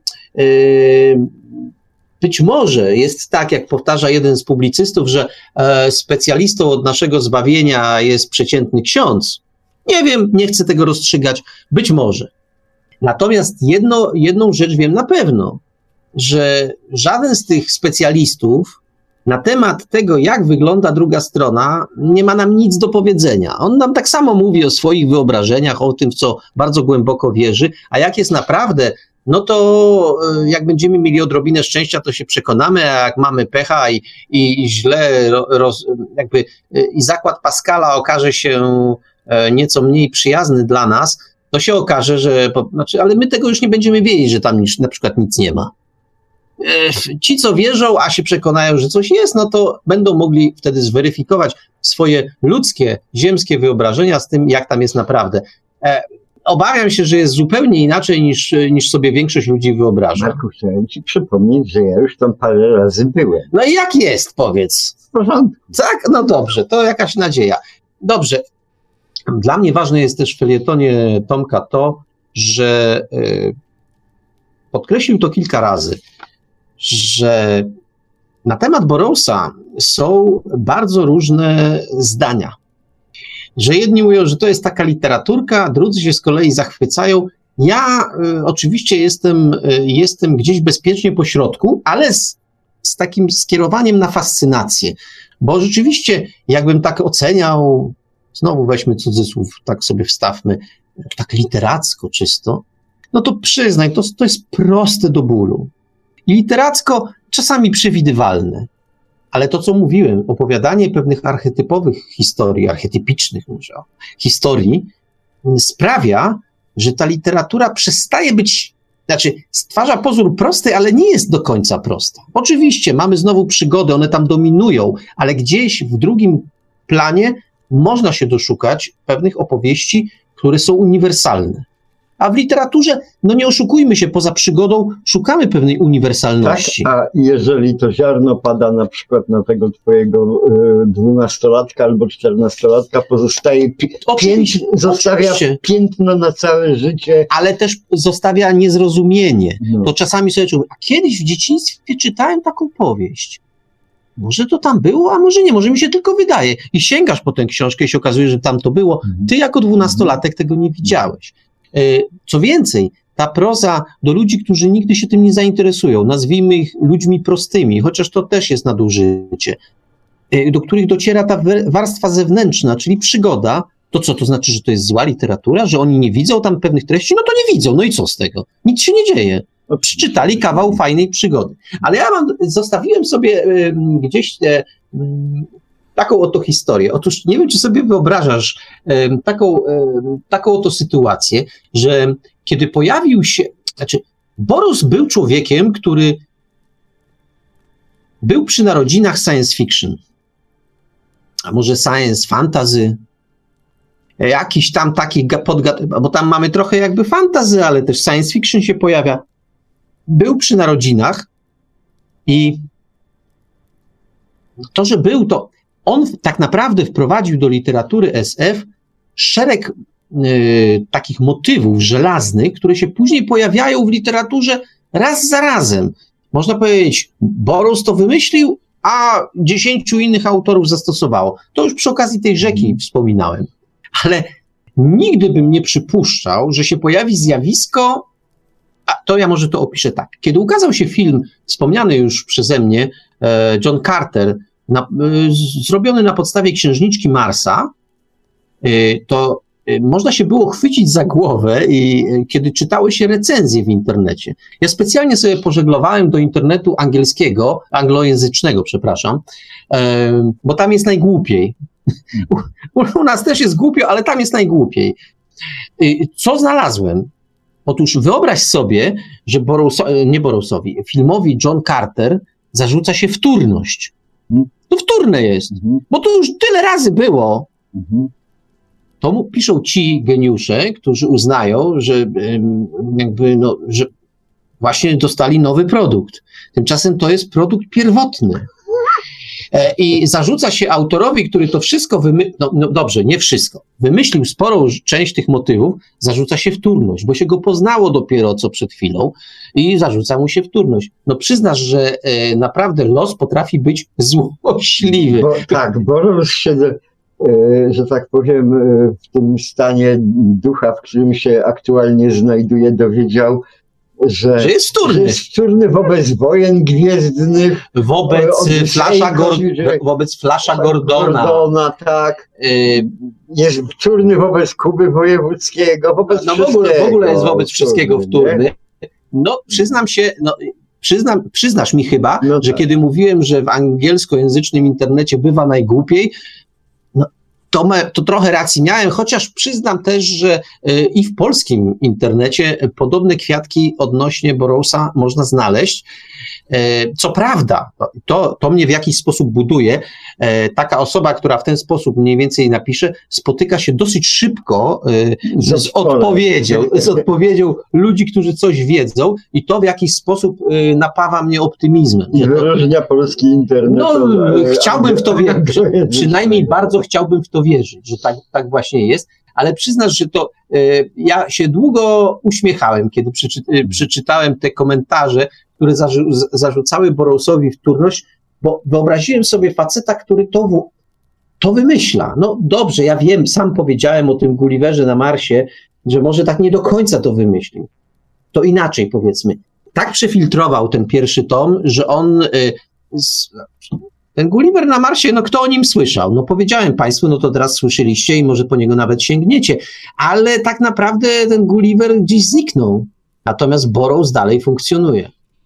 być może jest tak, jak powtarza jeden z publicystów, że specjalistą od naszego zbawienia jest przeciętny ksiądz. Nie wiem, nie chcę tego rozstrzygać. Być może. Natomiast jedną rzecz wiem na pewno, że żaden z tych specjalistów na temat tego, jak wygląda druga strona, nie ma nam nic do powiedzenia. On nam tak samo mówi o swoich wyobrażeniach, o tym, w co bardzo głęboko wierzy, a jak jest naprawdę no to jak będziemy mieli odrobinę szczęścia, to się przekonamy, a jak mamy pecha i źle i zakład Pascala okaże się nieco mniej przyjazny dla nas, to się okaże, że, ale my tego już nie będziemy wiedzieć, że tam na przykład nic nie ma. Ci, co wierzą, a się przekonają, że coś jest, no to będą mogli wtedy zweryfikować swoje ludzkie, ziemskie wyobrażenia z tym, jak tam jest naprawdę. Obawiam się, że jest zupełnie inaczej niż sobie większość ludzi wyobraża. Marku, chciałem ci przypomnieć, że ja już tam parę razy byłem. No i jak jest, powiedz? W porządku. Tak? No dobrze, to jakaś nadzieja. Dobrze. Dla mnie ważne jest też w felietonie Tomka to, że podkreślił to kilka razy, że na temat Burroughsa są bardzo różne zdania. Że jedni mówią, że to jest taka literaturka, drudzy się z kolei zachwycają. Ja oczywiście jestem gdzieś bezpiecznie po środku, ale z takim skierowaniem na fascynację. Bo rzeczywiście, jakbym tak oceniał, znowu weźmy cudzysłów, tak sobie wstawmy, tak literacko czysto, no to przyznaj, to jest proste do bólu. I literacko czasami przewidywalne. Ale to, co mówiłem, opowiadanie pewnych archetypowych historii, archetypicznych może, historii, sprawia, że ta literatura przestaje być, stwarza pozór prostej, ale nie jest do końca prosta. Oczywiście mamy znowu przygody, one tam dominują, ale gdzieś w drugim planie można się doszukać pewnych opowieści, które są uniwersalne. A w literaturze, no nie oszukujmy się, poza przygodą szukamy pewnej uniwersalności. Tak, a jeżeli to ziarno pada na przykład na tego twojego 12-latka albo 14-latka, pozostaje zostawia piętno na całe życie. Ale też zostawia niezrozumienie. No. To czasami sobie czułem, a kiedyś w dzieciństwie czytałem taką powieść. Może to tam było, a może nie, może mi się tylko wydaje. I sięgasz po tę książkę i się okazuje, że tam to było. Ty jako 12-latek tego nie widziałeś. Co więcej, ta proza do ludzi, którzy nigdy się tym nie zainteresują, nazwijmy ich ludźmi prostymi, chociaż to też jest nadużycie, do których dociera ta warstwa zewnętrzna, czyli przygoda, to co, to znaczy, że to jest zła literatura, że oni nie widzą tam pewnych treści? No to nie widzą, no i co z tego? Nic się nie dzieje. Przeczytali kawał fajnej przygody. Ale ja zostawiłem sobie gdzieś taką oto historię. Otóż nie wiem, czy sobie wyobrażasz taką oto sytuację, że kiedy pojawił się, Burroughs był człowiekiem, który był przy narodzinach science fiction, a może science fantasy, jakiś tam taki bo tam mamy trochę jakby fantasy, ale też science fiction się pojawia. Był przy narodzinach i to, że był, to on tak naprawdę wprowadził do literatury SF szereg takich motywów żelaznych, które się później pojawiają w literaturze raz za razem. Można powiedzieć, Burroughs to wymyślił, a 10 innych autorów zastosowało. To już przy okazji tej rzeki wspominałem. Ale nigdy bym nie przypuszczał, że się pojawi zjawisko, a to ja może to opiszę tak. Kiedy ukazał się film wspomniany już przeze mnie, John Carter, zrobiony na podstawie Księżniczki Marsa, to można się było chwycić za głowę i kiedy czytały się recenzje w internecie. Ja specjalnie sobie pożeglowałem do internetu anglojęzycznego, przepraszam, bo tam jest najgłupiej. U nas też jest głupio, ale tam jest najgłupiej. Co znalazłem? Otóż wyobraź sobie, że Burroughsowi, filmowi John Carter zarzuca się wtórność. To wtórne jest, bo to już tyle razy było. To mu piszą ci geniusze, którzy uznają, że że właśnie dostali nowy produkt. Tymczasem to jest produkt pierwotny. I zarzuca się autorowi, który to wszystko dobrze, nie wszystko, wymyślił sporą część tych motywów, zarzuca się wtórność, bo się go poznało dopiero co przed chwilą i zarzuca mu się wtórność. No przyznasz, że naprawdę los potrafi być złośliwy. Burroughs się, że tak powiem, w tym stanie ducha, w którym się aktualnie znajduje, dowiedział, że jest wtórny wobec wojen gwiezdnych, wobec Flasha Gordona, tak. Jest wtórny wobec Kuby Wojewódzkiego, wobec wszystkiego. W ogóle jest wobec wszystkiego wtórny. No, przyznam się, przyznasz mi chyba, No że tak. kiedy mówiłem, że w angielskojęzycznym internecie bywa najgłupiej, no, to trochę racji miałem, chociaż przyznam też, że i w polskim internecie podobne kwiatki odnośnie Burroughsa można znaleźć. Co prawda, to mnie w jakiś sposób buduje. Taka osoba, która w ten sposób mniej więcej napisze, spotyka się dosyć szybko z odpowiedzią ludzi, którzy coś wiedzą, i to w jakiś sposób napawa mnie optymizmem. I wyróżnia polski internet. No, chciałbym w to wierzyć, przynajmniej bardzo chciałbym w to wierzyć, że tak właśnie jest, ale przyznasz, że to ja się długo uśmiechałem, kiedy przeczytałem te komentarze, które zarzucały Burroughsowi wtórność, bo wyobraziłem sobie faceta, który to wymyśla. No dobrze, ja wiem, sam powiedziałem o tym Gulliverze na Marsie, że może tak nie do końca to wymyślił. To inaczej powiedzmy. Tak przefiltrował ten pierwszy tom, że on... Ten Gulliver na Marsie, no kto o nim słyszał? No powiedziałem państwu, no to teraz słyszeliście i może po niego nawet sięgniecie. Ale tak naprawdę ten Gulliver gdzieś zniknął. Natomiast Burroughs dalej funkcjonuje.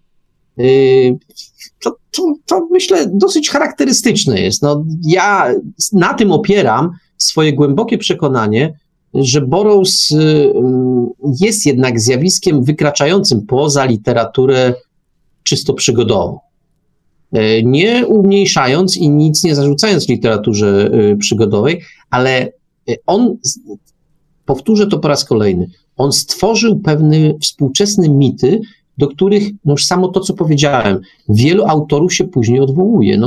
To myślę dosyć charakterystyczne jest. No, ja na tym opieram swoje głębokie przekonanie, że Burroughs jest jednak zjawiskiem wykraczającym poza literaturę czysto przygodową. Nie umniejszając i nic nie zarzucając literaturze przygodowej, ale on, powtórzę to po raz kolejny, on stworzył pewne współczesne mity, do których, no już samo to, co powiedziałem, wielu autorów się później odwołuje.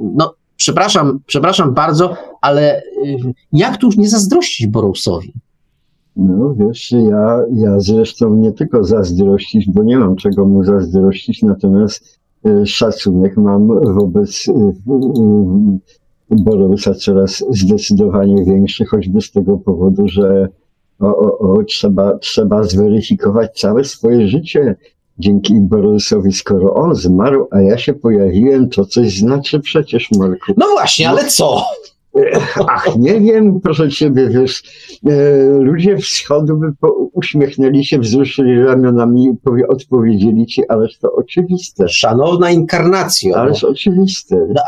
Przepraszam bardzo, ale jak tu już nie zazdrościć Burroughsowi? No wiesz, ja zresztą nie tylko zazdrościć, bo nie mam czego mu zazdrościć, natomiast szacunek mam wobec Burroughsa coraz zdecydowanie większy, choćby z tego powodu, że trzeba zweryfikować całe swoje życie dzięki Burroughsowi. Skoro on zmarł, a ja się pojawiłem, to coś znaczy przecież, Marku. No właśnie, ale co? Ach, nie wiem, proszę ciebie, wiesz, ludzie wschodu by uśmiechnęli się, wzruszyli ramionami i odpowiedzieli ci, ależ to oczywiste. Szanowna inkarnacjo. Ależ oczywiste. No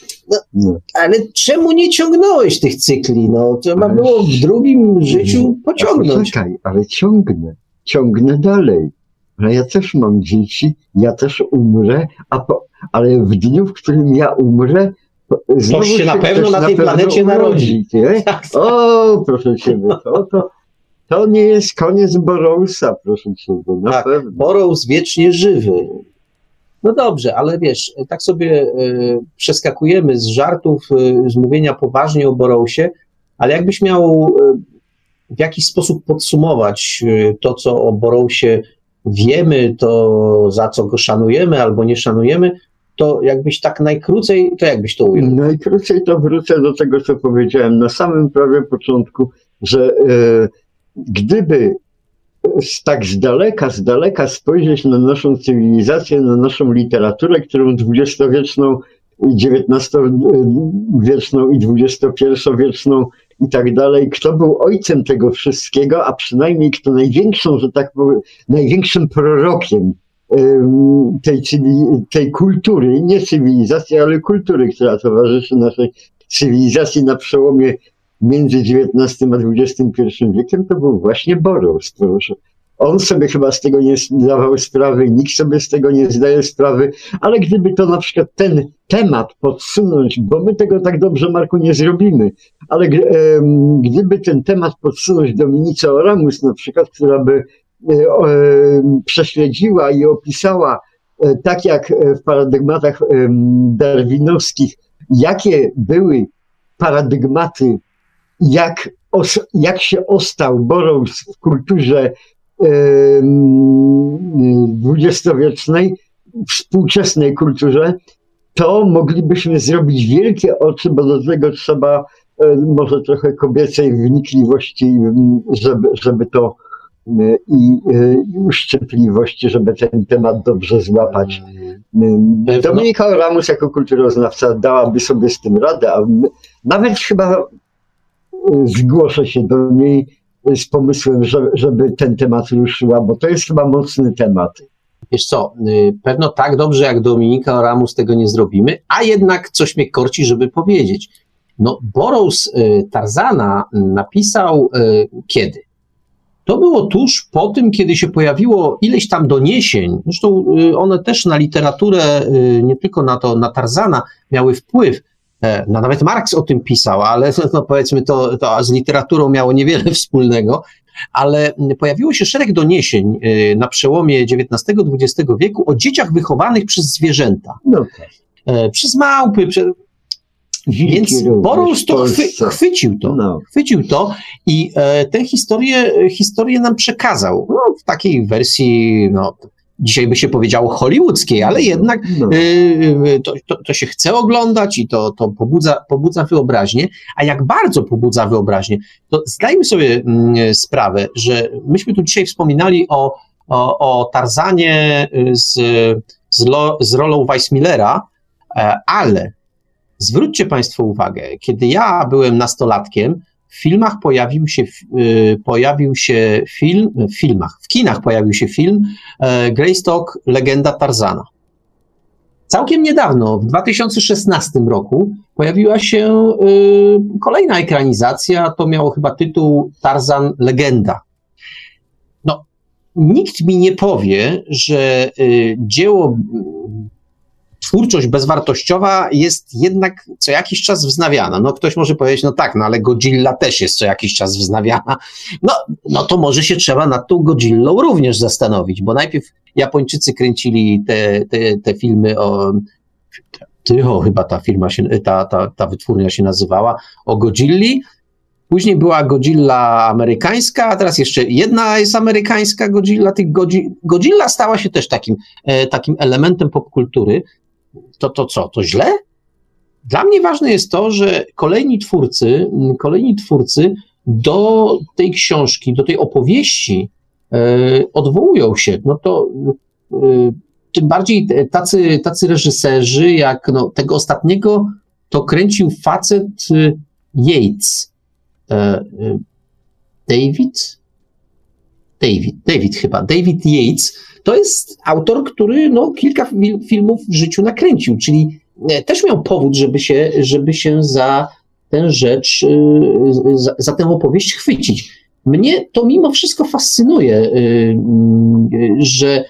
ale czemu nie ciągnąłeś tych cykli? No, trzeba było w drugim życiu pociągnąć. Czekaj, ale ciągnę dalej. Ale ja też mam dzieci, ja też umrę, ale w dniu, w którym ja umrę, ktoś się na pewno na tej planecie narodzi. O, proszę ciebie, to nie jest koniec Burroughsa, proszę ciebie, na pewno. Burroughs wiecznie żywy. No dobrze, ale wiesz, tak sobie przeskakujemy z żartów, z mówienia poważnie o Burroughsie, ale jakbyś miał w jakiś sposób podsumować to, co o Burroughsie wiemy, to za co go szanujemy albo nie szanujemy, to jakbyś tak najkrócej, to jakbyś to ujął? Najkrócej to wrócę do tego, co powiedziałem na samym prawie początku, że gdyby z daleka spojrzeć na naszą cywilizację, na naszą literaturę, którą XX-wieczną, XIX-wieczną i XXI-wieczną i tak dalej, kto był ojcem tego wszystkiego, a przynajmniej kto największą, że tak powiem, największym prorokiem tej kultury, nie cywilizacji, ale kultury, która towarzyszy naszej cywilizacji na przełomie między XIX a XXI wiekiem, to był właśnie Burroughs. On sobie chyba z tego nie zdawał sprawy, nikt sobie z tego nie zdaje sprawy, ale gdyby to na przykład ten temat podsunąć, bo my tego tak dobrze, Marku, nie zrobimy, ale gdyby ten temat podsunąć Dominice Oramus na przykład, która by prześledziła i opisała, tak jak w paradygmatach darwinowskich, jakie były paradygmaty, jak się ostał Burroughs w kulturze dwudziestowiecznej, współczesnej kulturze, to moglibyśmy zrobić wielkie oczy, bo do tego trzeba może trochę kobiecej wnikliwości, żeby to i uszczypliwości, żeby ten temat dobrze złapać. Dominika Oramus jako kulturoznawca dałaby sobie z tym radę, a nawet chyba zgłoszę się do niej z pomysłem, żeby ten temat ruszyła, bo to jest chyba mocny temat. wiesz co, pewno tak dobrze jak Dominika Oramus tego nie zrobimy, a jednak coś mnie korci, żeby powiedzieć. No, Burroughs Tarzana napisał kiedy? To było tuż po tym, kiedy się pojawiło ileś tam doniesień, zresztą one też na literaturę, nie tylko na Tarzana miały wpływ. No, nawet Marx o tym pisał, ale no, powiedzmy to z literaturą miało niewiele wspólnego, ale pojawiło się szereg doniesień na przełomie XIX-XX wieku o dzieciach wychowanych przez zwierzęta. No tak. Przez małpy, więc Burroughs to chwycił to i tę historię nam przekazał. No, w takiej wersji, no, dzisiaj by się powiedziało hollywoodzkiej, ale jednak to się chce oglądać i to pobudza wyobraźnię. A jak bardzo pobudza wyobraźnię, to zdajmy sobie sprawę, że myśmy tu dzisiaj wspominali o Tarzanie z rolą Weissmillera, ale zwróćcie Państwo uwagę, kiedy ja byłem nastolatkiem, w kinach pojawił się film Greystock, legenda Tarzana. Całkiem niedawno, w 2016 roku, pojawiła się kolejna ekranizacja, to miało chyba tytuł Tarzan, legenda. No, nikt mi nie powie, że twórczość bezwartościowa jest jednak co jakiś czas wznawiana. No ktoś może powiedzieć, no tak, no ale Godzilla też jest co jakiś czas wznawiana. No to może się trzeba nad tą Godzillą również zastanowić, bo najpierw Japończycy kręcili te filmy chyba ta firma ta wytwórnia się nazywała, o Godzilli. Później była Godzilla amerykańska, a teraz jeszcze jedna jest amerykańska Godzilla. Godzilla stała się też takim elementem popkultury. To co? To źle? Dla mnie ważne jest to, że kolejni twórcy do tej książki, do tej opowieści odwołują się. No to tym bardziej tacy reżyserzy, jak tego ostatniego, to kręcił facet Yates. David Yates, to jest autor, który kilka filmów w życiu nakręcił, czyli też miał powód, żeby się za tę rzecz, za tę opowieść chwycić. Mnie to mimo wszystko fascynuje, że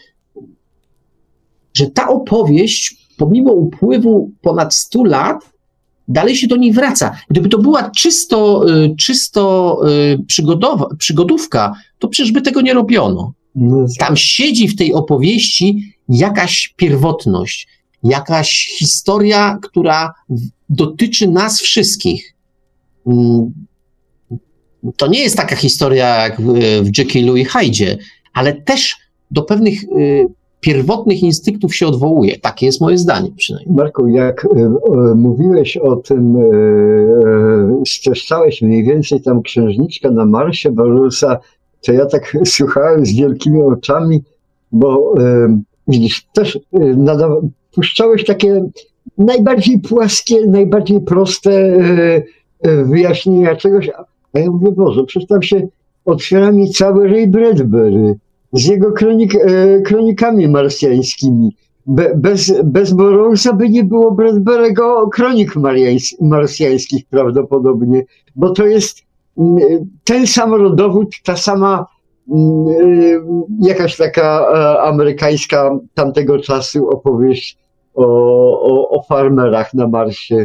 ta opowieść, pomimo upływu ponad 100 lat, dalej się do niej wraca. Gdyby to była czysto przygodówka, to przecież by tego nie robiono. Tam siedzi w tej opowieści jakaś pierwotność, jakaś historia, która dotyczy nas wszystkich. To nie jest taka historia jak w Jekyllu i Hydzie, ale też do pewnych pierwotnych instynktów się odwołuje. Takie jest moje zdanie przynajmniej. Marku, jak mówiłeś o tym, streszczałeś mniej więcej tam Księżniczka na Marsie Burroughsa, to ja tak słuchałem z wielkimi oczami, bo widzisz, też puszczałeś takie najbardziej płaskie, najbardziej proste wyjaśnienia czegoś, a ja mówię, Boże, przecież tam się otwiera mi cały Ray Bradbury z jego kronikami marsjańskimi. Bez Burroughsa by nie było Bradbury'ego kronik marsjańskich prawdopodobnie, bo to jest ten sam rodowód, ta sama jakaś taka amerykańska tamtego czasu opowieść o farmerach na Marsie.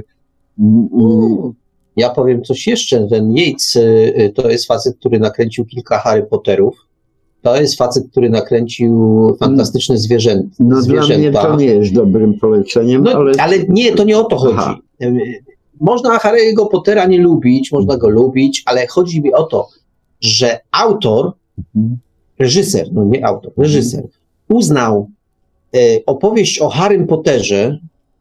Ja powiem coś jeszcze. Ten Yates to jest facet, który nakręcił kilka Harry Potterów. To jest facet, który nakręcił fantastyczne zwierzęta. No dla mnie to nie jest dobrym poleceniem. Ale nie, to nie o to chodzi. Aha. Można Harry'ego Pottera nie lubić, można go lubić, ale chodzi mi o to, że reżyser uznał opowieść o Harrym Potterze,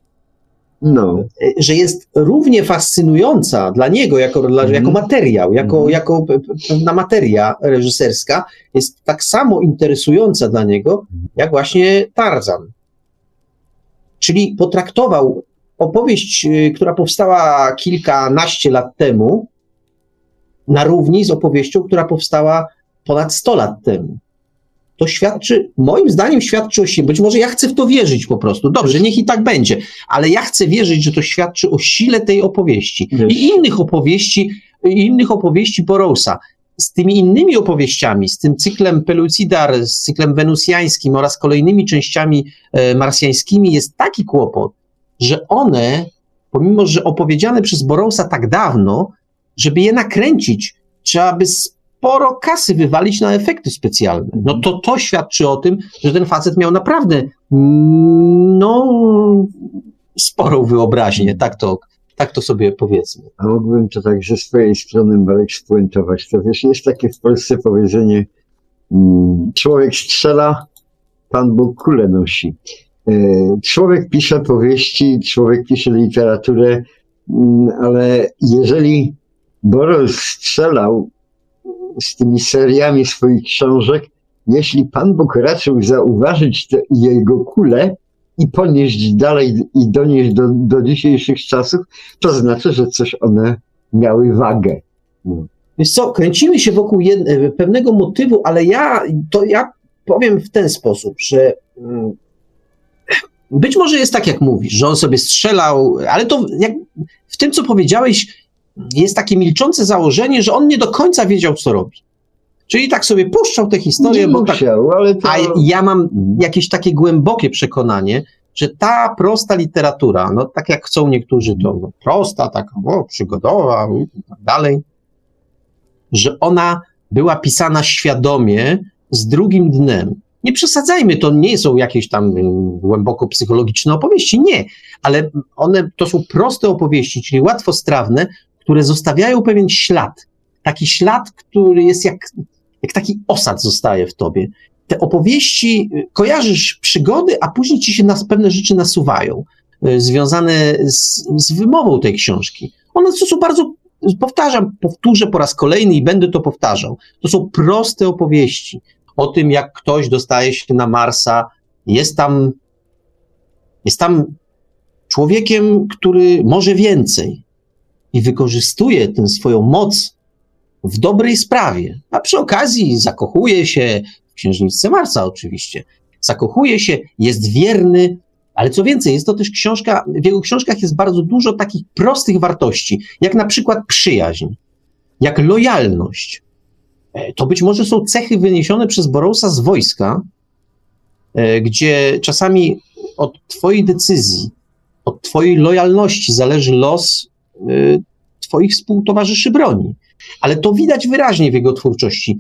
że jest równie fascynująca dla niego jako materiał, jako pewna materia reżyserska, jest tak samo interesująca dla niego, jak właśnie Tarzan. Czyli potraktował opowieść, która powstała kilkanaście lat temu, na równi z opowieścią, która powstała ponad 100 lat temu. to świadczy, moim zdaniem świadczy o sile, być może ja chcę w to wierzyć po prostu, dobrze, niech i tak będzie, ale ja chcę wierzyć, że to świadczy o sile tej opowieści i innych opowieści Burroughsa. Z tymi innymi opowieściami, z tym cyklem Pellucidar, z cyklem wenusjańskim oraz kolejnymi częściami marsjańskimi jest taki kłopot, że one, pomimo że opowiedziane przez Burroughsa tak dawno, żeby je nakręcić, trzeba by sporo kasy wywalić na efekty specjalne. No to świadczy o tym, że ten facet miał naprawdę sporą wyobraźnię, tak to sobie powiedzmy. A mógłbym to tak ze swojej strony, Marek, spuentować. To wiesz, jest takie w Polsce powiedzenie, człowiek strzela, Pan Bóg kulę nosi. Człowiek pisze powieści, człowiek pisze literaturę, ale jeżeli Burroughs strzelał z tymi seriami swoich książek, jeśli Pan Bóg raczył zauważyć jego kulę i ponieść dalej i donieść do dzisiejszych czasów, to znaczy, że coś one miały wagę. Wiesz co, kręcimy się wokół pewnego motywu, ale ja powiem w ten sposób, że być może jest tak, jak mówisz, że on sobie strzelał, ale to w tym, co powiedziałeś, jest takie milczące założenie, że on nie do końca wiedział, co robi. Czyli tak sobie puszczał tę historię, a ja mam jakieś takie głębokie przekonanie, że ta prosta literatura, no tak jak chcą niektórzy, to prosta, taka przygodowa i tak dalej, że ona była pisana świadomie z drugim dnem. Nie przesadzajmy, to nie są jakieś tam głęboko psychologiczne opowieści, nie, ale one to są proste opowieści, czyli łatwostrawne, które zostawiają pewien ślad. Taki ślad, który jest jak taki osad zostaje w tobie. Te opowieści, kojarzysz przygody, a później ci się pewne rzeczy nasuwają, związane z wymową tej książki. One to są bardzo, powtórzę po raz kolejny i będę to powtarzał. To są proste opowieści o tym, jak ktoś dostaje się na Marsa, jest tam człowiekiem, który może więcej i wykorzystuje tę swoją moc w dobrej sprawie, a przy okazji zakochuje się w księżniczce Marsa oczywiście. Zakochuje się, jest wierny, ale co więcej, jest to też książka, w jego książkach jest bardzo dużo takich prostych wartości, jak na przykład przyjaźń, jak lojalność. To być może są cechy wyniesione przez Burroughsa z wojska, gdzie czasami od twojej decyzji, od twojej lojalności zależy los twoich współtowarzyszy broni. Ale to widać wyraźnie w jego twórczości.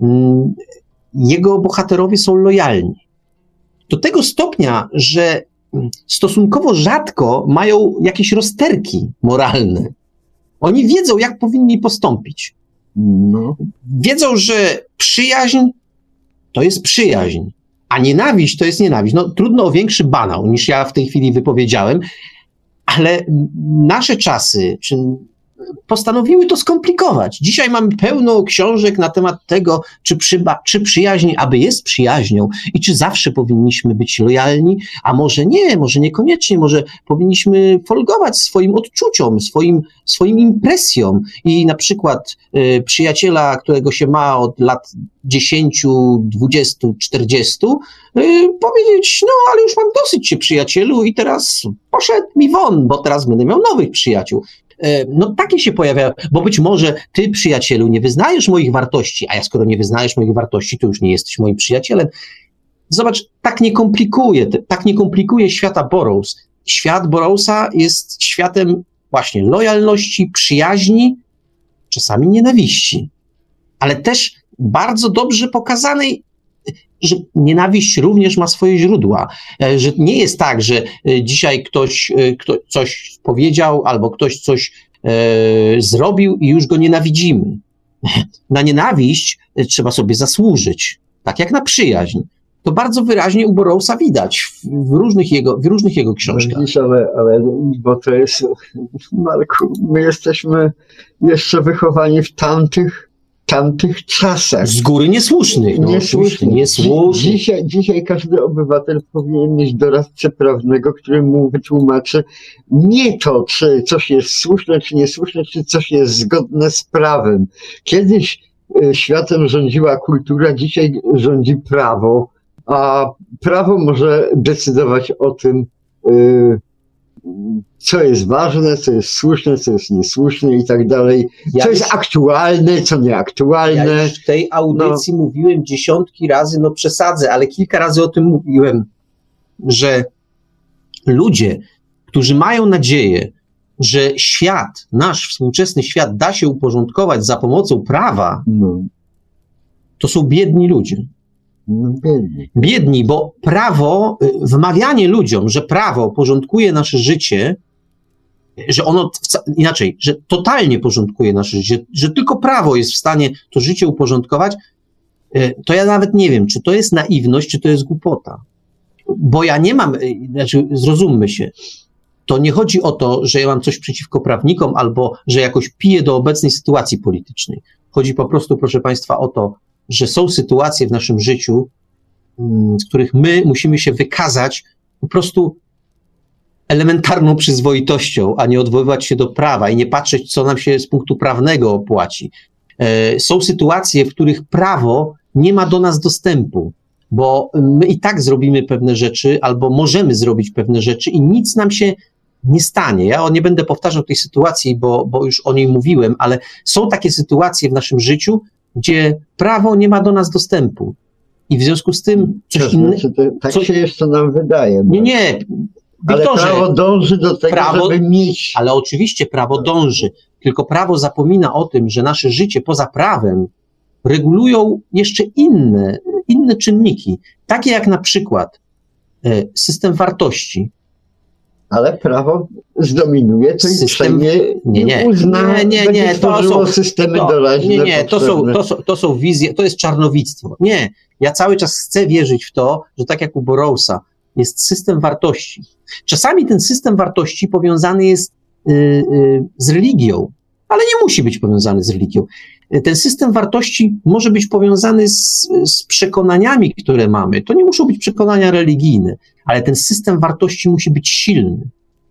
Jego bohaterowie są lojalni. Do tego stopnia, że stosunkowo rzadko mają jakieś rozterki moralne. Oni wiedzą, jak powinni postąpić. Wiedzą, że przyjaźń to jest przyjaźń, a nienawiść to jest nienawiść. No, trudno o większy banał, niż ja w tej chwili wypowiedziałem, ale nasze czasy postanowiły to skomplikować. Dzisiaj mamy pełno książek na temat tego, czy przyjaźń aby jest przyjaźnią i czy zawsze powinniśmy być lojalni, a może nie, może niekoniecznie, może powinniśmy folgować swoim odczuciom, swoim impresjom i na przykład przyjaciela, którego się ma od lat 10, 20, 40, powiedzieć, no ale już mam dosyć cię, przyjacielu, i teraz poszedł mi won, bo teraz będę miał nowych przyjaciół. No takie się pojawiają, bo być może ty, przyjacielu, nie wyznajesz moich wartości, a ja skoro nie wyznajesz moich wartości, to już nie jesteś moim przyjacielem. Zobacz, tak nie komplikuje świata Burroughs. Świat Burroughsa jest światem właśnie lojalności, przyjaźni, czasami nienawiści, ale też bardzo dobrze pokazanej, że nienawiść również ma swoje źródła, że nie jest tak, że dzisiaj ktoś coś powiedział albo ktoś coś zrobił i już go nienawidzimy. Na nienawiść trzeba sobie zasłużyć, tak jak na przyjaźń. To bardzo wyraźnie u Burroughsa widać w różnych jego książkach. Widzisz, ale bo to jest, Marku, my jesteśmy jeszcze wychowani w tamtych czasach. Z góry niesłusznych. Dzisiaj każdy obywatel powinien mieć doradcę prawnego, który mu wytłumaczy nie to, czy coś jest słuszne, czy niesłuszne, czy coś jest zgodne z prawem. Kiedyś światem rządziła kultura, dzisiaj rządzi prawo, a prawo może decydować o tym, co jest ważne, co jest słuszne, co jest niesłuszne i tak dalej, co jest aktualne, co nieaktualne. Ja już w tej audycji mówiłem dziesiątki razy, no przesadzę, ale kilka razy o tym mówiłem, że ludzie, którzy mają nadzieję, że świat, nasz współczesny świat da się uporządkować za pomocą prawa, to są biedni ludzie. Biedni, bo prawo, wmawianie ludziom, że prawo porządkuje nasze życie, że ono, inaczej, że totalnie porządkuje nasze życie, że tylko prawo jest w stanie to życie uporządkować, to ja nawet nie wiem, czy to jest naiwność, czy to jest głupota. Bo ja nie mam, znaczy zrozummy się, to nie chodzi o to, że ja mam coś przeciwko prawnikom albo że jakoś piję do obecnej sytuacji politycznej. Chodzi po prostu, proszę Państwa, o to, że są sytuacje w naszym życiu, z których my musimy się wykazać po prostu elementarną przyzwoitością, a nie odwoływać się do prawa i nie patrzeć, co nam się z punktu prawnego opłaci. Są sytuacje, w których prawo nie ma do nas dostępu, bo my i tak zrobimy pewne rzeczy, albo możemy zrobić pewne rzeczy i nic nam się nie stanie. Ja nie będę powtarzał tej sytuacji, bo już o niej mówiłem, ale są takie sytuacje w naszym życiu, gdzie prawo nie ma do nas dostępu. I w związku z tym coś innego. Tak się jeszcze nam wydaje. Nie. Wiktorze, ale prawo dąży do tego, żeby mieć. Ale oczywiście prawo dąży, tylko prawo zapomina o tym, że nasze życie poza prawem regulują jeszcze inne czynniki, takie jak na przykład system wartości. Ale prawo zdominuje, to system, nie uzna, nie, to są systemy doraźne. To są wizje, to jest czarnowictwo. Nie, ja cały czas chcę wierzyć w to, że tak jak u Burroughsa, jest system wartości. Czasami ten system wartości powiązany jest z religią, ale nie musi być powiązany z religią. Ten system wartości może być powiązany z przekonaniami, które mamy. To nie muszą być przekonania religijne, ale ten system wartości musi być silny.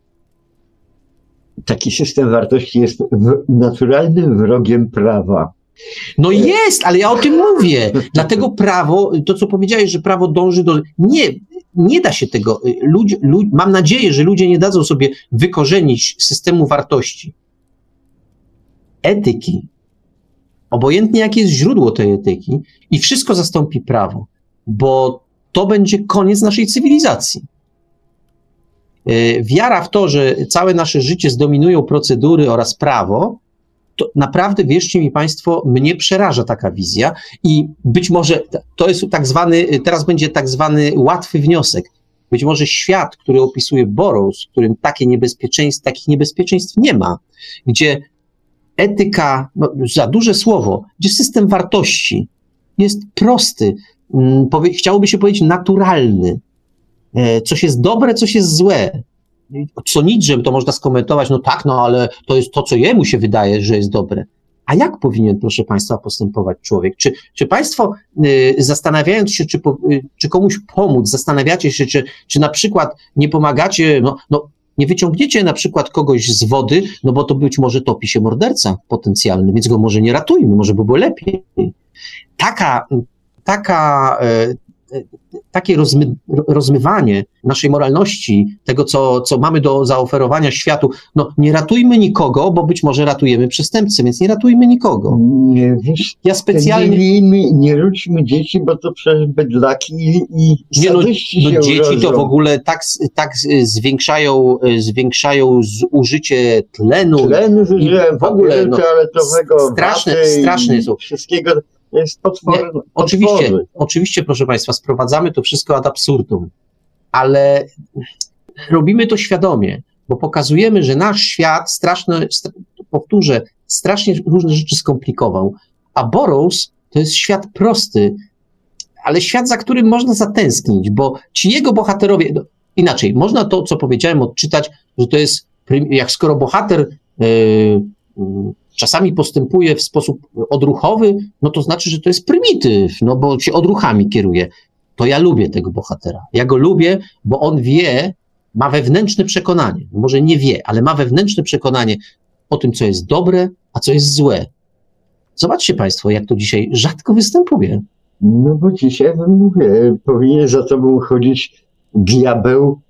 Taki system wartości jest naturalnym wrogiem prawa. No jest, ale ja o tym mówię. Dlatego prawo, to co powiedziałeś, że prawo dąży do... Nie da się tego. Mam nadzieję, że ludzie nie dadzą sobie wykorzenić systemu wartości. Etyki. Obojętnie jakie jest źródło tej etyki i wszystko zastąpi prawo, bo to będzie koniec naszej cywilizacji. Wiara w to, że całe nasze życie zdominują procedury oraz prawo, to naprawdę, wierzcie mi Państwo, mnie przeraża taka wizja i być może to jest teraz będzie tak zwany łatwy wniosek. Być może świat, który opisuje Burroughs, w którym takich niebezpieczeństw nie ma, gdzie etyka, za duże słowo, gdzie system wartości jest prosty, chciałoby się powiedzieć naturalny. Coś jest dobre, coś jest złe. Co Nietzsche to można skomentować, ale to jest to, co jemu się wydaje, że jest dobre. A jak powinien, proszę Państwa, postępować człowiek? Czy Państwo, zastanawiając się, czy komuś pomóc, zastanawiacie się, czy na przykład nie pomagacie, nie wyciągniecie na przykład kogoś z wody, bo to być może topi się morderca potencjalny, więc go może nie ratujmy, może by było lepiej. Takie rozmywanie naszej moralności, tego, co mamy do zaoferowania światu, nie ratujmy nikogo, bo być może ratujemy przestępcę, więc nie ratujmy nikogo. Ja specjalnie... Nie róćmy dzieci, bo to przecież bydlaki i sadyści się dzieci urodzą. To w ogóle tak zwiększają zużycie tlenu. W ogóle toaletowego, straszne są. Wszystkiego. Jest potworne. Oczywiście, proszę Państwa, sprowadzamy to wszystko ad absurdum, ale robimy to świadomie, bo pokazujemy, że nasz świat strasznie różne rzeczy skomplikował, a Burroughs to jest świat prosty, ale świat, za którym można zatęsknić, bo ci jego bohaterowie, inaczej, można to, co powiedziałem, odczytać, że to jest, jak skoro bohater czasami postępuje w sposób odruchowy, to znaczy, że to jest prymityw, bo się odruchami kieruje. To ja lubię tego bohatera. Ja go lubię, bo on ma wewnętrzne przekonanie. Może nie wie, ale ma wewnętrzne przekonanie o tym, co jest dobre, a co jest złe. Zobaczcie Państwo, jak to dzisiaj rzadko występuje. No bo dzisiaj wam mówię, powinien za tobą chodzić diabeł,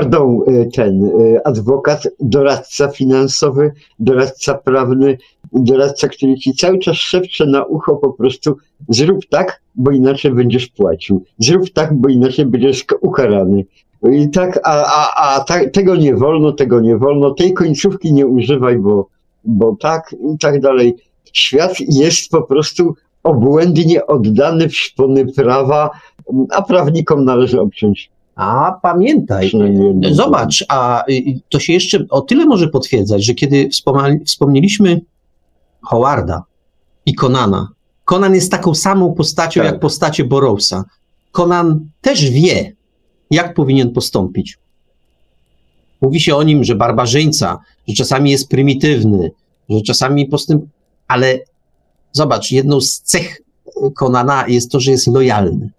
adwokat, doradca finansowy, doradca prawny, doradca, który ci cały czas szepcze na ucho po prostu zrób tak, bo inaczej będziesz płacił. Zrób tak, bo inaczej będziesz ukarany. I tak, tego nie wolno, tej końcówki nie używaj, bo tak i tak dalej. Świat jest po prostu obłędnie oddany w szpony prawa, a prawnikom należy obciąć. A pamiętaj, zobacz, a to się jeszcze o tyle może potwierdzać, że kiedy wspomnieliśmy Howarda i Conana, Conan jest taką samą postacią jak postacie Burroughsa. Conan też wie, jak powinien postąpić. Mówi się o nim, że barbarzyńca, że czasami jest prymitywny, że czasami ale zobacz, jedną z cech Conana jest to, że jest lojalny.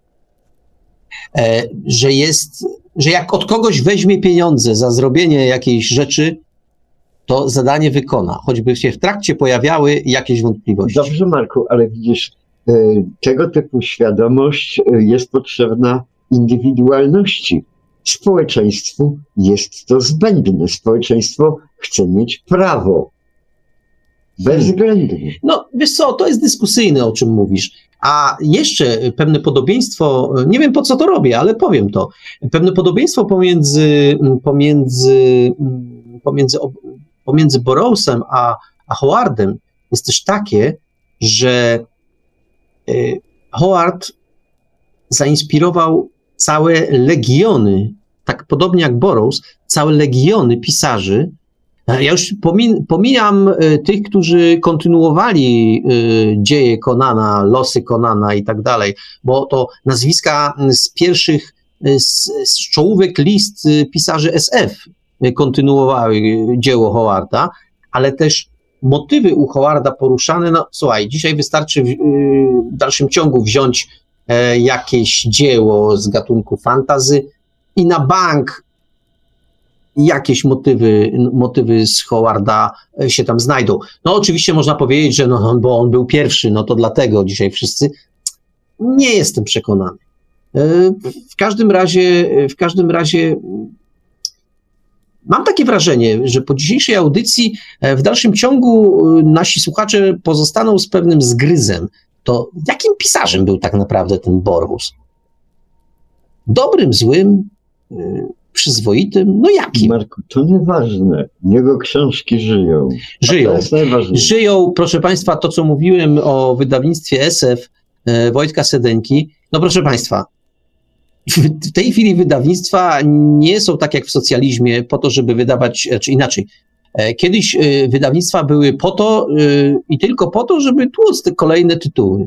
Że jak od kogoś weźmie pieniądze za zrobienie jakiejś rzeczy, to zadanie wykona, choćby się w trakcie pojawiały jakieś wątpliwości. Dobrze, Marku, ale widzisz, tego typu świadomość jest potrzebna indywidualności. Społeczeństwu jest to zbędne. Społeczeństwo chce mieć prawo. Bezwzględnie. No, wiesz co, to jest dyskusyjne, o czym mówisz. A jeszcze pewne podobieństwo, nie wiem po co to robię, ale powiem to. Pewne podobieństwo pomiędzy Burroughsem a Howardem jest też takie, że Howard zainspirował całe legiony, tak podobnie jak Burroughs, całe legiony pisarzy. Ja już pomijam tych, którzy kontynuowali dzieje Conana, losy Conana i tak dalej, bo to nazwiska z pierwszych, z czołówek list pisarzy SF kontynuowały dzieło Howarda, ale też motywy u Howarda poruszane. No słuchaj, dzisiaj wystarczy w dalszym ciągu wziąć jakieś dzieło z gatunku fantasy i na bank jakieś motywy z Howarda się tam znajdą. No oczywiście można powiedzieć, że bo on był pierwszy, no to dlatego dzisiaj wszyscy. Nie jestem przekonany. W każdym razie mam takie wrażenie, że po dzisiejszej audycji w dalszym ciągu nasi słuchacze pozostaną z pewnym zgryzem. To jakim pisarzem był tak naprawdę ten Burroughs? Dobrym, złym, przyzwoitym? No jakim? Marku, to nieważne. Jego książki żyją. Żyją. To jest najważniejsze. Żyją, proszę Państwa, to co mówiłem o wydawnictwie SF Wojtka Sedenki. No proszę Państwa, w tej chwili wydawnictwa nie są tak jak w socjalizmie po to, żeby wydawać, czy inaczej. Kiedyś wydawnictwa były po to i tylko po to, żeby tłuc te kolejne tytuły.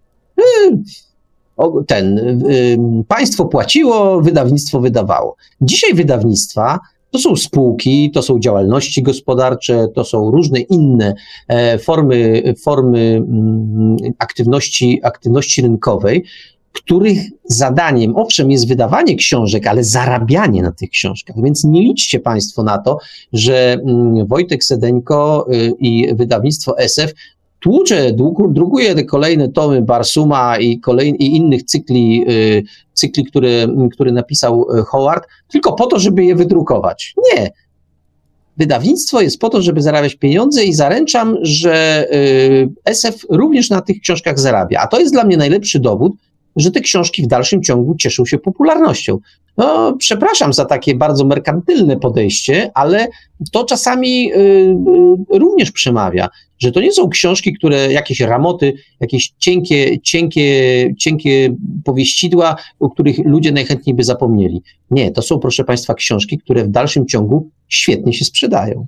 Państwo płaciło, wydawnictwo wydawało. Dzisiaj wydawnictwa to są spółki, to są działalności gospodarcze, to są różne inne formy aktywności rynkowej, których zadaniem, owszem, jest wydawanie książek, ale zarabianie na tych książkach. Więc nie liczcie Państwo na to, że Wojtek Sedenko i wydawnictwo SF drukuje te kolejne tomy Barsuma i innych cykli, które napisał Howard, tylko po to, żeby je wydrukować. Nie. Wydawnictwo jest po to, żeby zarabiać pieniądze i zaręczam, że SF również na tych książkach zarabia. A to jest dla mnie najlepszy dowód, że te książki w dalszym ciągu cieszą się popularnością. No, przepraszam za takie bardzo merkantylne podejście, ale to czasami również przemawia, że to nie są książki, które jakieś ramoty, jakieś cienkie powieścidła, o których ludzie najchętniej by zapomnieli. Nie, to są, proszę Państwa, książki, które w dalszym ciągu świetnie się sprzedają.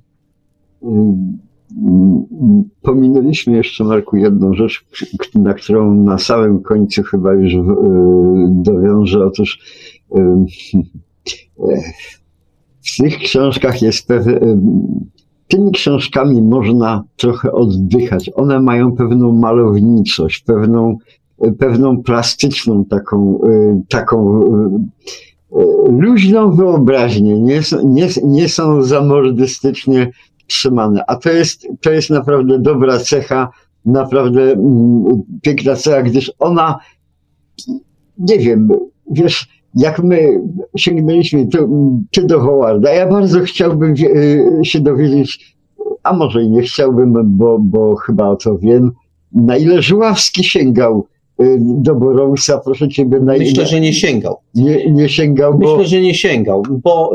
Pominęliśmy jeszcze, Marku, jedną rzecz, na którą na samym końcu chyba już dowiążę. Otóż w tych książkach jest tymi książkami można trochę oddychać. One mają pewną malowniczość, pewną plastyczną taką luźną wyobraźnię. Nie są zamordystycznie trzymane. A to jest naprawdę dobra cecha naprawdę piękna scena, gdyż ona, nie wiem, wiesz, jak my sięgnęliśmy ty do Howarda, ja bardzo chciałbym się dowiedzieć, a może i nie chciałbym, bo chyba o to wiem, na ile Żuławski sięgał do Burroughsa, proszę ciebie. Myślę, że nie sięgał. Nie sięgał, bo... Myślę, że nie sięgał, bo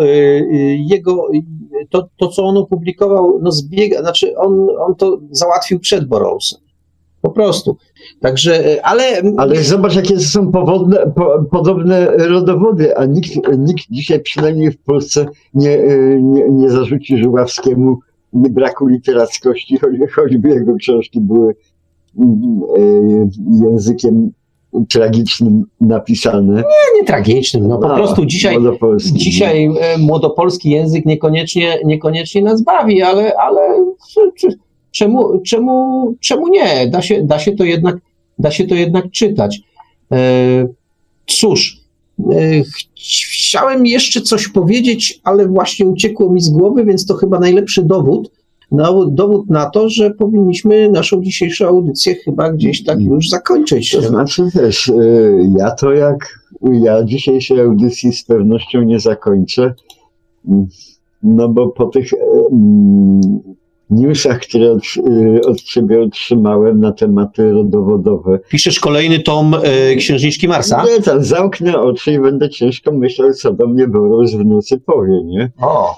to co on opublikował, no znaczy on to załatwił przed Burroughsem. Po prostu. Także, Ale zobacz, jakie są podobne rodowody, a nikt dzisiaj, przynajmniej w Polsce, nie zarzuci Żuławskiemu braku literackości, choćby jego książki były językiem tragicznym napisane. Nie tragicznym, no po prostu dzisiaj młodopolski język niekoniecznie nas bawi, ale czemu nie? Da się to jednak czytać. Cóż, chciałem jeszcze coś powiedzieć, ale właśnie uciekło mi z głowy, więc to chyba najlepszy dowód na to, że powinniśmy naszą dzisiejszą audycję chyba gdzieś tak już zakończyć. To znaczy też, ja dzisiejszej audycji z pewnością nie zakończę, no bo po tych newsach, które od ciebie otrzymałem na tematy rodowodowe. Piszesz kolejny tom Księżniczki Marsa? Nie, tam zamknę oczy i będę ciężko myślał, co do mnie Burroughs w nocy powie, nie? O.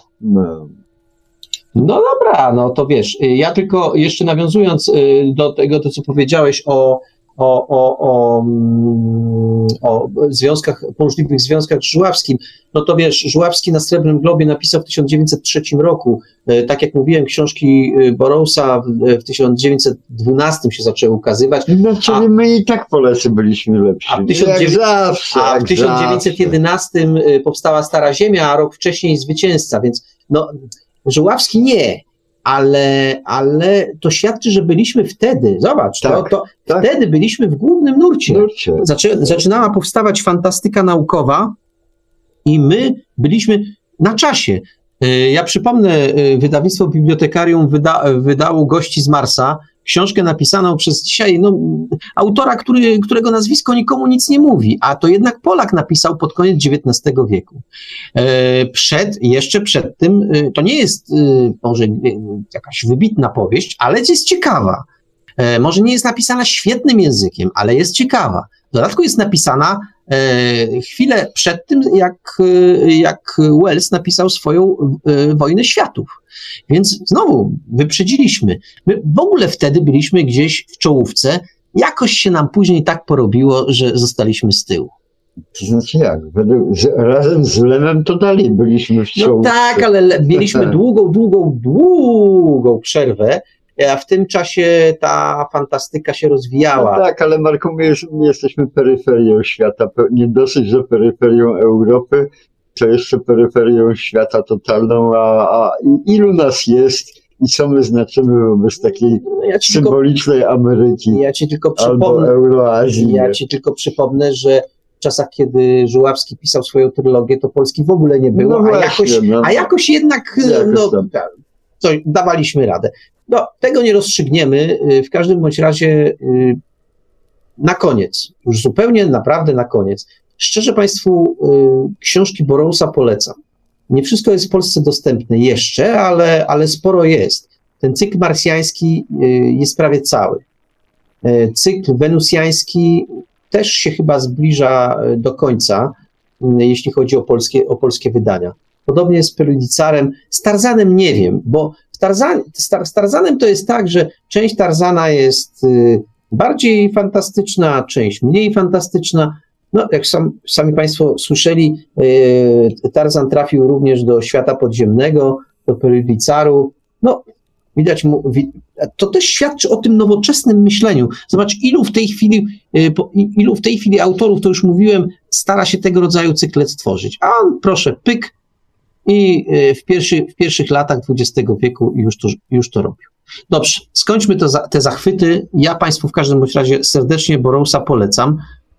No dobra, no to wiesz, ja tylko jeszcze nawiązując do tego, co powiedziałeś o możliwych związkach z Żuławskim, no to wiesz, Żuławski na Srebrnym Globie napisał w 1903 roku, tak jak mówiłem, książki Burroughsa w 1912 się zaczęły ukazywać. No, czyli my i tak Polacy byliśmy lepsi. A w 1911 powstała Stara Ziemia, a rok wcześniej Zwycięzca, więc no, Żuławski nie. Ale to świadczy, że byliśmy wtedy, zobacz, wtedy byliśmy w głównym nurcie. Zaczynała powstawać fantastyka naukowa i my byliśmy na czasie. Ja przypomnę, wydawnictwo Bibliotekarium wydało Gości z Marsa, książkę napisaną przez dzisiaj autora, którego nazwisko nikomu nic nie mówi, a to jednak Polak napisał pod koniec XIX wieku. Jeszcze przed tym, to nie jest może jakaś wybitna powieść, ale jest ciekawa. Może nie jest napisana świetnym językiem, ale jest ciekawa. W dodatku jest napisana chwilę przed tym, jak Wells napisał swoją Wojnę Światów. Więc znowu wyprzedziliśmy. My w ogóle wtedy byliśmy gdzieś w czołówce. Jakoś się nam później tak porobiło, że zostaliśmy z tyłu. To znaczy jak? Razem z Lemem to dalej byliśmy w czołówce. No tak, ale mieliśmy długą przerwę. A w tym czasie ta fantastyka się rozwijała. No tak, ale Marku, my jesteśmy peryferią świata. Nie dosyć, że peryferią Europy, to jeszcze peryferią świata totalną, a ilu nas jest i co my znaczymy wobec takiej symbolicznej Ameryki albo Euroazji. Ja ci tylko przypomnę, że w czasach, kiedy Żuławski pisał swoją trylogię, to Polski w ogóle nie było, a jakoś jednak dawaliśmy radę. No, tego nie rozstrzygniemy. W każdym bądź razie na koniec, już zupełnie naprawdę na koniec, szczerze Państwu książki Burroughsa polecam. Nie wszystko jest w Polsce dostępne jeszcze, ale sporo jest. Ten cykl marsjański jest prawie cały. Cykl wenusjański też się chyba zbliża do końca, jeśli chodzi o polskie wydania. Podobnie jest z Perudicarem. Z Tarzanem nie wiem, bo z Tarzanem to jest tak, że część Tarzana jest bardziej fantastyczna, część mniej fantastyczna. No, jak sami Państwo słyszeli, Tarzan trafił również do świata podziemnego, do Perudicaru. No, widać, to też świadczy o tym nowoczesnym myśleniu. Zobacz, ilu w tej chwili autorów, to już mówiłem, stara się tego rodzaju cykle stworzyć. A on, proszę, pyk, i w pierwszych latach XX wieku już to robił. Dobrze, skończmy te zachwyty. Ja Państwu w każdym bądź razie serdecznie Burroughsa polecam.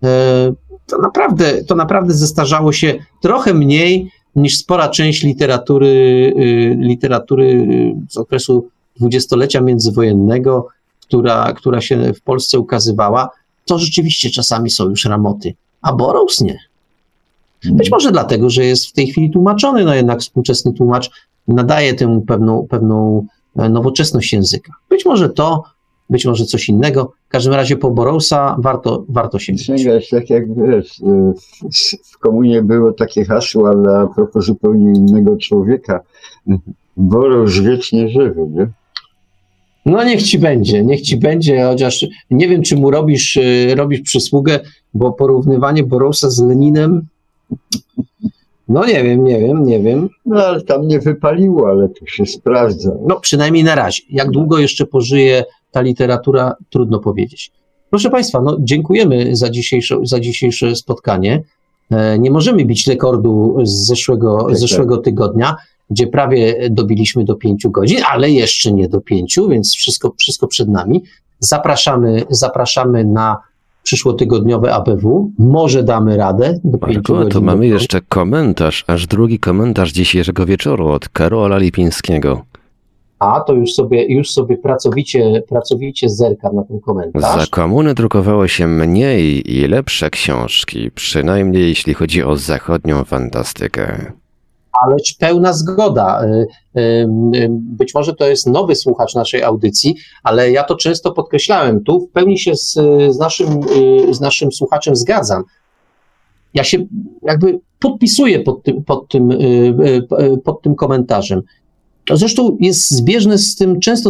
To naprawdę zestarzało się trochę mniej niż spora część literatury z okresu dwudziestolecia międzywojennego, która się w Polsce ukazywała, to rzeczywiście czasami są już ramoty, a Burroughs nie. Być może dlatego, że jest w tej chwili tłumaczony, no jednak współczesny tłumacz nadaje temu pewną nowoczesność języka. Być może to, być może coś innego. W każdym razie po Burroughsa warto sięgać. Tak jak wiesz, w komunie było takie hasło, ale a propos zupełnie innego człowieka. Burroughs wiecznie żywy, nie? No niech ci będzie, chociaż nie wiem, czy mu robisz przysługę, bo porównywanie Burroughsa z Leninem, no nie wiem. No ale tam nie wypaliło, ale to się sprawdza. No przynajmniej na razie. Jak długo jeszcze pożyje ta literatura, trudno powiedzieć. Proszę Państwa, no dziękujemy za dzisiejsze spotkanie. Nie możemy bić rekordu z zeszłego tygodnia, gdzie prawie dobiliśmy do 5 godzin, ale jeszcze nie do 5, więc wszystko przed nami. Zapraszamy na przyszłotygodniowe ABW. Może damy radę do 5 godzin. To mamy jeszcze komentarz, aż drugi komentarz dzisiejszego wieczoru od Karola Lipińskiego. A, to już sobie pracowicie zerkam na ten komentarz. Za komuny drukowało się mniej i lepsze książki, przynajmniej jeśli chodzi o zachodnią fantastykę. Ależ pełna zgoda. Być może to jest nowy słuchacz naszej audycji, ale ja to często podkreślałem. Tu w pełni się z naszym słuchaczem zgadzam. Ja się jakby podpisuję pod tym komentarzem. Zresztą jest zbieżne z tym często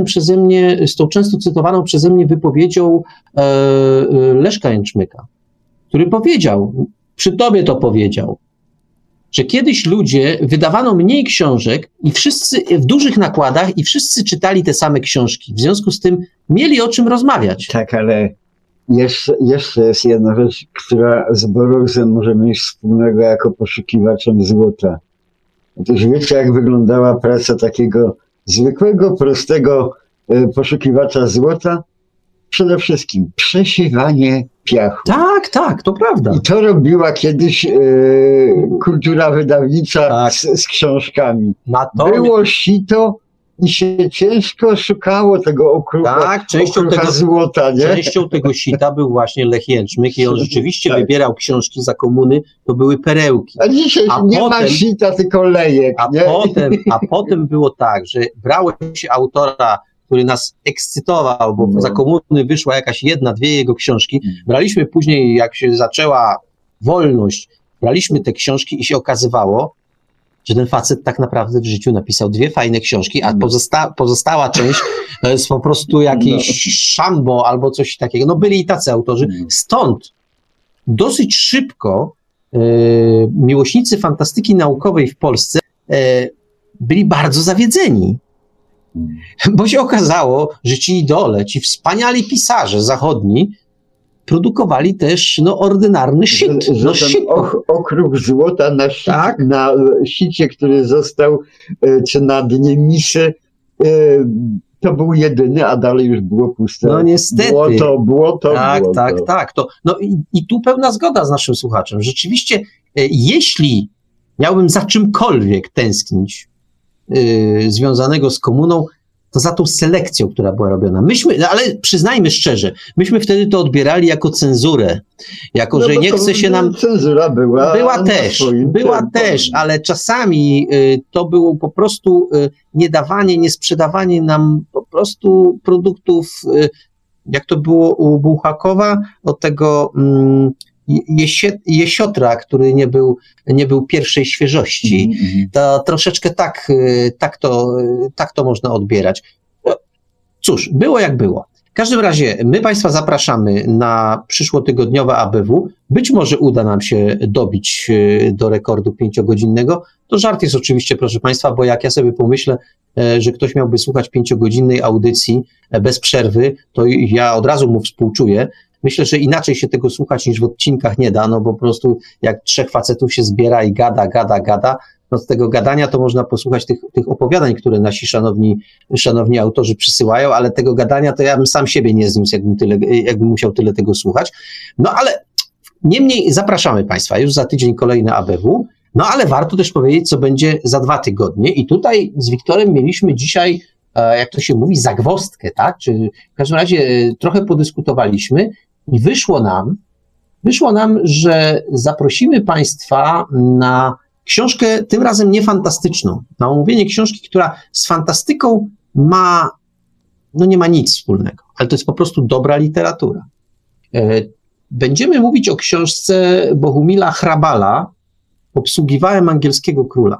cytowaną przeze mnie wypowiedzią Leszka Jęczmyka, który powiedział, przy tobie to powiedział, że kiedyś ludzie wydawano mniej książek i wszyscy w dużych nakładach i wszyscy czytali te same książki. W związku z tym mieli o czym rozmawiać. Tak, ale jeszcze jest jedna rzecz, która z Burroughsem może mieć wspólnego jako poszukiwaczem złota. Otóż wiecie, jak wyglądała praca takiego zwykłego, prostego poszukiwacza złota? Przede wszystkim przesiewanie piachu. Tak, to prawda. I to robiła kiedyś kultura wydawnicza z książkami. Było sito i się ciężko szukało tego okrucha złota. Nie? Częścią tego sita był właśnie Lech Jęczmyk i on rzeczywiście wybierał książki za komuny, to były perełki. A dzisiaj ma sita, tylko lejek. A potem było tak, że brało się autora, który nas ekscytował, bo za komuny wyszła jakaś 1-2 jego książki. Braliśmy później, jak się zaczęła wolność, braliśmy te książki i się okazywało, że ten facet tak naprawdę w życiu napisał 2 fajne książki, a pozostała część to jest po prostu jakieś szambo albo coś takiego. No byli i tacy autorzy. Stąd dosyć szybko miłośnicy fantastyki naukowej w Polsce byli bardzo zawiedzeni. Bo się okazało, że ci idole, ci wspaniali pisarze zachodni produkowali też ordynarny shit. Okruch złota na sicie, który został, czy na dnie misy, to był jedyny, a dalej już było puste. No niestety. Błoto. Tak. I tu pełna zgoda z naszym słuchaczem. Rzeczywiście, jeśli miałbym za czymkolwiek tęsknić związanego z komuną, to za tą selekcją, która była robiona. Ale przyznajmy szczerze, myśmy wtedy to odbierali jako cenzurę. Że nie chce się nam... Cenzura była też, ale czasami to było po prostu nie sprzedawanie nam po prostu produktów, jak to było u Bułhakowa, od tego jesiotra, który nie był pierwszej świeżości. To troszeczkę tak to można odbierać. Cóż, było jak było. W każdym razie my Państwa zapraszamy na przyszłotygodniowe ABW. Być może uda nam się dobić do rekordu 5-godzinnego. To żart jest oczywiście, proszę Państwa, bo jak ja sobie pomyślę, że ktoś miałby słuchać 5-godzinnej audycji bez przerwy, to ja od razu mu współczuję. Myślę, że inaczej się tego słuchać niż w odcinkach nie da, bo po prostu jak 3 facetów się zbiera i gada, no z tego gadania to można posłuchać tych opowiadań, które nasi szanowni autorzy przysyłają, ale tego gadania to ja bym sam siebie nie zniósł, jakbym musiał tyle tego słuchać. No ale niemniej zapraszamy Państwa, już za tydzień kolejne ABW, no ale warto też powiedzieć, co będzie za 2 tygodnie i tutaj z Wiktorem mieliśmy dzisiaj jak to się mówi, zagwozdkę, tak? Czy w każdym razie trochę podyskutowaliśmy i wyszło nam, że zaprosimy Państwa na książkę, tym razem nie fantastyczną, na omówienie książki, która z fantastyką nie ma nic wspólnego, ale to jest po prostu dobra literatura. Będziemy mówić o książce Bohumila Hrabala Obsługiwałem angielskiego króla.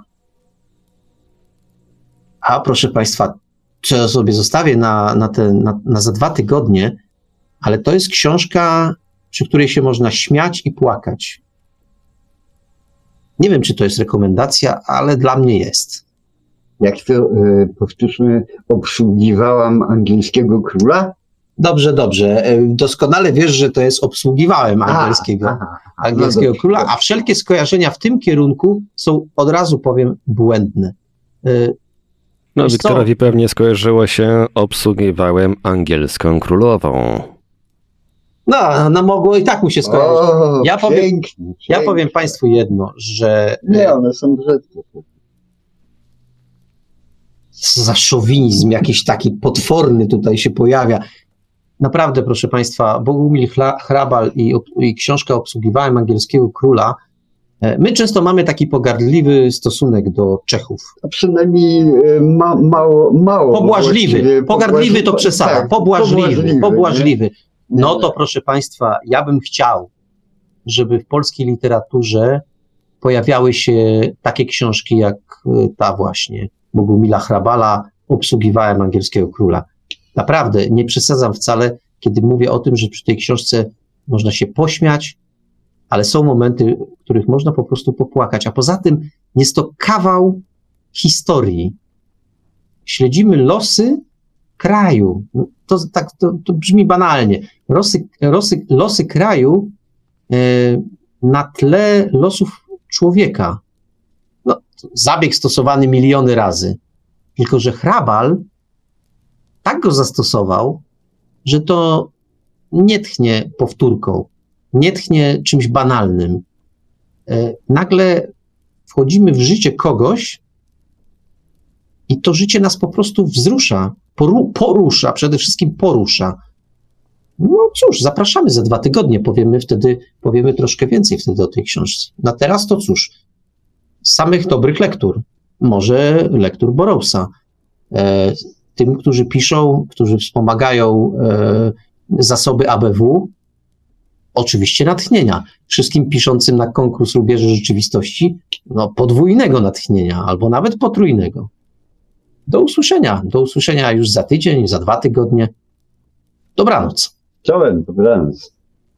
A proszę Państwa, co sobie zostawię na za 2 tygodnie, ale to jest książka, przy której się można śmiać i płakać. Nie wiem, czy to jest rekomendacja, ale dla mnie jest. Jak to, powtórzmy, obsługiwałam angielskiego króla? Dobrze. Doskonale wiesz, że to jest obsługiwałem angielskiego króla, a wszelkie skojarzenia w tym kierunku są, od razu powiem, błędne. Wiktorowi pewnie skojarzyło się obsługiwałem angielską królową. Mogło i tak mu się skojarzyć. Ja powiem Państwu jedno, że... Nie, one są brzydkie. Co za szowinizm jakiś taki potworny tutaj się pojawia. Naprawdę, proszę Państwa, Bohumil Hrabal i książka Obsługiwałem angielskiego króla. My często mamy taki pogardliwy stosunek do Czechów. A przynajmniej mało. Pobłażliwy. Pogardliwy to przesada. Tak, pobłażliwy. No to, proszę Państwa, ja bym chciał, żeby w polskiej literaturze pojawiały się takie książki jak ta właśnie Bohumila Hrabala Obsługiwałem angielskiego króla. Naprawdę, nie przesadzam wcale, kiedy mówię o tym, że przy tej książce można się pośmiać, ale są momenty, w których można po prostu popłakać. A poza tym jest to kawał historii. Śledzimy losy kraju. To brzmi banalnie. Losy kraju na tle losów człowieka. Zabieg stosowany miliony razy. Tylko że Hrabal tak go zastosował, że to nie tchnie powtórką, nie tchnie czymś banalnym. Nagle wchodzimy w życie kogoś i to życie nas po prostu wzrusza, porusza, przede wszystkim porusza. No cóż, zapraszamy za 2 tygodnie, powiemy troszkę więcej wtedy o tej książce. Na teraz to cóż, samych dobrych lektur, może lektur Burroughsa. Tym, którzy piszą, którzy wspomagają zasoby ABW, oczywiście natchnienia. Wszystkim piszącym na konkurs Rubieże Rzeczywistości, podwójnego natchnienia, albo nawet potrójnego. Do usłyszenia już za tydzień, za 2 tygodnie. Dobranoc. Czołem, dobranoc.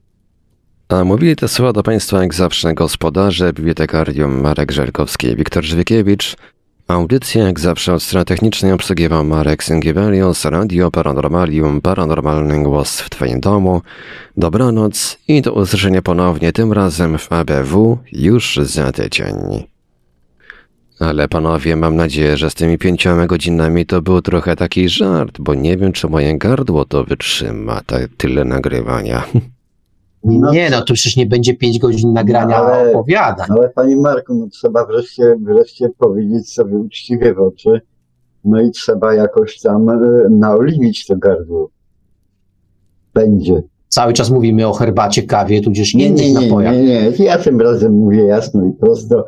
A mówili te słowa do Państwa jak zawsze gospodarze Bibliotekarium Marek Żelkowski i Wiktor Żwikiewicz. Audycję jak zawsze od strony technicznej obsługiwał Marek Sęgiewelios, Radio Paranormalium, paranormalny głos w Twoim domu. Dobranoc i do usłyszenia ponownie, tym razem w ABW już za tydzień. Ale panowie, mam nadzieję, że z tymi 5 godzinami to był trochę taki żart, bo nie wiem, czy moje gardło to wytrzyma, tyle nagrywania. Nie, to przecież nie będzie 5 godzin nagrania opowiadań. Ale panie Marku, trzeba wreszcie powiedzieć sobie uczciwie w oczy, i trzeba jakoś tam naoliwić to gardło. Będzie. Cały czas mówimy o herbacie, kawie, tudzież innych napojach. Nie, ja tym razem mówię jasno i prosto.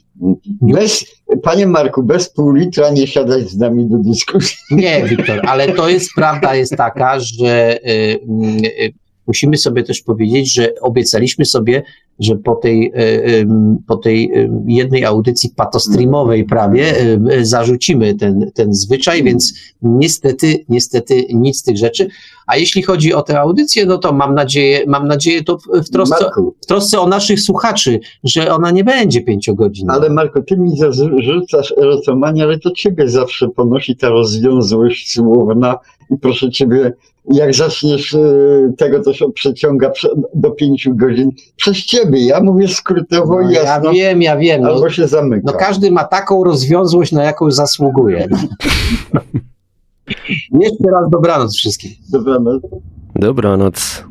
Panie Marku, bez pół litra nie siadać z nami do dyskusji. Nie, Wiktor, ale prawda jest taka, że musimy sobie też powiedzieć, że obiecaliśmy sobie, że po tej jednej audycji patostreamowej prawie zarzucimy ten zwyczaj, więc niestety nic z tych rzeczy. A jeśli chodzi o tę audycję, no to mam nadzieję to w trosce o naszych słuchaczy, że ona nie będzie 5 godzin. Ale Marko, ty mi zarzucasz erotomanię, ale to ciebie zawsze ponosi ta rozwiązłość słowna i proszę ciebie, jak zaczniesz tego, to się przeciąga do 5 godzin przez ciebie. Ja mówię skrótowo i jasno. Ja wiem. Albo się zamyka. Każdy ma taką rozwiązłość, na jaką zasługuje. Jeszcze raz dobranoc wszystkim. Dobranoc.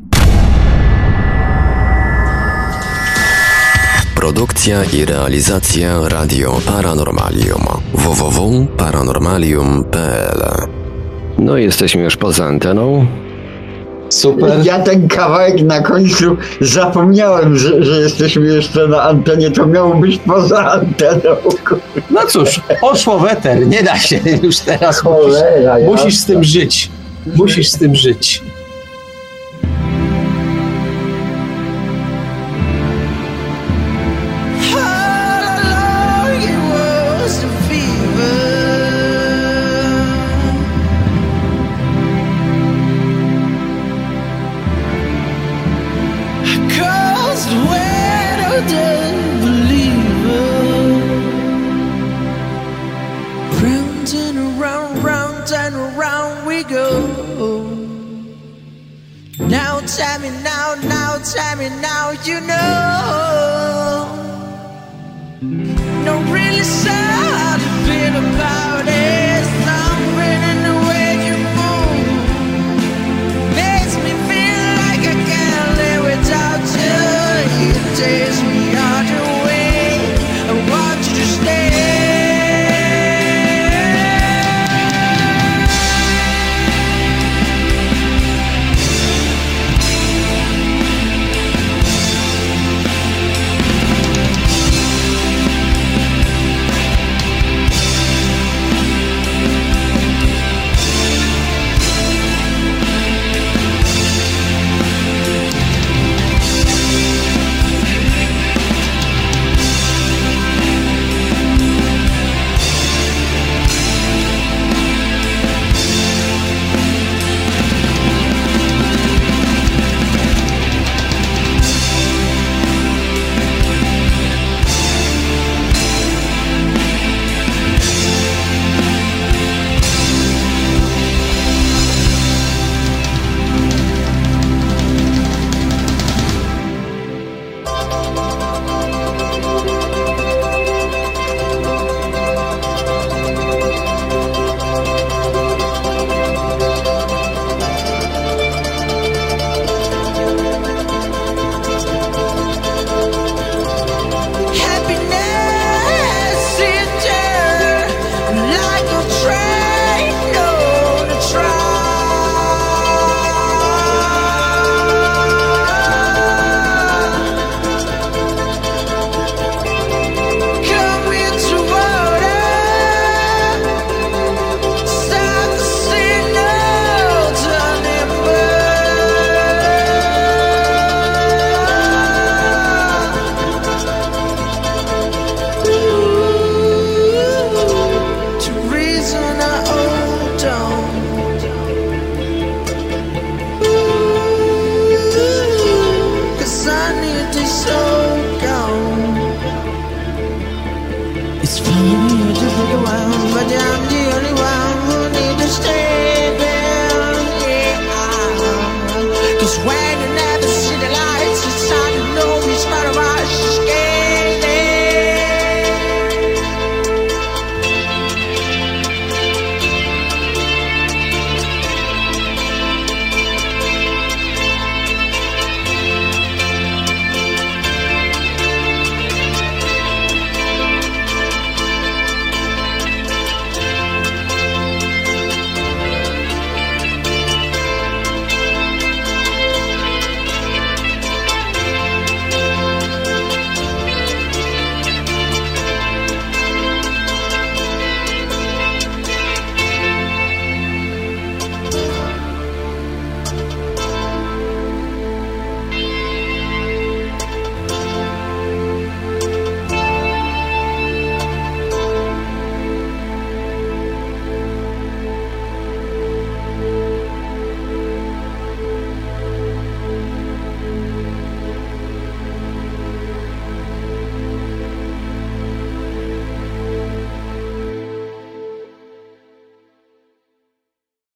Produkcja i realizacja Radio Paranormalium. www.paranormalium.pl No jesteśmy już poza anteną. Super. Ja ten kawałek na końcu zapomniałem, że jesteśmy jeszcze na antenie, to miało być poza anteną. No cóż, poszło w eter, nie da się już teraz. Cholera, Musisz z tym żyć. Musisz z tym żyć. Now you know. No really sad bit about it. Something in the way you move makes me feel like I can't live without you. It takes me on your way. I want you to stay. It's funny, you're just like a wild, but I'm the only one who need to stay.